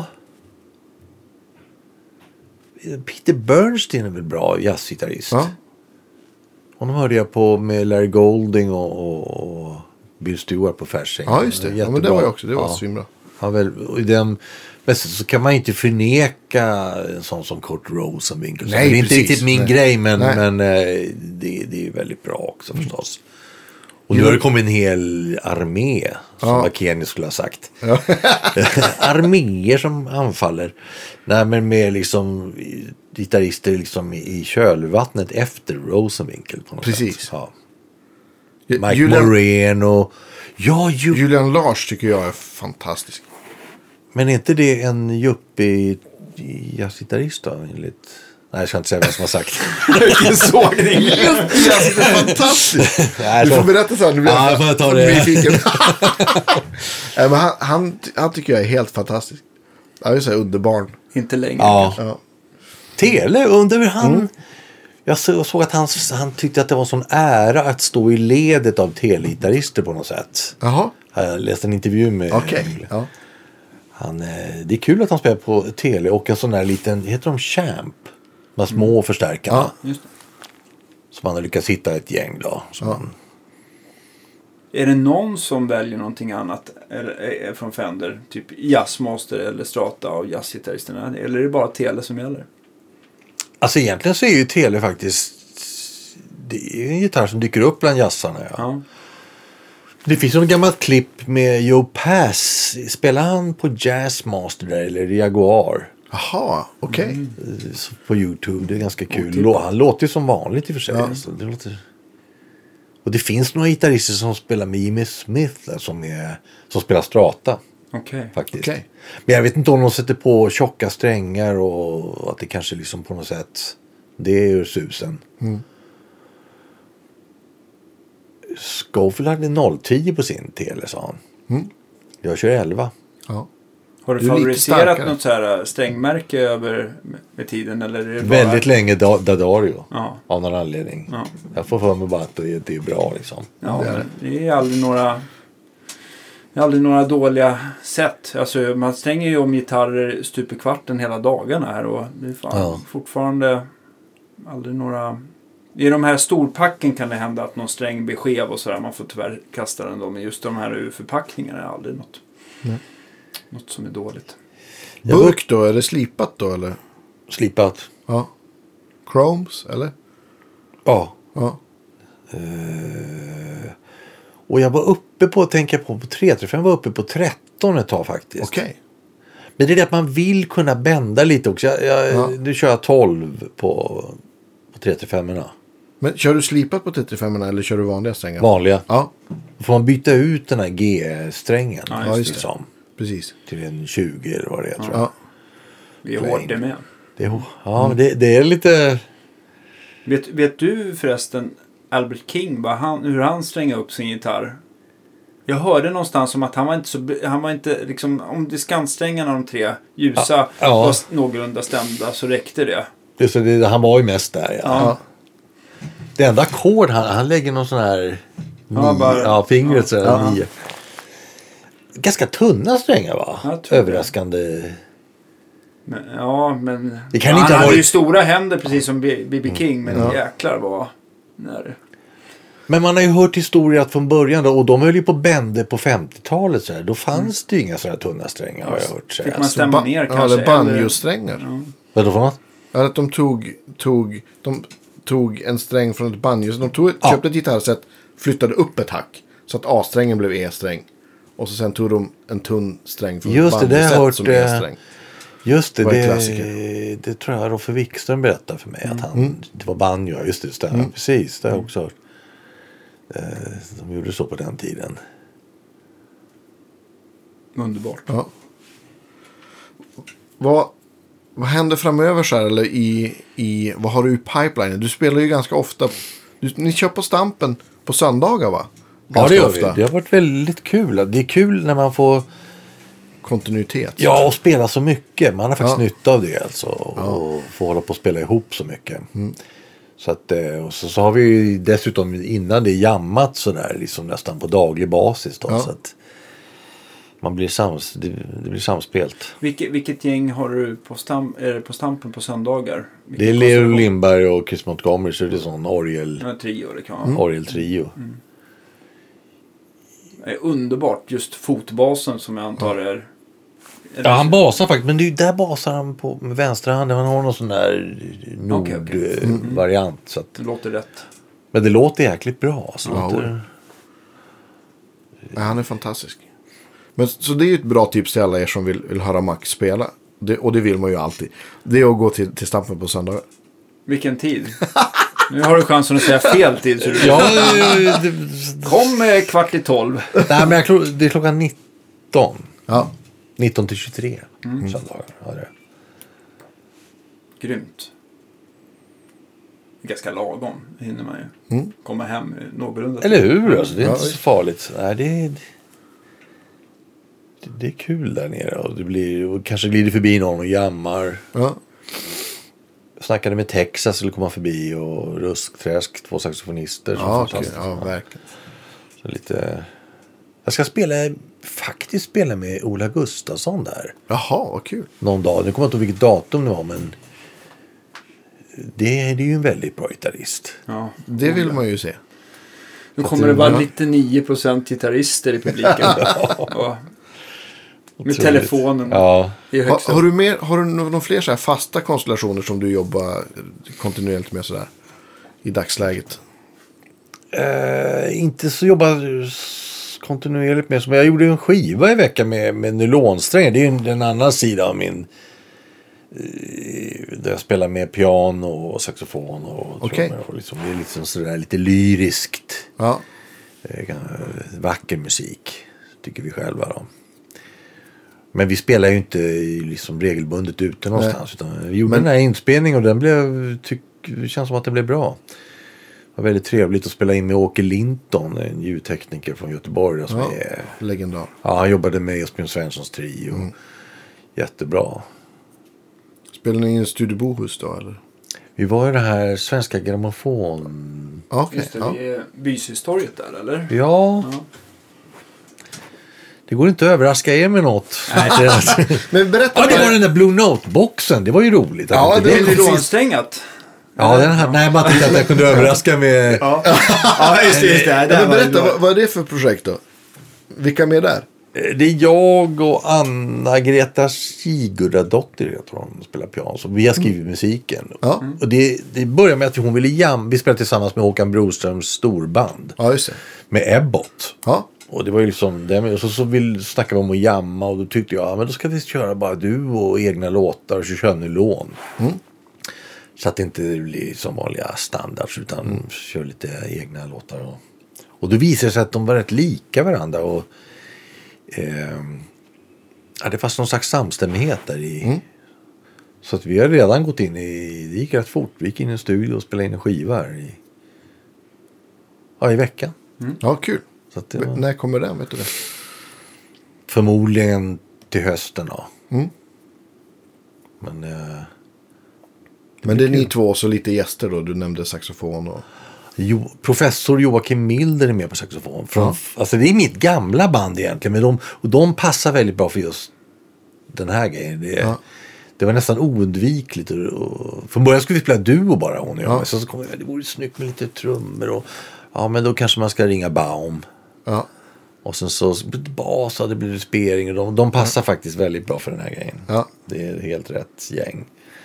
Peter Bernstein är väl bra jazzgitarrist. Honom hörde jag på med Larry Golding och Bill Stewart på Fasching. Ja, just det. Ja, men det var ju också. Det var svinbra. Men så kan man inte förneka en sån som Kurt Rosenwinkel. Nej, det är inte riktigt min grej, men det är väldigt bra också förstås. Och nu har det kommit en hel armé, som Vakeni skulle ha sagt. Arméer som anfaller. Nej, men med liksom gitarrister liksom i kölvattnet efter Rosenwinkel på något Precis. sätt. Ja. Mike Moreno. Ja, Julian Lars tycker jag är fantastisk. Men är inte det en yuppie jazzgitarrist då? Enligt... Nej, jag ska inte säga vem som har sagt. Vilken sågning. Det är fantastiskt. Du får berätta så här. Jag får ta det. Men han tycker jag är helt fantastisk. Han är så här underbarn. Inte längre. Ja. Tele under han... Jag såg att han tyckte att det var en sån ära att stå i ledet av telegitarrister på något sätt. Jaha. Jag läste en intervju med... Okej. Ja. Det är kul att han spelar på tele och en sån där liten... Heter de Champ? De små förstärkarna. Ja, just det. Som han har lyckats hitta ett gäng då. Är det någon som väljer någonting annat eller, från Fender? Typ Jazzmaster eller Strata av jazzgitarristerna? Eller är det bara tele som gäller? Alltså egentligen så är ju tele faktiskt... Det är en gitarr som dyker upp bland jazzarna. Ja. Det finns ett gammalt klipp med Joe Pass. Spelar han på Jazzmaster där eller Jaguar? Jaha, okej. På YouTube, det är ganska kul. Han låter ju som vanligt i och för sig. Ja. Alltså, det låter... Och det finns några gitarrister som spelar med Jimmy Smith där, som spelar Strata. Faktiskt. Okej. Men jag vet inte om de sätter på tjocka strängar och att det kanske liksom på något sätt det är ju susen. Scofield hade 010 på sin tele, sa han. Jag kör 11. Ja. Har du favoriserat något så här strängmärke över med tiden? Eller är det bara... Väldigt länge D'Addario. Ja. Av någon anledning. Ja. Jag får för mig bara att det är bra liksom. Ja, det är aldrig några dåliga sätt. Alltså, man stänger ju om gitarrer stup i kvarten hela dagarna här. Och det är fortfarande aldrig några... I de här storpacken kan det hända att någon sträng blir skev och sådär. Man får tyvärr kasta den då. Men just de här ur-förpackningarna är aldrig något som är dåligt. Burk då? Är det slipat då eller? Slipat. Ja. Chromes eller? Ja. Och jag var uppe på, tänker jag på 335 var uppe på 13 ett tag faktiskt. Okej. Men det är det att man vill kunna bända lite också. Nu kör jag 12 på 335-erna. Men kör du slipat på 335-erna eller kör du vanliga strängar? Vanliga. Ja. Då får man byta ut den här G-strängen. Ja, just det. Liksom, Precis. till en 20 eller vad det är, tror jag. Ja. Vi är hårt det med. Men det är lite... Vet du förresten Albert King, hur han strängade upp sin gitarr? Jag hörde någonstans om att han var inte liksom, om diskantsträngarna de 3 ljusa var någorlunda stämda så räckte det. Just det, han var ju mest där. Ja. Det enda ackord han lägger någon sån här fingret så här 9. Ganska tunna strängar, va? Överraskande. Men det kan inte han ha hade varit... ju stora händer precis som B.B. King, men jäklar vad Men man har ju hört historier att från början då, och de höll ju på bände på 50-talet så här, då fanns det ju inga sådana tunna strängar, har jag hört. Så fick man stämma ner kanske? Eller banjosträngar. Vad då för något? Att de tog en sträng från ett banjo. Så de köpte ett gitarrset, flyttade upp ett hack. Så att A-strängen blev E-sträng. Och så sen tog de en tunn sträng från ett banjoset som E-sträng. Just det tror jag Roffe Wikström berättade för mig. Att det var banjo, just det stämmer. Precis, det har jag också hört. De gjorde så på den tiden. Underbart. Ja. Vad händer framöver så här, eller i vad har du i pipeline? Du spelar ju ganska ofta. Ni kör på Stampen på söndagar, va? Ganska det gör ofta. vi. Det har varit väldigt kul. Det är kul när man får kontinuitet. Ja, och spela så mycket. Man har faktiskt nytta av det alltså. Och få hålla på och spela ihop så mycket. Så att, och så har vi ju dessutom innan det jammat sådär liksom nästan på daglig basis då, så att man blir det blir samspelt. Vilket gäng har du på Stampen på söndagar? Det är Leo Lindberg och Chris Montgomery, så det är sån trio, det kan vara. orgeltrio. Det är underbart, just fotbasen som jag antar är... Ja, han basar faktiskt, men det är ju där basar han på med vänstra handen. Han har någon sån där variant så att det låter rätt. Men det låter jäkligt bra alltså. Ja, han är fantastisk. Men så det är ju ett bra tips till alla er som vill höra Max spela. Och det vill man ju alltid. Det är att gå till Stampen på söndagar. Vilken tid? Nu har du chansen att säga fel tid. Så du... Ja, Kom 11:45. Nej, men det är klockan 19. Ja. 19 till 23. Söndagar. Ja, det är. Grymt. Ganska lagom hinner man ju komma hem någorlunda. Eller hur? Alltså, det är inte så farligt. Nej, det är kul där nere. Och kanske glider förbi någon och jammar. Ja. Jag snackade med Texas eller komma förbi och Ruskträsk, 2 saxofonister. Ja, okay. Ja, verkligen. Så lite... Jag ska faktiskt spela med Ola Gustafsson där. Jaha, vad kul. Någon dag. Nu kommer jag inte ihåg vilket datum det var, men det är ju en väldigt bra gitarrist. Ja. Det vill man ju se. Nu kommer det vara 99% gitarrister i publiken. Ja. Med telefonen. Ja. Har du några fler så här fasta konstellationer som du jobbar kontinuerligt med sådär i dagsläget? Inte så jobbar kontinuerligt med. Som jag gjorde en skiva i veckan med nylonsträng. Det är ju en annan sida av min... Där jag spelar med piano och saxofon och trummor. Och liksom, det är liksom sådär lite lyriskt. Ja. Vacker musik. Tycker vi själva då. Men vi spelar ju inte liksom regelbundet ute någonstans. Utan vi gjorde den här inspelningen och den det känns som att det blev bra. Det var väldigt trevligt att spela in med Åke Linton, en ljudtekniker från Göteborg. Som är legendar. Ja, han jobbade med Esbjörn Svenssons trio. Jättebra. Spelade ni in i Studio Bohus då, eller? Vi var i det här Svenska Grammofon. Okay. Just det, vi är Byshistoriet där, eller? Ja. Det går inte att överraska er med något. Nej. Men berätta. Ja, det var den där Blue Note-boxen. Det var ju roligt. Ja, det är nylonsträngat. Ja, den här. Nej, man tänkte att jag kunde överraska med... Ja, just det. Men berätta, vad är det för projekt då? Vilka är med där? Det är jag och Anna-Greta Sigurðardóttir, jag tror hon spelar piano. Så vi har skrivit musiken. Ja. Och det började med att hon ville vi spelade tillsammans med Håkan Broströms storband. Ja, just det. Med Ebbot. Ja. Och det var ju liksom och så snackade vi om att jamma. Och då tyckte jag, men då ska vi köra bara du och egna låtar och köra nylon. Så att det inte blir som vanliga standards, utan kör lite egna låtar. Och då visade det sig att de var rätt lika varandra. Och det fanns någon slags samstämmighet där i. Så att vi har redan gått in det gick rätt fort. Vi gick in i en studio och spelade in en skiva här i veckan. Ja, kul. Så att när kommer den, vet du det? Förmodligen till hösten då. Men det är ni två så lite gäster då. Du nämnde saxofon och... Professor Joakim Milder är med på saxofon. Alltså det är mitt gamla band egentligen. Men de passar väldigt bra för just den här grejen. Det var nästan oundvikligt. Från början skulle vi spela duo bara, hon och jag. Men så kom det vore snyggt med lite trummor. Och, men då kanske man ska ringa Baum. Ja. Och sen så bas och det blir spering. Och de passar faktiskt väldigt bra för den här grejen. Ja. Det är helt rätt gäng.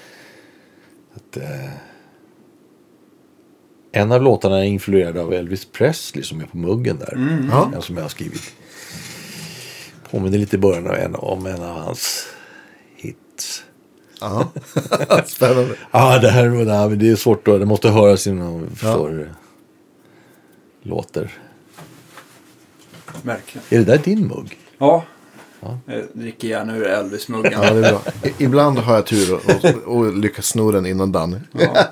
En av låtarna är influerad av Elvis Presley som är på muggen där. En som jag har skrivit. Påminner lite i början om en av hans hits. Ja, spännande. Det är svårt då. Det måste höras innan man förstår låter. Verkligen. Är det där din mugg? Ja. Jag dricker gärna ur Elvis-muggen. Ja, det är bra. Ibland har jag tur och lyckas sno den innan Danny. Ja.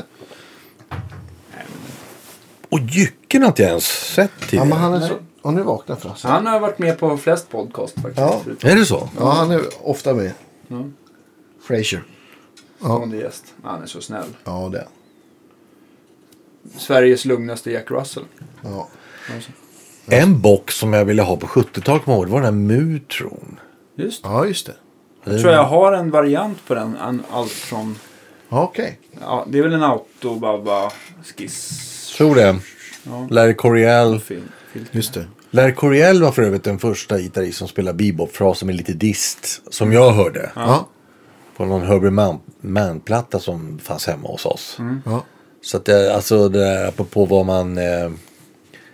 Och Jycken har inte jag ens sett till. Ja, men han är så... Och nu vaknar förresten. Han har varit med på flest podcast faktiskt. Ja. Är det så? Ja, han är ofta med. Frasier. Stående gäst. Han är så snäll. Ja, det är. Sveriges lugnaste Jack Russell. Ja. En box som jag ville ha på 70-talet var den här Mutron. Just det. Ja, just det. Jag tror jag har en variant på den. Allt från... Okej. Ja, det är väl en Autobaba-skiss. Tror det. Ja. Larry Coryell. Just det. Larry Coryell var för övrigt den första gitarrist som spelade bebop-fraser med lite dist. Som jag hörde. Ja. På någon Herbie Mann-platta som fanns hemma hos oss. Ja. Så att alltså det där apropå vad man...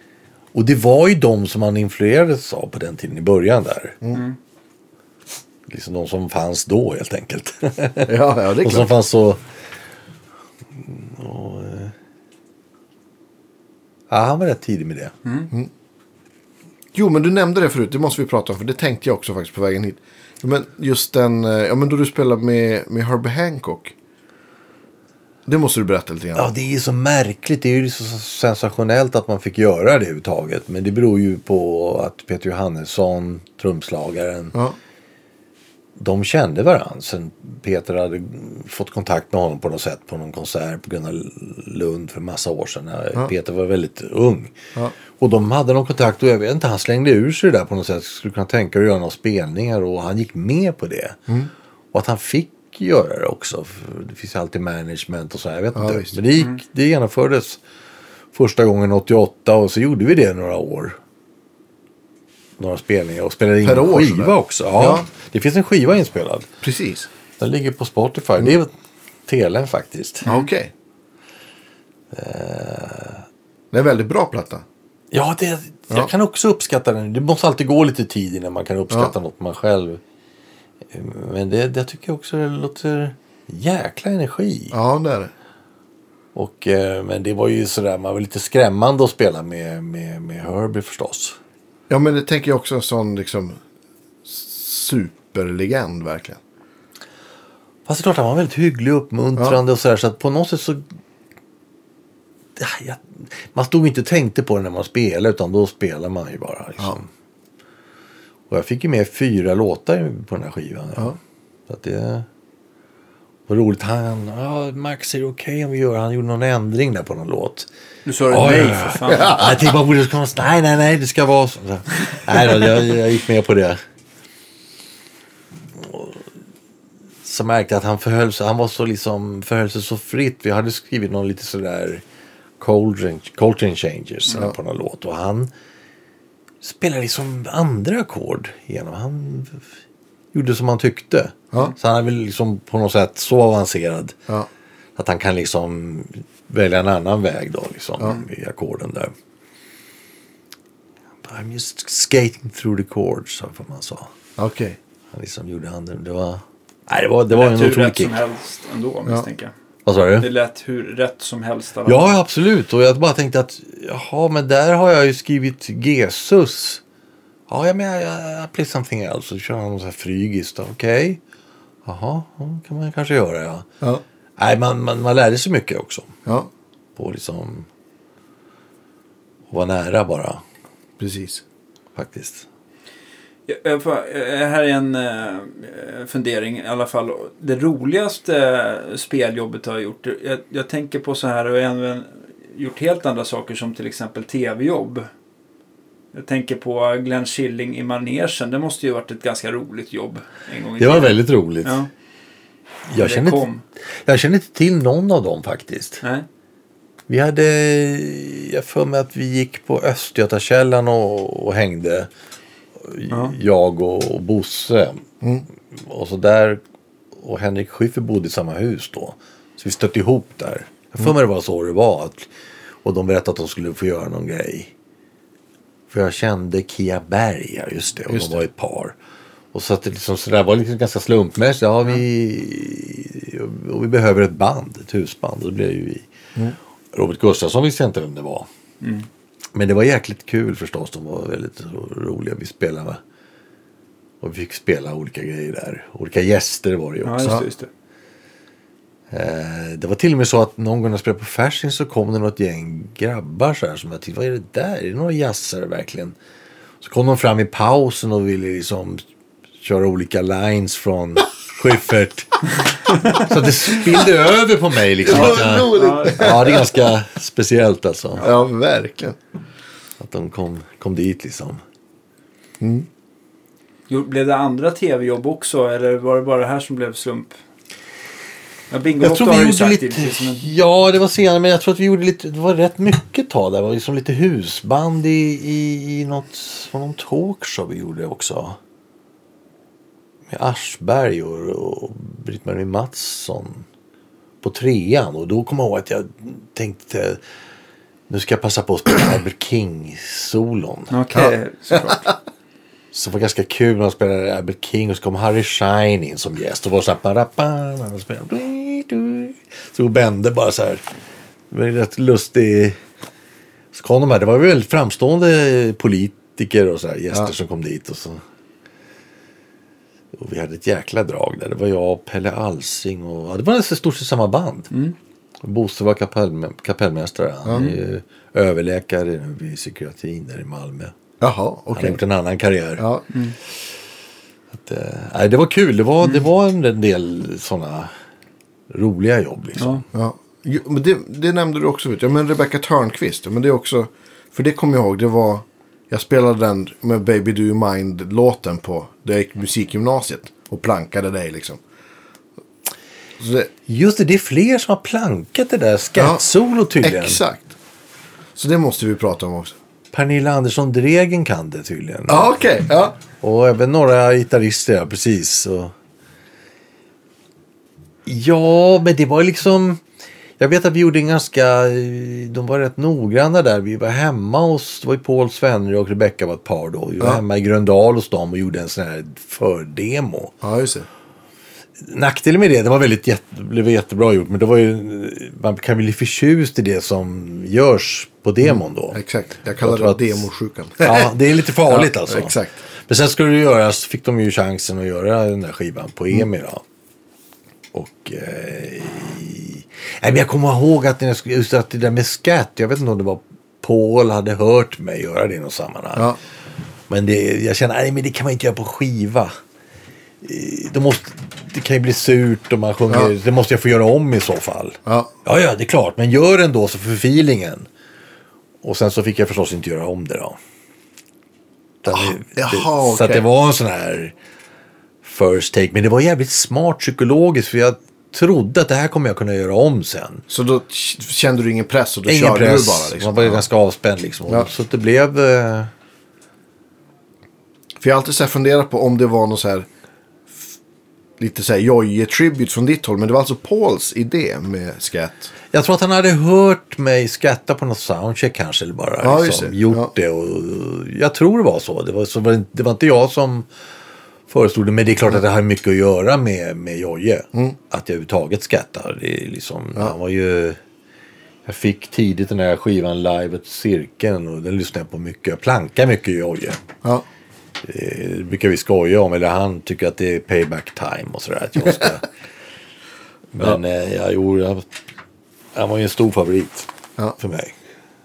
Och det var ju de som man influerades av på den tiden i början där. liksom de som fanns då helt enkelt. Ja, det är de som klart. fanns så... Ja, han var rätt tidig med det. Jo, men du nämnde det förut. Det måste vi prata om. För det tänkte jag också faktiskt på vägen hit. Men just den... Ja, men då du spelade med Herbie Hancock. Det måste du berätta lite grann. Ja, det är ju så märkligt. Det är ju så sensationellt att man fick göra det överhuvudtaget. Men det beror ju på att Peter Johannesson, trumslagaren, de kände varandra. Sen Peter hade fått kontakt med honom på något sätt på någon konsert på Gunnar Lund för massa år sedan. Peter var väldigt ung. Ja. Och de hade någon kontakt och jag vet inte, han slängde ur sig det där på något sätt. Skulle kunna tänka att göra några spelningar och han gick med på det. Och att han fick göra det också. För det finns alltid management och så här, jag vet inte. Visst. Men det genomfördes första gången 88 och så gjorde vi det några år. Några spelningar och spelade in en skiva också. Ja, det finns en skiva inspelad. Precis. Den ligger på Spotify. Det är Telen faktiskt. Okej. Det är en väldigt bra platta. Ja, jag kan också uppskatta den. Det måste alltid gå lite tid innan man kan uppskatta något man själv. Men det tycker jag också det låter jäkla energi. Ja, det är det. Och, men det var ju sådär, man var lite skrämmande att spela med Herbie förstås. Ja, men det tänker jag också en sån liksom superlegend verkligen. Fast det är klart, han var väldigt hygglig och uppmuntrande och sådär, så att på något sätt så... man stod inte och tänkte på det när man spelade, utan då spelar man ju bara liksom. Och jag fick ju med 4 låtar på den här skivan. Ja. Så att det var roligt. Max, är det okej om vi gör? Han gjorde någon ändring där på någon låt. Du sa det nej för fan. Jag tänkte bara, borde komma. Nej, det ska vara så. Nej då, jag gick med på det. Så märkte jag att han var så liksom, förhöll sig så fritt. Vi hade skrivit någon lite sådär Coltrane Changes på någon låt. Och han spelade liksom andra ackord igenom. Han gjorde som han tyckte. Ja. Så han är väl liksom på något sätt så avancerad. Ja. Att han kan liksom välja en annan väg då liksom i ackorden där. I'm just skating through the chords, som man sa. Okej. Okay. Han liksom gjorde det var... Nej, det var en otrolig rätt kick. Som helst ändå, misstänker jag. Vad sa du? Det lät hur rätt som helst. Ja, absolut. Och jag bara tänkte att men där har jag ju skrivit Jesus. Ja, men jag play something else. Så kör han någon sån här frygis då. Okej. Jaha, kan man kanske göra, ja. Nej, man lärde sig mycket också. Ja. På liksom... att vara nära bara. Precis. Faktiskt. Här är en fundering i alla fall. Det roligaste speljobbet jag har gjort. Jag tänker på så här, och jag har även gjort helt andra saker som till exempel tv-jobb. Jag tänker på Glenn Schilling i manegen. Det måste ju ha varit ett ganska roligt jobb en gång i tiden. Det var väldigt roligt. Ja. Jag känner inte till någon av dem faktiskt. Nej. Vi hade... Jag för mig att vi gick på Östgötakällan och hängde... Jag och Bosse. Och så där. Och Henrik Schyffer bodde i samma hus då. Så vi stötte ihop där. Jag för mig det var så det var. Och de berättade att de skulle få göra någon grej. För jag kände Kia Berg, just det. Och de var ett par. Och så att det liksom, så där var liksom ganska slumpmässigt. Ja, vi behöver ett band. Ett husband. Och det blev ju vi. Robert Gustafsson visste jag inte vem det var. Men det var jäkligt kul förstås. De var väldigt roliga. Vi spelade med. Och vi fick spela olika grejer där. Olika gäster var det ju också. Ja, just det. Det var till och med så att någon gång när jag spelade på Fasching så kom det något gäng grabbar så här som jag tänkte, vad är det där? Är det några jazzare verkligen? Så kom de fram i pausen och ville liksom köra olika lines från Schyffert. Så det spillde över på mig liksom. Ja, det är ganska speciellt alltså. Ja, verkligen. Att de kom dit liksom. Blev det andra tv-jobb också? Eller var det bara det här som blev slump? Ja, jag tror vi gjorde lite... Ja, det var senare. Men jag tror att vi gjorde lite... Det var rätt mycket tag där. Det var liksom lite husband i någon talkshow vi gjorde också. Med Aschberg och Britt-Marie Mattsson på 3:an. Och då kom jag ihåg att jag tänkte... Nu ska jag passa på att spela Albert King-solon. Okej, såklart. Så det var ganska kul när de spelade Albert King och så kom Harry Shine in som gäst och var så här när de spelade. Så bände bara så här. Det var rätt lustig. Så kom de här, det var väldigt framstående politiker och så här, gäster som kom dit och så. Och vi hade ett jäkla drag där. Det var jag och Pelle Alsing och det var nästan stort sett samma band. Bosse var kapellmästare. Han är ju överläkare vid psykiatrin där i Malmö. Jaha, okej. Han har gjort en annan karriär. Ja. Nej, det var kul. Det var en del sådana roliga jobb liksom. Ja. Jo, men det nämnde du också. Ja, men Rebecca Törnqvist. Men det är också, för det kommer jag ihåg, det var, jag spelade den med Baby Do You Mind-låten på, där jag gick musikgymnasiet och plankade dig liksom. Så Just det är fler som har plankat det där skatt-solo tydligen. Exakt. Så det måste vi prata om också. Pernilla Andersson Dregen kan det tydligen. Ja, okej. Ja. Och även några gitarrister, ja, precis. Och... Ja, men det var liksom... Jag vet att vi gjorde en ganska... De var rätt noggranna där. Vi var hemma hos... Det var ju Paul Svenner och Rebecca var ett par då. Vi var hemma i Gröndal hos dem och gjorde en sån här fördemo. Ja, just det. Nackdelen med det var blev jättebra gjort. Men det var ju... Man kan bli förtjust i det som görs på demon då. Exakt. Jag kallar det demosjukan. Ja, det är lite farligt alltså. Exakt. Men sen skulle det göras, fick de ju chansen att göra den där skivan på EMI då. Och men jag kommer ihåg att just att det där med skatt, jag vet inte om det var Paul hade hört mig göra det i något sammanhang. Ja. Men jag känner, men det kan man inte göra på skiva. Det kan ju bli surt om man sjunger, det måste jag få göra om i så fall. Ja, det är klart, men gör den då så för feelingen. Och sen så fick jag förstås inte göra om det då. Så att det var en sån här first take. Men det var jävligt smart psykologiskt. För jag trodde att det här kommer jag kunna göra om sen. Så då kände du ingen press och då ingen körde press. Du bara? Liksom. Man var ju ganska avspänd liksom. Ja. Så att det blev... För jag har alltid så här funderat på om det var någon så här... Lite så här joje-tribute från ditt håll. Men det var alltså Pauls idé med skatt. Jag tror att han hade hört mig skatta på något soundcheck kanske. Eller bara liksom, gjort det. Och jag tror det var så. Det var inte jag som föreslog det. Men det är klart att det har mycket att göra med joje. Att jag överhuvudtaget skattar. Det är liksom, han var ju... Jag fick tidigt den här skivan live ett cirkeln. Och den lyssnade jag på mycket. Jag plankar mycket joje. Ja. Det brukar vi skoja om. Eller han tycker att det är payback time och sådär. Att jag ska... Men han var ju en stor favorit för mig.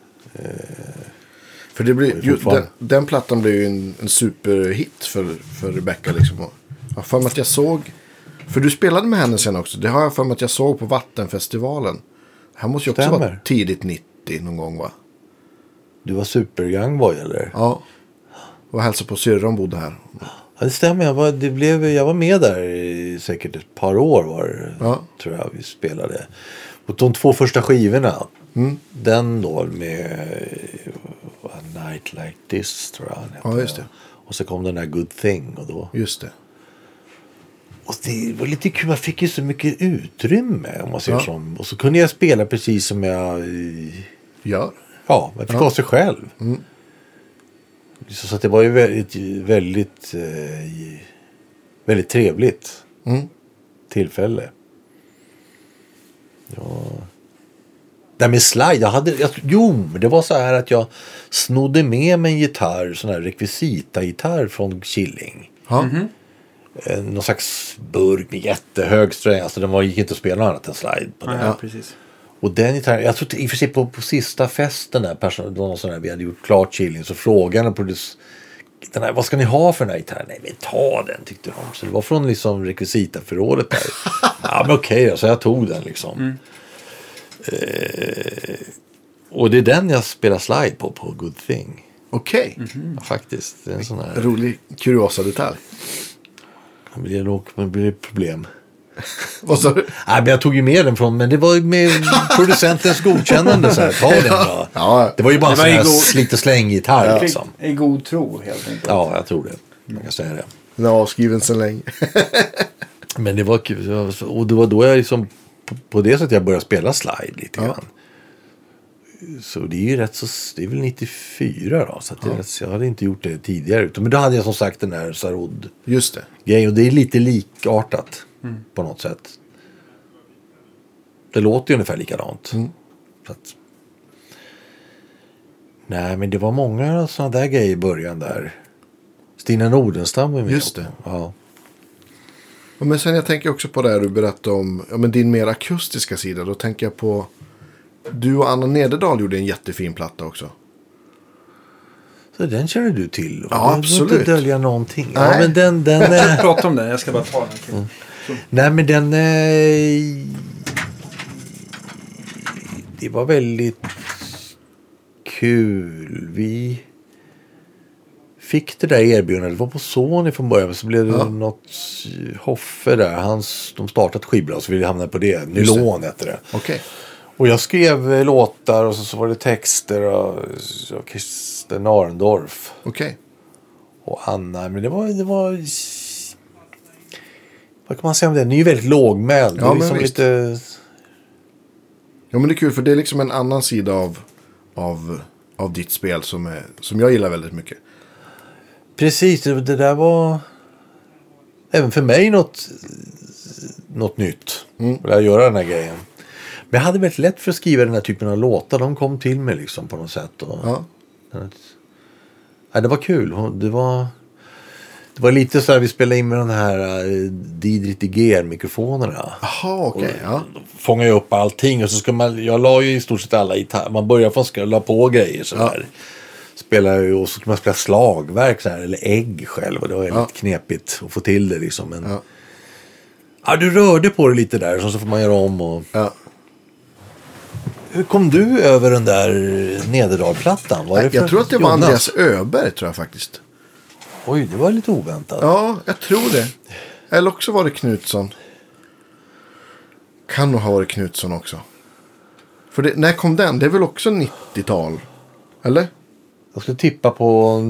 För det blir den plattan blev ju en superhit för Rebecca liksom. Jag för mig att jag såg, för du spelade med henne sen också. Det har jag för mig att jag såg på Vattenfestivalen. Han måste ju också vara tidigt 90 någon gång, va? Du var super young boy eller? Ja. Och hälsade på syrran bodde här. Ja, det stämmer. Jag var med där i säkert ett par år tror jag vi spelade. Och de 2 första skivorna. Den då med A Night Like This tror jag. Ja, just det. Och så kom den där Good Thing. Och då. Just det. Och det var lite kul. Man fick ju så mycket utrymme om man ser som. Och så kunde jag spela precis som jag gör. Ja, man fick ha sig själv. Så att det var ju väldigt trevligt tillfälle. Ja. Där med slide, det var så här att jag snodde med mig en gitarr, sån här rekvisita-gitarr från Killing. Någon slags burk med jättehög sträng, alltså den gick inte att spela något annat än slide på den. Ja, precis. Och den gitarren, jag tror i och för sig på sista festen där, det var någon sån här, vi hade gjort klart Killing, så frågade på den här, vad ska ni ha för den här gitarren? Nej, men ta den, tyckte de. Så det var från liksom rekvisitaförrådet där. Ja, men okej, så jag tog den liksom. Och det är den jag spelar slide på Good Thing. Okej. Ja, faktiskt. Det är en sån här... Rolig kuriosa detalj. Det blir problem. Vad sa du? Nej, men jag tog ju med den från, men det var ju med producentens godkännande så här, ta den då. Ja. Det var ju bara så här slit och släng gitarr liksom. I god tro helt enkelt. Ja, jag tror det. Man kan säga det. Den är avskriven så länge. Men det var kul. Och det var då jag liksom på det sättet jag började spela slide lite grann. Så det är ju rätt så... Det är väl 94 då. Så att det är rätt, jag hade inte gjort det tidigare. Men då hade jag som sagt den här Sarod. Just det. Grej, och det är lite likartat på något sätt. Det låter ju ungefär likadant. Så att, nej, men det var många sådana där grejer i början där. Stina Nordenstam är med. Just det. Ja. Men sen jag tänker också på det här du berättade om men din mer akustiska sida. Då tänker jag på... Du och Anna Nederdal gjorde en jättefin platta också. Så den känner du till? Ja, absolut. Inte dölja någonting. Nej. Ja, men den Jag pratar om den, jag ska bara ta den. Nej, men den... Det var väldigt kul. Vi fick det där erbjudandet. Det var på Sony från början. Så blev det något Hoffe där. De startade ett skivbolag så vi hamnade på det. Nylon hette det. Okej. Och jag skrev låtar och så var det texter och Kirsten Arendorf. Okej. Och Anna. Men det var vad kan man säga om det? Den är ju väldigt lågmäld. Ja, det är men liksom visst. lite... Ja, men det är kul för det är liksom en annan sida av ditt spel som jag gillar väldigt mycket. Precis, det där var även för mig något nytt. Att göra den här grejen. Men jag hade väldigt lätt för att skriva den här typen av låtar. De kom till mig liksom på något sätt. Och, ja, det var kul. Det var lite så här vi spelade in med de här Didrik Diger-mikrofonerna. Jaha, okej. Ja. Fångar ju upp allting och så ska jag la ju i stort sett alla gitarr. Man börjar från att la på grejer så där. Spelar ju och så kan man spela slagverk så här, eller ägg själv och det var lite knepigt att få till det liksom. Men du rörde på det lite där så får man göra om och... Ja. Hur kom du över den där Nederdal-plattan? Jag tror att det var Andreas Öberg tror jag faktiskt. Oj, det var lite oväntat. Ja, jag tror det. Eller också var det Knutsson. Kan nog ha varit Knutsson också. För när kom den? Det är väl också 90-tal? Eller? Jag skulle tippa på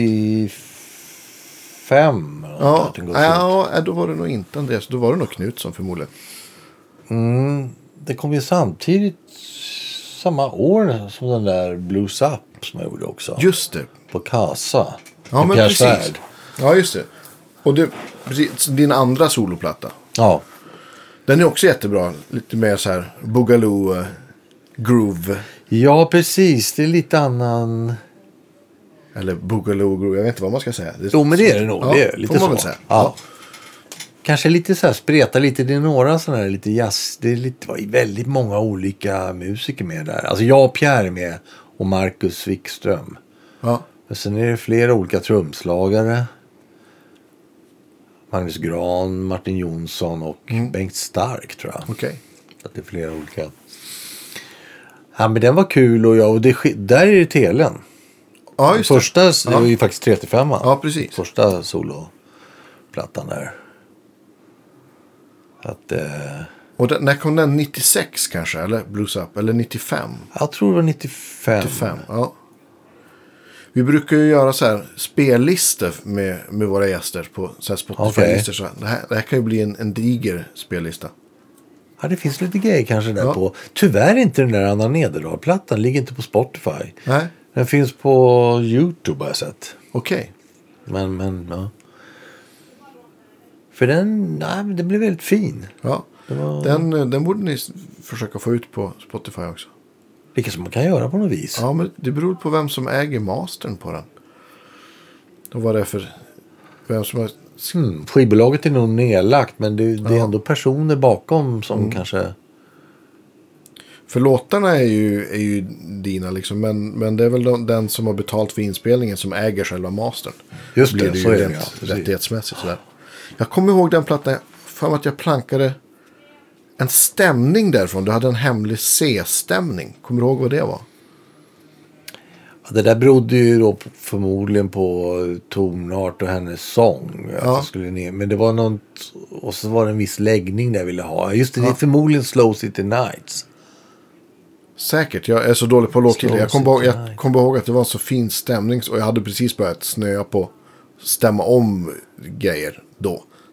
95. Ja, då var det nog inte Andreas. Då var det nog Knutsson förmodligen. Det kom ju samtidigt samma år som den där Blues Up som jag gjorde också. Just det. På Casa. Ja, men precis. Svärd. Ja, just det. Och precis, din andra soloplatta. Ja. Den är också jättebra. Lite mer så här Boogaloo groove. Ja, precis. Det är lite annan... Eller Boogaloo groove. Jag vet inte vad man ska säga. Jo, men det är det nog. Ja, det är lite får man så. väl säga. Ja. Kanske lite så här spreta lite. Det är några sådana här lite jazz. Det var väldigt många olika musiker med där. Alltså jag och Pierre är med. Och Marcus Wikström. Ja. Men sen är det flera olika trumslagare. Magnus Gran, Martin Jonsson och Bengt Stark tror jag. Okej. Att det är flera olika. Ja, men den var kul och där är det Telen. Ja, just Första, det var ju faktiskt 35. Ja, precis. Första soloplattan där. Att, och när kom den? 96 kanske? Eller Blues Up? Eller 95? jag tror det var 95. 95, ja. Vi brukar ju göra så här spellistor med våra gäster på så här Spotify-listor. Så det här kan ju bli en diger spellista. Ja, det finns lite grejer kanske där på. Tyvärr inte den där Anna Nederdal-plattan. Ligger inte på Spotify. Nej. Den finns på YouTube har jag sett. Okej. Men ja. För den blev väldigt fin. Ja. Den borde ni försöka få ut på Spotify också. Vilket som man kan göra på något vis. Ja, men det beror på vem som äger mastern på den. Då var det för vem som har... Skivbolaget är nog nedlagt, men det är ändå personer bakom som kanske... För låtarna är ju dina liksom, men det är väl den som har betalt för inspelningen som äger själva mastern. Just det, så är det. Rättighetsmässigt sådär. Jag kommer ihåg den plattan, för att jag plankade en stämning därifrån. Du hade en hemlig C-stämning. Kommer du ihåg vad det var? Det där berodde ju då förmodligen på tonart och hennes sång. Ja. Skulle ner. Men det var något... Och så var det en viss läggning där jag ville ha. Just det, det är förmodligen Slow City Nights. Säkert, jag är så dålig på låttider. Jag kom ihåg att det var en så fin stämning. Och jag hade precis börjat snöa på stämma om grejer då.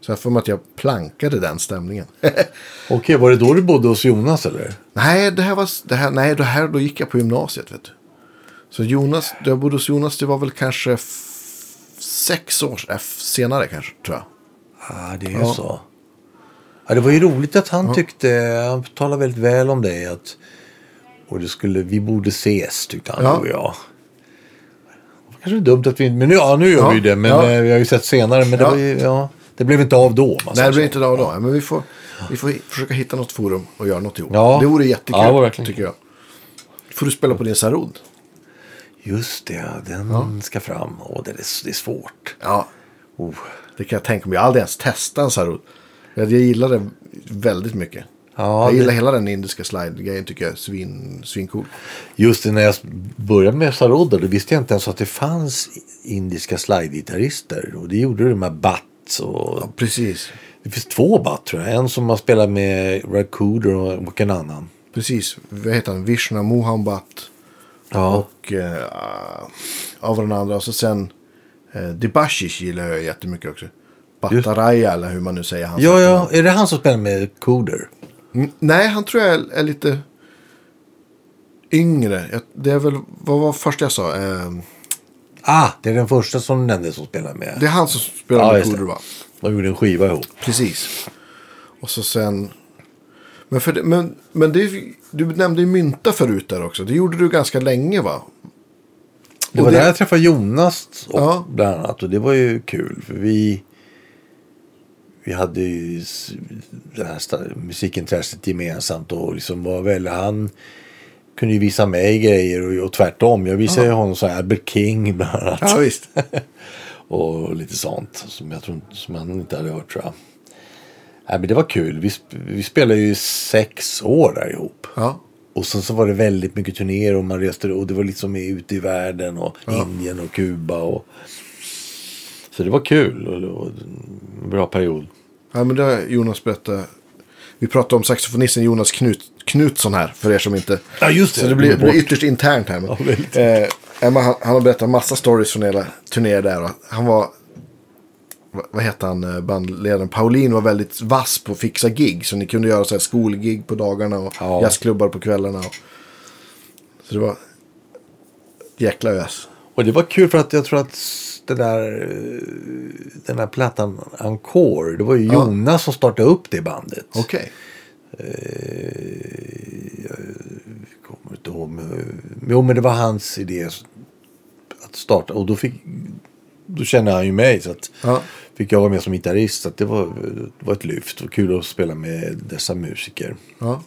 Så jag får mig att jag plankade den stämningen. Okej, var det då du bodde hos Jonas eller? Nej, då gick jag på gymnasiet, vet du. Så Jonas, jag bodde hos Jonas, det var väl kanske 6 år senare kanske, tror jag. Ja, det är så. Ja, det var ju roligt att han han talade väldigt väl om dig. Vi borde ses, tyckte han och jag. Det var kanske dumt att men nu gör vi det. Men vi har ju sett senare, men det var ju, det blev inte av då. Nej, det blev inte av då. Men vi får försöka hitta något forum och göra något ihop. Ja. Det vore jättekul, det var verkligen tycker jag. Får du spela på din Sarod? Just det, den ska fram. Det är svårt. Ja, det kan jag tänka mig. Jag har aldrig ens testat en Sarod. Jag gillar det väldigt mycket. Ja, jag gillar hela den indiska slide-grejen, tycker jag är svincool. Just det, när jag började med Sarod, då visste jag inte ens att det fanns indiska slide-gitarrister. Och det gjorde de här Bats och... Ja, precis. Det finns 2 Bat, tror jag. En som har spelat med Rakuder och en annan. Precis. Vad heter han? Vishnu Mohan Bat. Ja. Och av den andra. Och så sen Debashish gillar jag jättemycket också. Battaraya, eller hur man nu säger. Ja. Är det han som spelar med Kuder? Nej, han tror jag är lite yngre. Det är väl, vad var först jag sa? Det är den första som nämnde som spelar med. Det är han som spelar med Kuder, va? De gjorde en skiva ihop. Precis. Och så sen... Men du nämnde ju mynta förut där också. Det gjorde du ganska länge, va? Det var där jag träffade Jonas bland annat. Och det var ju kul. För vi hade ju det här musikintresset gemensamt. Och liksom han kunde ju visa mig grejer och tvärtom. Jag visade honom så här Albert King bland annat. Ja, visst. Och lite sånt som han inte hade hört, tror jag. Nej, men det var kul. Vi spelade ju 6 år där ihop. Ja. Och sen så var det väldigt mycket turnéer och man reste och det var liksom ute i världen och Indien och Kuba så det var kul och det var en bra period. Ja, men det har Jonas berättat. Vi pratade om saxofonisten Jonas Knutsson här, för er som inte... Ja, just det. Så det blir ytterst internt här. Men, han har berättat massa stories från hela turnéer där. Och han var... Vad heter han, bandledaren? Pauline var väldigt vass på att fixa gig. Så ni kunde göra så här skolgig på dagarna och jazzklubbar på kvällarna. Så det var jäkla ös. Och det var kul för att jag tror att den där plattan Encore, det var ju Jonas som startade upp det bandet. Okej. Jag kommer inte ihåg. Men det var hans idé att starta. Och då kände han ju mig, så att fick jag vara med som gitarrist. Så att det var ett lyft. Det var kul att spela med dessa musiker. Ja.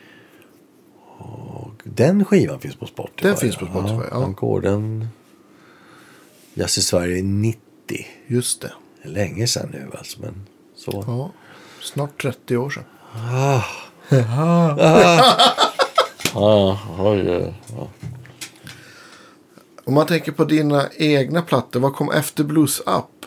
Och den skivan finns på Spotify. Den finns på Spotify, ja. Encore, den... Jazz i Sverige 90. Just det. Det är länge sedan nu alltså, men så. Ja, snart 30 år sedan. Om man tänker på dina egna plattor, vad kom efter Blues Up?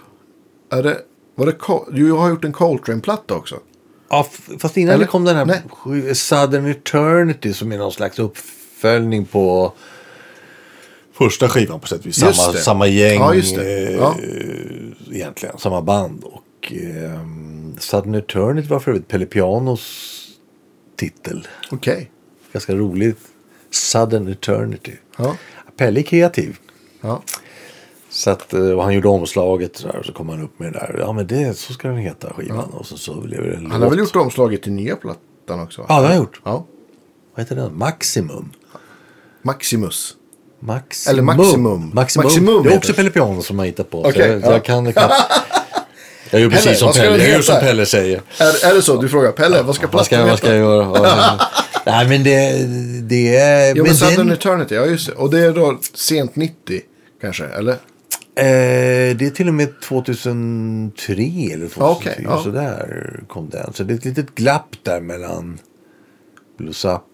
Du har gjort en Coltrane-platta också. Ja, fast innan det kom den här Southern Eternity som är någon slags uppföljning på första skivan på sätt vis. Samma gäng egentligen, samma band. Och Southern Eternity var för övrigt Pelle Pianos titel. Okej. Ganska roligt. Southern Eternity. Ja. Pelle är kreativ. Ja. Så att och han gjorde omslaget och så kom han upp med det där. Ja, men så ska den heta skivan. Och så blev det en låt. Han har väl gjort omslaget till nya plattan också? Va? Ja, det har han gjort. Ja. Vad heter den? Maximum. Maximus. Eller Maximum. Det är också Pelle Piano som har hittat på. Okay, så jag kan knappt... Jag gör precis som Pelle. Jag gör som Pelle säger. Är det så? Du frågar Pelle, vad ska plattan heta? Vad ska jag göra? Nej, men det är... Jo, men Southern Eternity, ja just det. Och det är då sent 90 kanske, eller? Det är till och med 2003 eller 2004. Så där kom den. Så det är ett litet glapp där mellan Blues Up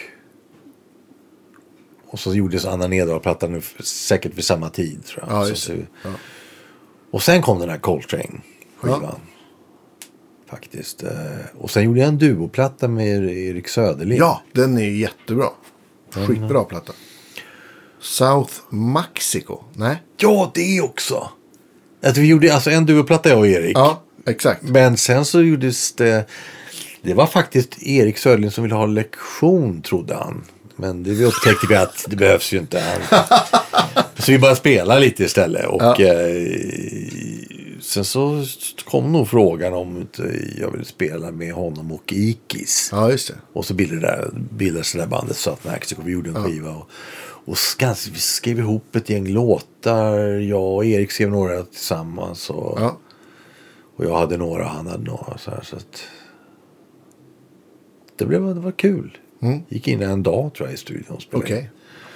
och så gjordes Anna Nedal-plattan säkert vid samma tid, tror jag. Ja, just det. Ja. Och sen kom den här Coltrane-skivan. Ja. Faktiskt. Och sen gjorde jag en duoplatta med Erik Söderlind. Ja, den är jättebra. Skitbra platta. South Mexico, nej? Ja, det också. Att vi gjorde alltså en duoplatta, jag och Erik. Ja. Exakt. Men sen så gjordes det... Det var faktiskt Erik Söderlind som ville ha lektion, trodde han. Men det upptäckte vi att det behövs ju inte. Så vi bara spela lite istället. Och sen så kom nog frågan om jag ville spela med honom och Ikis. Ja, just det. Och så bildades det där bandet South Mexico. Vi gjorde en skiva och vi skrev ihop ett gäng låtar. Jag och Erik skrev några tillsammans. Och jag hade några, han hade några. Så att det var kul. Gick in en dag tror jag i studion. Okej.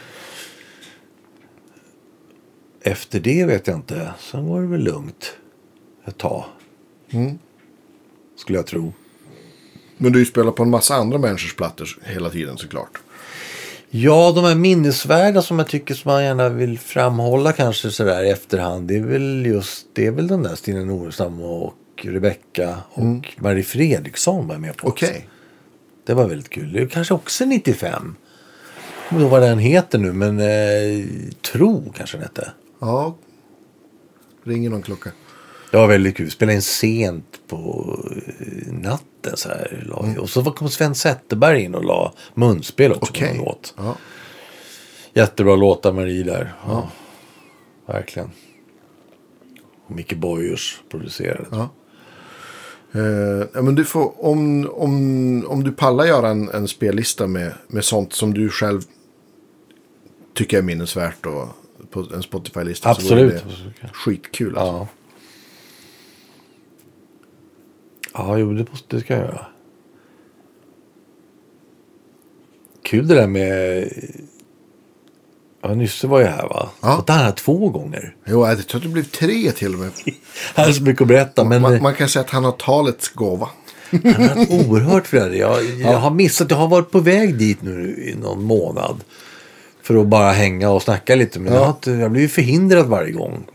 Efter det vet jag inte. Sen var det väl lugnt ett tag. Skulle jag tro. Men du spelar på en massa andra människors plattor hela tiden såklart. Ja, de här minnesvärda som jag tycker som man gärna vill framhålla kanske sådär i efterhand. Det är väl den där Stina Norestam och Rebecca och Marie Fredriksson var med på. Okej. Det var väldigt kul. Det är kanske också 95. Jag vet inte vad den heter nu, men Tro kanske den hette. Ja. Ringer någon klocka. Det var väldigt kul. Spelade in sent på natten så här. Och så kom Sven Zetterberg in och la munspel också på en låt. Ja. Jättebra låtar Marie där. Ja. Verkligen. Och Micke Boyers producerade. Ja. Men du får, om du pallar göra en spellista med sånt som du själv tycker är minnesvärt och på en Spotify-lista. Absolut. Så det skitkul alltså. Ja. Ja, jo, det ska jag göra. Kul det där med... Ja, Nysse var ju här va? Ja. Och där här 2 gånger. Jo, jag tror att det blev 3 till och med. Han har så mycket att berätta. Men man kan säga att han har talets gåva. han har oerhört för det. Jag har missat. Jag har varit på väg dit nu i någon månad. För att bara hänga och snacka lite. Men jag blir ju förhindrad varje gång.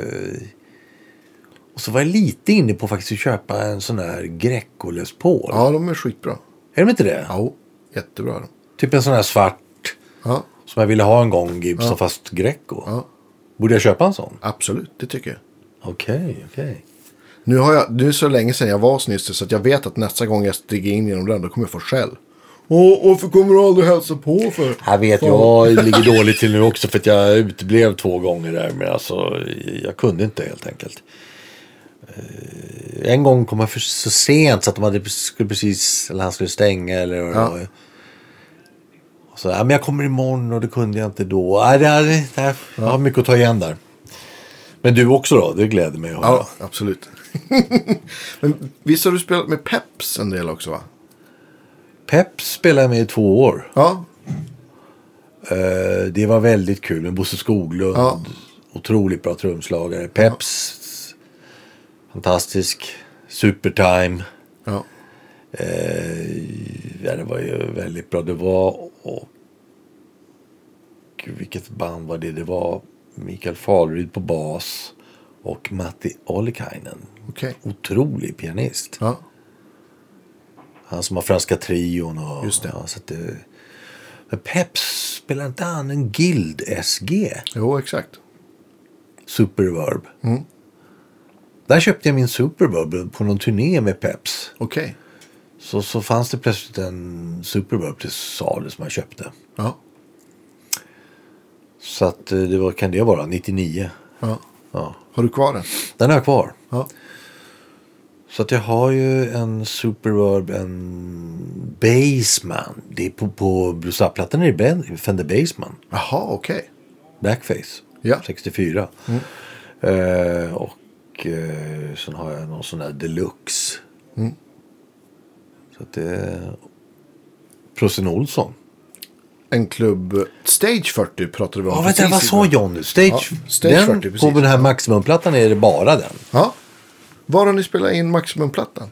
Och så var jag lite inne på faktiskt att köpa en sån här Greco Les Paul. Ja, de är skitbra. Är de inte det? Ja, jättebra. Typ en sån här svart. Ja. Som jag ville ha en gång, Gibson fast Greco. Ja. Borde jag köpa en sån? Absolut, det tycker jag. Okej. Nu är så länge sedan jag var hos Nysse så att jag vet att nästa gång jag stiger in genom den då kommer jag få skäll. Varför kommer du aldrig hälsa på för? Jag vet, jag ligger dåligt till nu också för att jag uteblev 2 gånger där. Men alltså, jag kunde inte helt enkelt. En gång kom jag för så sent så att han skulle stänga eller... Och så, men jag kommer imorgon och det kunde jag inte då. Jag har mycket att ta igen där. Men du också då? Det gläder mig att höra. Ja, absolut. Men visst har du spelat med Peps en del också va? Peps spelade jag med i 2 år. Ja. Det var väldigt kul med Bosse Skoglund. Ja. Otroligt bra trumslagare. Peps. Fantastisk. Supertime. Ja. Det var ju väldigt bra. Det var... vilket band var det? Det var Mikael Fahlryd på bas. Och Matti Ollikainen. Okej. Otrolig pianist. Ja. Han som har franska trion. Och, just det. Ja, så att men Peps spelar inte han en Guild SG? Jo, exakt. Superverb. Där köpte jag min Superverb på någon turné med Peps. Okej. Så fanns det plötsligt en Superverb till salu som jag köpte. Ja. Så att kan det vara 99. Ja. Ja. Har du kvar den? Den är kvar. Ja. Så att jag har ju en Superverb, en Bassman. Det är på blues-plattan är det Fender Bassman. Jaha, okej. Blackface. Ja. 64. Och sen har jag någon sån där Deluxe. Så att det är Prosen Olsson. En klubb Stage 40 pratade vi om. Ja, vad sa John nu? Stage 40, precis. På den här maximumplattan är det bara den. Ja. Var har ni spelat in maximumplattan?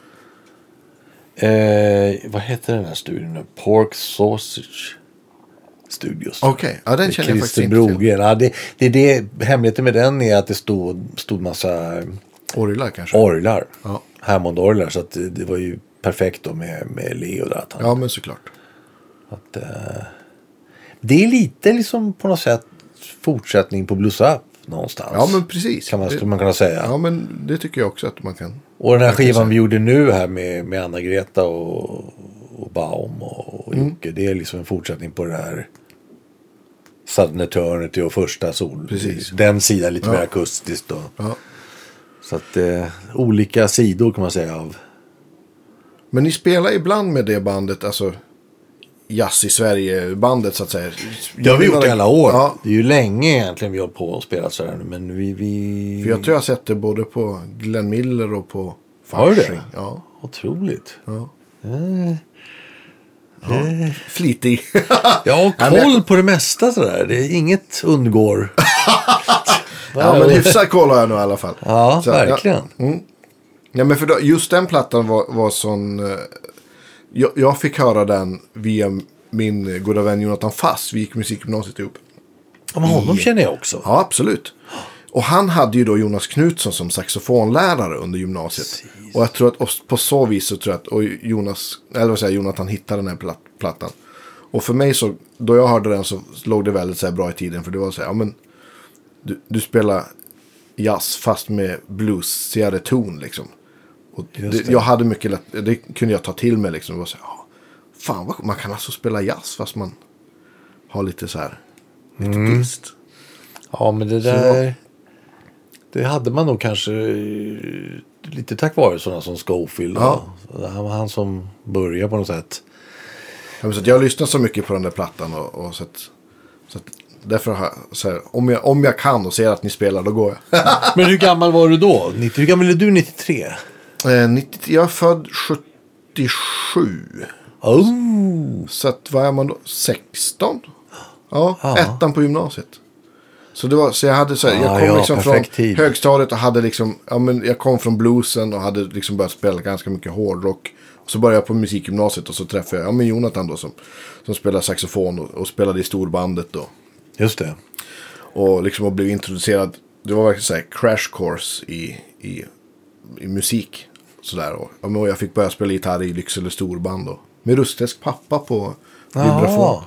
Vad heter den här studion nu? Pork Sausage Studios. Okej, ja, den känner jag faktiskt inte Brogren. Ja, det hemligheten med den är att det stod massa orglar kanske. Orglar. Ja. Hammond-orglar. Så att det var ju perfekt då med Leo där. Ja, men såklart. Att, det är lite liksom på något sätt fortsättning på Blues Up. någonstans. Ja, men precis. Skulle man kunna säga. Ja, men det tycker jag också att man kan. Och den här skivan vi gjorde nu här med Anna-Greta och Baum och Jocke, det är liksom en fortsättning på det här Sudden Eternity och första sol. Precis. Den sidan lite mer akustiskt då. Ja. Så att olika sidor kan man säga av. Men ni spelar ibland med det bandet, alltså Jazz i Sverige-bandet så att säga. Det har vi gjort i alla år. Ja. Det är ju länge egentligen vi har på och spelat sådär nu. Men vi... För jag tror jag har sett det både på Glenn Miller och på Har du Fasching. det? Ja. Otroligt. Ja. Flitig. Jag har koll på det mesta sådär. Det är inget undgår. Ja, men hyfsat koll har jag nu i alla fall. Ja, så, verkligen. Ja, men för då, just den plattan var sån... Jag fick höra den via min goda vän Jonathan Fass. Vi gick musikgymnasiet ihop. Ja, men honom känner jag också. Ja, absolut. Och han hade ju då Jonas Knutsson som saxofonlärare under gymnasiet. Precis. Och jag tror att på så vis så tror jag att Jonathan hittade den här plattan. Och för mig så, då jag hörde den så låg det väldigt så här bra i tiden. För det var så här, ja men du spelar jazz fast med bluesigare ton liksom. Och jag hade mycket lätt, det kunde jag ta till mig liksom. Det var så här, fan man kan alltså spela jazz fast man har lite så här, lite twist. Ja, men det där... Det hade man nog kanske lite tack vare sådana som Scofield. Ja. Han var han som började på något sätt. Ja, så att jag lyssnar så mycket på den där plattan och så att därför har jag, så här, om jag kan och ser att ni spelar, då går jag. Men hur gammal var du då? Hur gammal är du 93? 90, jag är född 77. Oh. Så att, vad är man då? 16? Ja, ettan på gymnasiet. Så det var, så jag hade så här, jag kom liksom från högstadiet och hade liksom, ja men jag kom från bluesen och hade liksom börjat spela ganska mycket hårdrock. Och så började jag på musikgymnasiet och så träffade jag Jonathan då som spelar saxofon och spelade i storbandet då. Just det. Och liksom blev introducerad, det var verkligen så här crash course i musik sådär. Och jag fick börja spela gitarr i Lycksele storband då. Med Rusträsk pappa på vibrafon.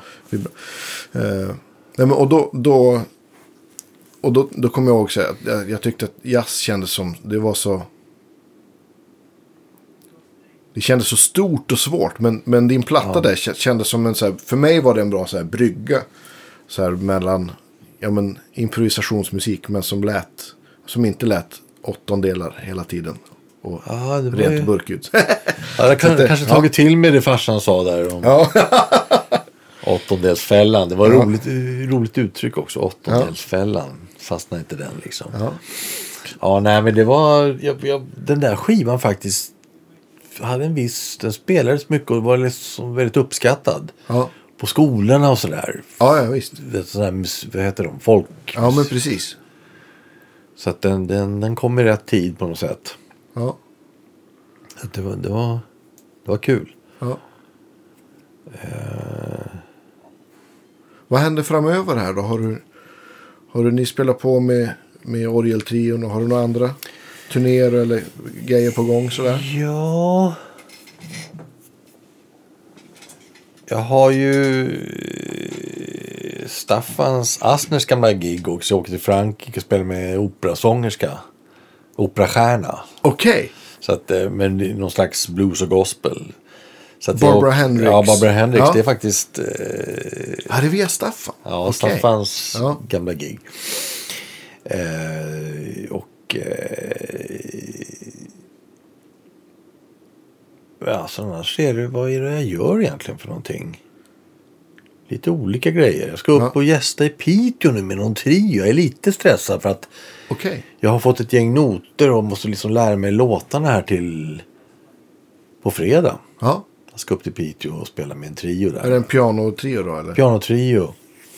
Och då kommer jag också säga att jag tyckte att jazz kändes som, det var så, det kändes så stort och svårt, men din platta där kändes som en så här, för mig var det en bra så här brygga så här mellan improvisationsmusik men som inte lät åttondelar hela tiden och rent burkut. Jag kanske tagit till mig det farsan sa där om åttondelsfällan. Det var roligt uttryck också, åttondelsfällan. Fastnade inte den liksom. Ja, nej men det var den där skivan faktiskt hade den spelades mycket och var liksom väldigt uppskattad. Ja. På skolorna och sådär. Ja, visst. Vad heter de? Folk. Ja, men precis. Så att den kom i rätt tid på något sätt. Ja. Så att det var kul. Ja. Vad händer framöver här då? Har du ni spelat på med orgeltrion och har du några andra turnéer eller grejer på gång sådär? Ja. Jag har ju Staffans Asners gamla gig också. Jag åkte till Frankrike och spelade med operasångerska. Operastjärna. Okej. Så att med någon slags blues och gospel. Så att Barbara Hendricks. Ja, Barbara Hendricks. Ja. Det är faktiskt... det är via Staffan? Ja, okay. Staffans gamla gig. Så annars ser du, vad är det jag gör egentligen för någonting? Lite olika grejer. Jag ska upp och gästa i Piteå nu med någon trio. Jag är lite stressad för att jag har fått ett gäng noter och måste liksom lära mig låtarna här till på fredag. Ja. Jag ska upp till Piteå och spela med en trio där. Är det en pianotrio då eller? Pianotrio.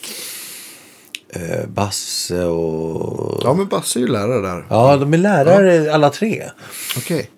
Basse och... Ja, men Basse är ju lärare där. Ja, de är lärare alla tre. Okej.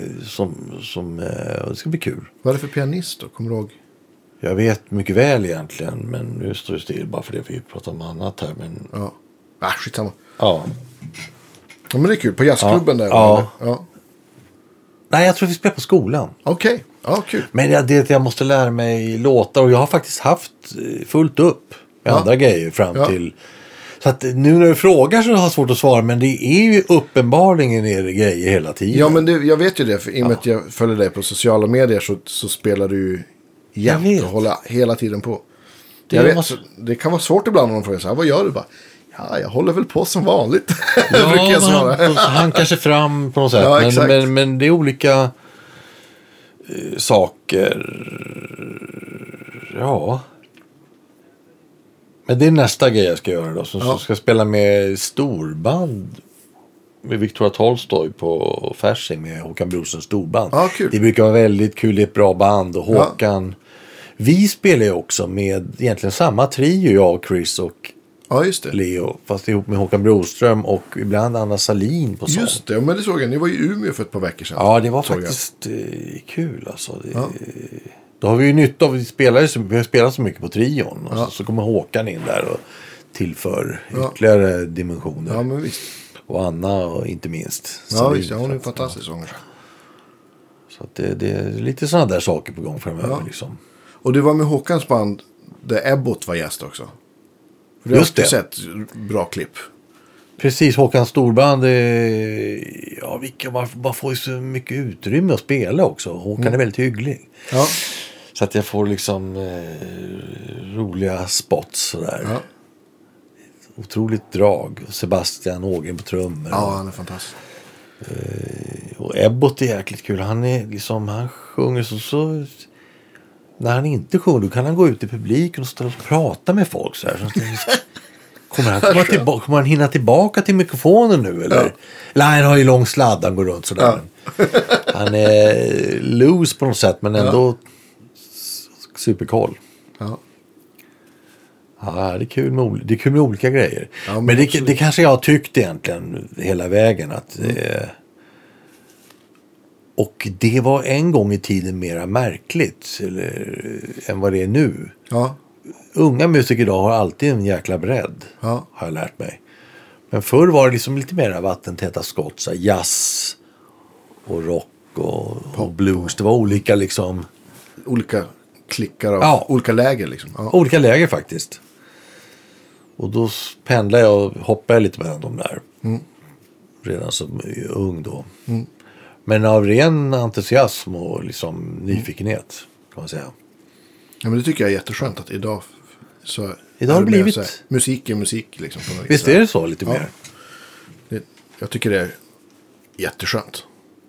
Det ska bli kul. Vad är det för pianist då? Kommer du ihåg? Jag vet mycket väl egentligen, men nu står det still bara för det vi pratar om annat här. Men... Ja. Skitsamma. Ja. Ja, men det är kul. På jazzklubben där? Ja. Ja. Nej, jag tror vi spelar på skolan. Okej. Ja, kul. Men jag måste lära mig låtar och jag har faktiskt haft fullt upp med andra grejer fram till... Så att nu när du frågar så har jag svårt att svara, men det är ju uppenbarligen grejer hela tiden. Ja, men jag vet ju det, för i och med att jag följer dig på sociala medier så spelar du ju jämt och håller hela tiden på. Det kan vara svårt ibland om de frågar så här, vad gör du? Bara, ja, jag håller väl på som vanligt. Ja, han kanske fram på något sätt. Ja, men det är olika saker. Ja. Men det är nästa grej jag ska göra då. Så ska spela med storband. Med Victoria Tolstoy på Fasching med Håkan Brorsons storband. Ja, kul. Det brukar vara väldigt kul, det är ett bra band. Och Håkan... Vi spelar ju också med egentligen samma trio, jag och Chris och just det. Leo. Fast ihop med Håkan Broström och ibland Anna Salin på sånt. Just det, men det såg jag. Ni var i Umeå för ett par veckor sedan. Ja, det var faktiskt kul alltså. Då har vi ju nytta av, vi har spelat så mycket på trion. Och så kommer Håkan in där och tillför ytterligare dimensioner. Ja, men visst. Och Anna och inte minst. Ja, visst. Hon är en fantastisk sångare. Så att det är lite sådana där saker på gång framöver liksom. Och det var med Håkans band där Ebbot var gäst också. För just det. Sett bra klipp. Precis, Håkans storband man får ju så mycket utrymme att spela också. Håkan är väldigt hygglig. Ja. Så att jag får liksom roliga spots sådär. Ja. Otroligt drag. Sebastian Ågren på trummor. Ja, han är fantastisk. Och Ebbot är jäkligt kul. Han sjunger så när han inte sjunger, då kan han gå ut i publiken och stå och prata med folk så här. Kommer han hinna tillbaka till mikrofonen nu eller? Ja. Eller han har ju lång sladd, han går runt sådär. Ja. Han är loose på något sätt, men ändå superkoll. Ja. Ja, det är kul med olika grejer. Ja, men det kanske jag har tyckt egentligen hela vägen att och det var en gång i tiden mera märkligt än vad det är nu. Ja. Unga musiker idag har alltid en jäkla bredd, har jag lärt mig. Men förr var det liksom lite mer vattentäta skott, så jazz och rock och blues. Det var olika liksom... Olika klickar och olika läger liksom. Ja. Olika läger faktiskt. Och då pendlade jag och hoppade lite mellan dem där. Redan som ung då. Men av ren entusiasm och liksom nyfikenhet kan man säga. Ja, men det tycker jag är jätteskönt att idag så idag har det blivit så här, musik är musik liksom på något vis. Visst är det så lite mer. Jag tycker det är jätteskönt.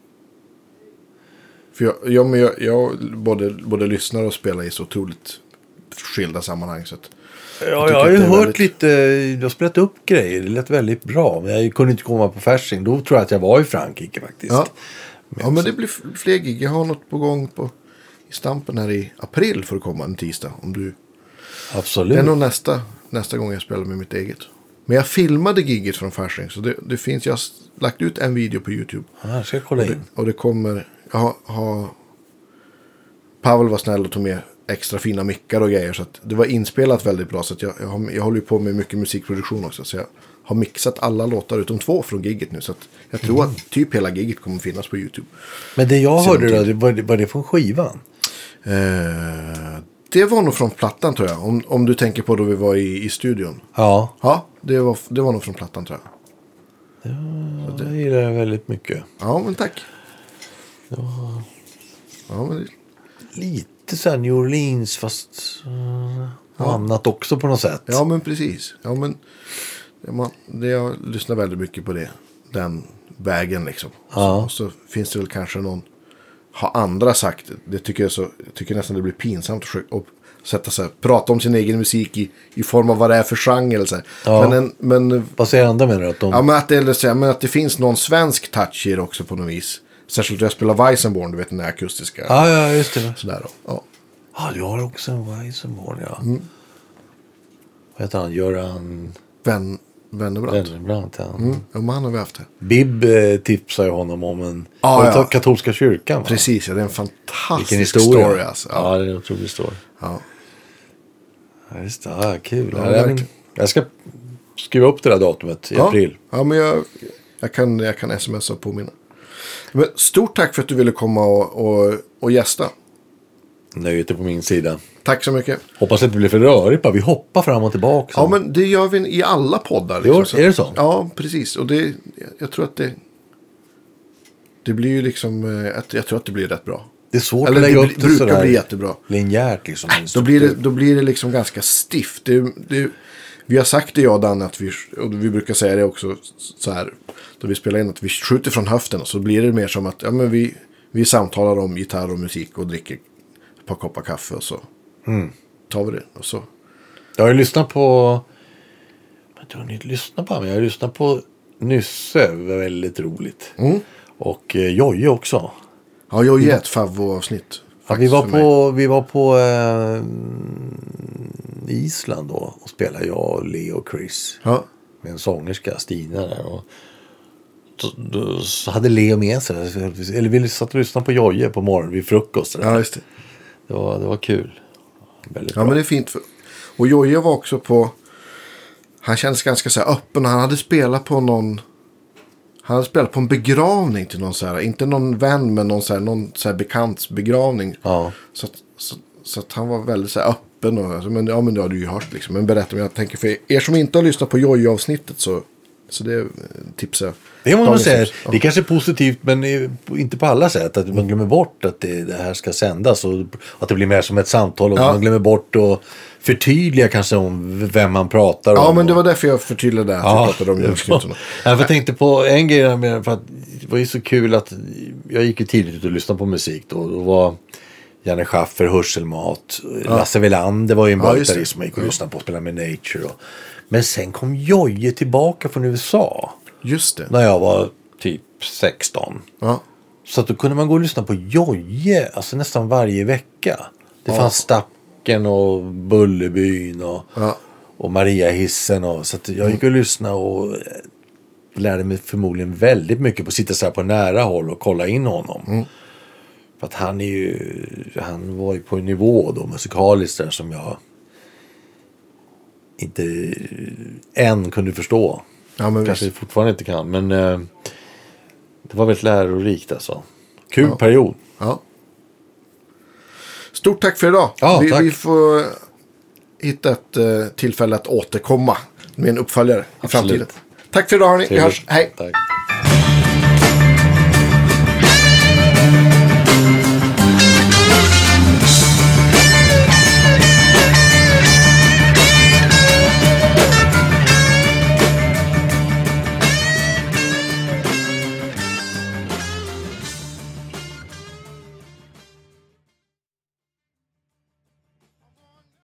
För jag både lyssnar och spelar i så otroligt skilda sammanhang så att jag har ju hört lite, du har spelat upp grejer, det lät väldigt bra. Men jag kunde inte komma på Fasching, då tror jag att jag var i Frankrike faktiskt. Men det blir fler gig. Jag har något på gång i Stampen här i april för att komma en tisdag. Om du... Absolut. Det är nog nästa gång jag spelar med mitt eget. Men jag filmade giget från Fasching, så det finns, jag har lagt ut en video på YouTube. Jag ska kolla in. Och det kommer, Pavel var snäll och tog med extra fina mickar och grejer, så att det var inspelat väldigt bra, så att jag håller ju på med mycket musikproduktion också, så jag har mixat alla låtar utom 2 från giget nu, så att jag tror att typ hela giget kommer finnas på YouTube. Men det jag hörde då, var det från skivan? Det var nog från plattan tror jag, om du tänker på då vi var i studion. Ja, det var nog från plattan tror jag. Ja, det gillar jag väldigt mycket. Ja, men tack. Ja, men lite så här New Orleans fast annat också på något sätt. Ja, men precis. Ja, men jag lyssnar väldigt mycket på den vägen liksom. Så finns det väl kanske någon, har andra sagt, det tycker jag nästan det blir pinsamt att sätta sig, prata om sin egen musik i form av vad det är för genre. Men vad säger andra menar du? Att det finns någon svensk touch i det också på något vis. Särskilt när jag spelar Weissenborn, du vet den där akustiska. Ja, just det. Sådär då. Ja, du har också en Weissenborn, ja. Vad heter han? Göran... Wennerbrant, ja. Ja, men han har vi haft här. Bib tipsade ju honom om en katolska kyrkan. Va? Precis, ja, det är en fantastisk historia. Story alltså. Ja, det är en otrolig story. Ja. Just det, kul. Jag ska skriva upp det där datumet i april. Ja, men jag kan smsa och påminna. Men stort tack för att du ville komma och gästa. Nöjet är på min sida. Tack så mycket. Hoppas att det blir för rörigt bara. Vi hoppar fram och tillbaka. Ja, men det gör vi i alla poddar. Liksom. Är det så? Ja, precis. Och jag tror att det blir ju liksom... Jag tror att det blir rätt bra. Det är svårt Eller att lägga det upp det brukar sådär bli jättebra. linjärt liksom. Då blir det liksom ganska stift. Vi har sagt det, jag och Danne, att vi brukar säga det också så här, då vi spelar in, att vi skjuter från höften, och så blir det mer som att vi samtalar om gitarr och musik och dricker ett par koppar kaffe, och så tar vi det. Och så. Jag har ju lyssnat på... Jag har inte lyssnat på, men jag har lyssnat på Nysse. Det var väldigt roligt. Och Jojje också. Ja, jag är ett favvo-avsnitt. Ja, vi var på Island då och spelade jag, Leo och Chris. Ja. Med en sångerska, Stina där. Och så hade Leo med sig. Eller vi satt och lyssnade på Jojje på morgonen vid frukost. Ja, just det. Det var kul. Väldigt bra. Men det är fint. Och Jojje var också på... Han kändes ganska så här öppen. Han hade spelat på en begravning till någon så här, inte någon vän, men någon så här bekants begravning. Ja. Så att han var väldigt så här öppen och men det har du ju hört liksom. Men berätta, men jag tänker för er som inte har lyssnat på Jojje-avsnittet, så det tipsar jag. Det måste man säga. Det är kanske positivt, men inte på alla sätt. Att man glömmer bort att det här ska sändas och att det blir mer som ett samtal, och man glömmer bort och förtydliga kanske om vem man pratar om. Ja, men det var därför jag förtydligade det här. Jag pratade om ljudknutarna. Jag tänkte på en grej med, för att det var ju så kul att jag gick ju tidigt ut och lyssnade på musik då. Då var Janne Schaffer, Hörselmat, Lasse Welander var ju en börjare som jag gick och lyssnade på och spelade med Nature. Men sen kom Jojje tillbaka från USA. Just det. När jag var typ 16. Ja. Så att då kunde man gå och lyssna på Jojje alltså nästan varje vecka. Det fanns Stacken och Bullerbyn och Mariahissen. Så att jag gick och lyssnade och lärde mig förmodligen väldigt mycket på att sitta så här på nära håll och kolla in honom. För att han var ju på en nivå då musikaliskt där som jag inte än kunde förstå. Ja, men kanske fortfarande inte kan. Men det var väldigt lärorikt alltså. Kul period. Ja. Stort tack för idag. Ja, vi får hitta ett tillfälle att återkomma med en uppföljare i framtiden. Tack för idag, hörni. Vi hörs. Hej. Tack.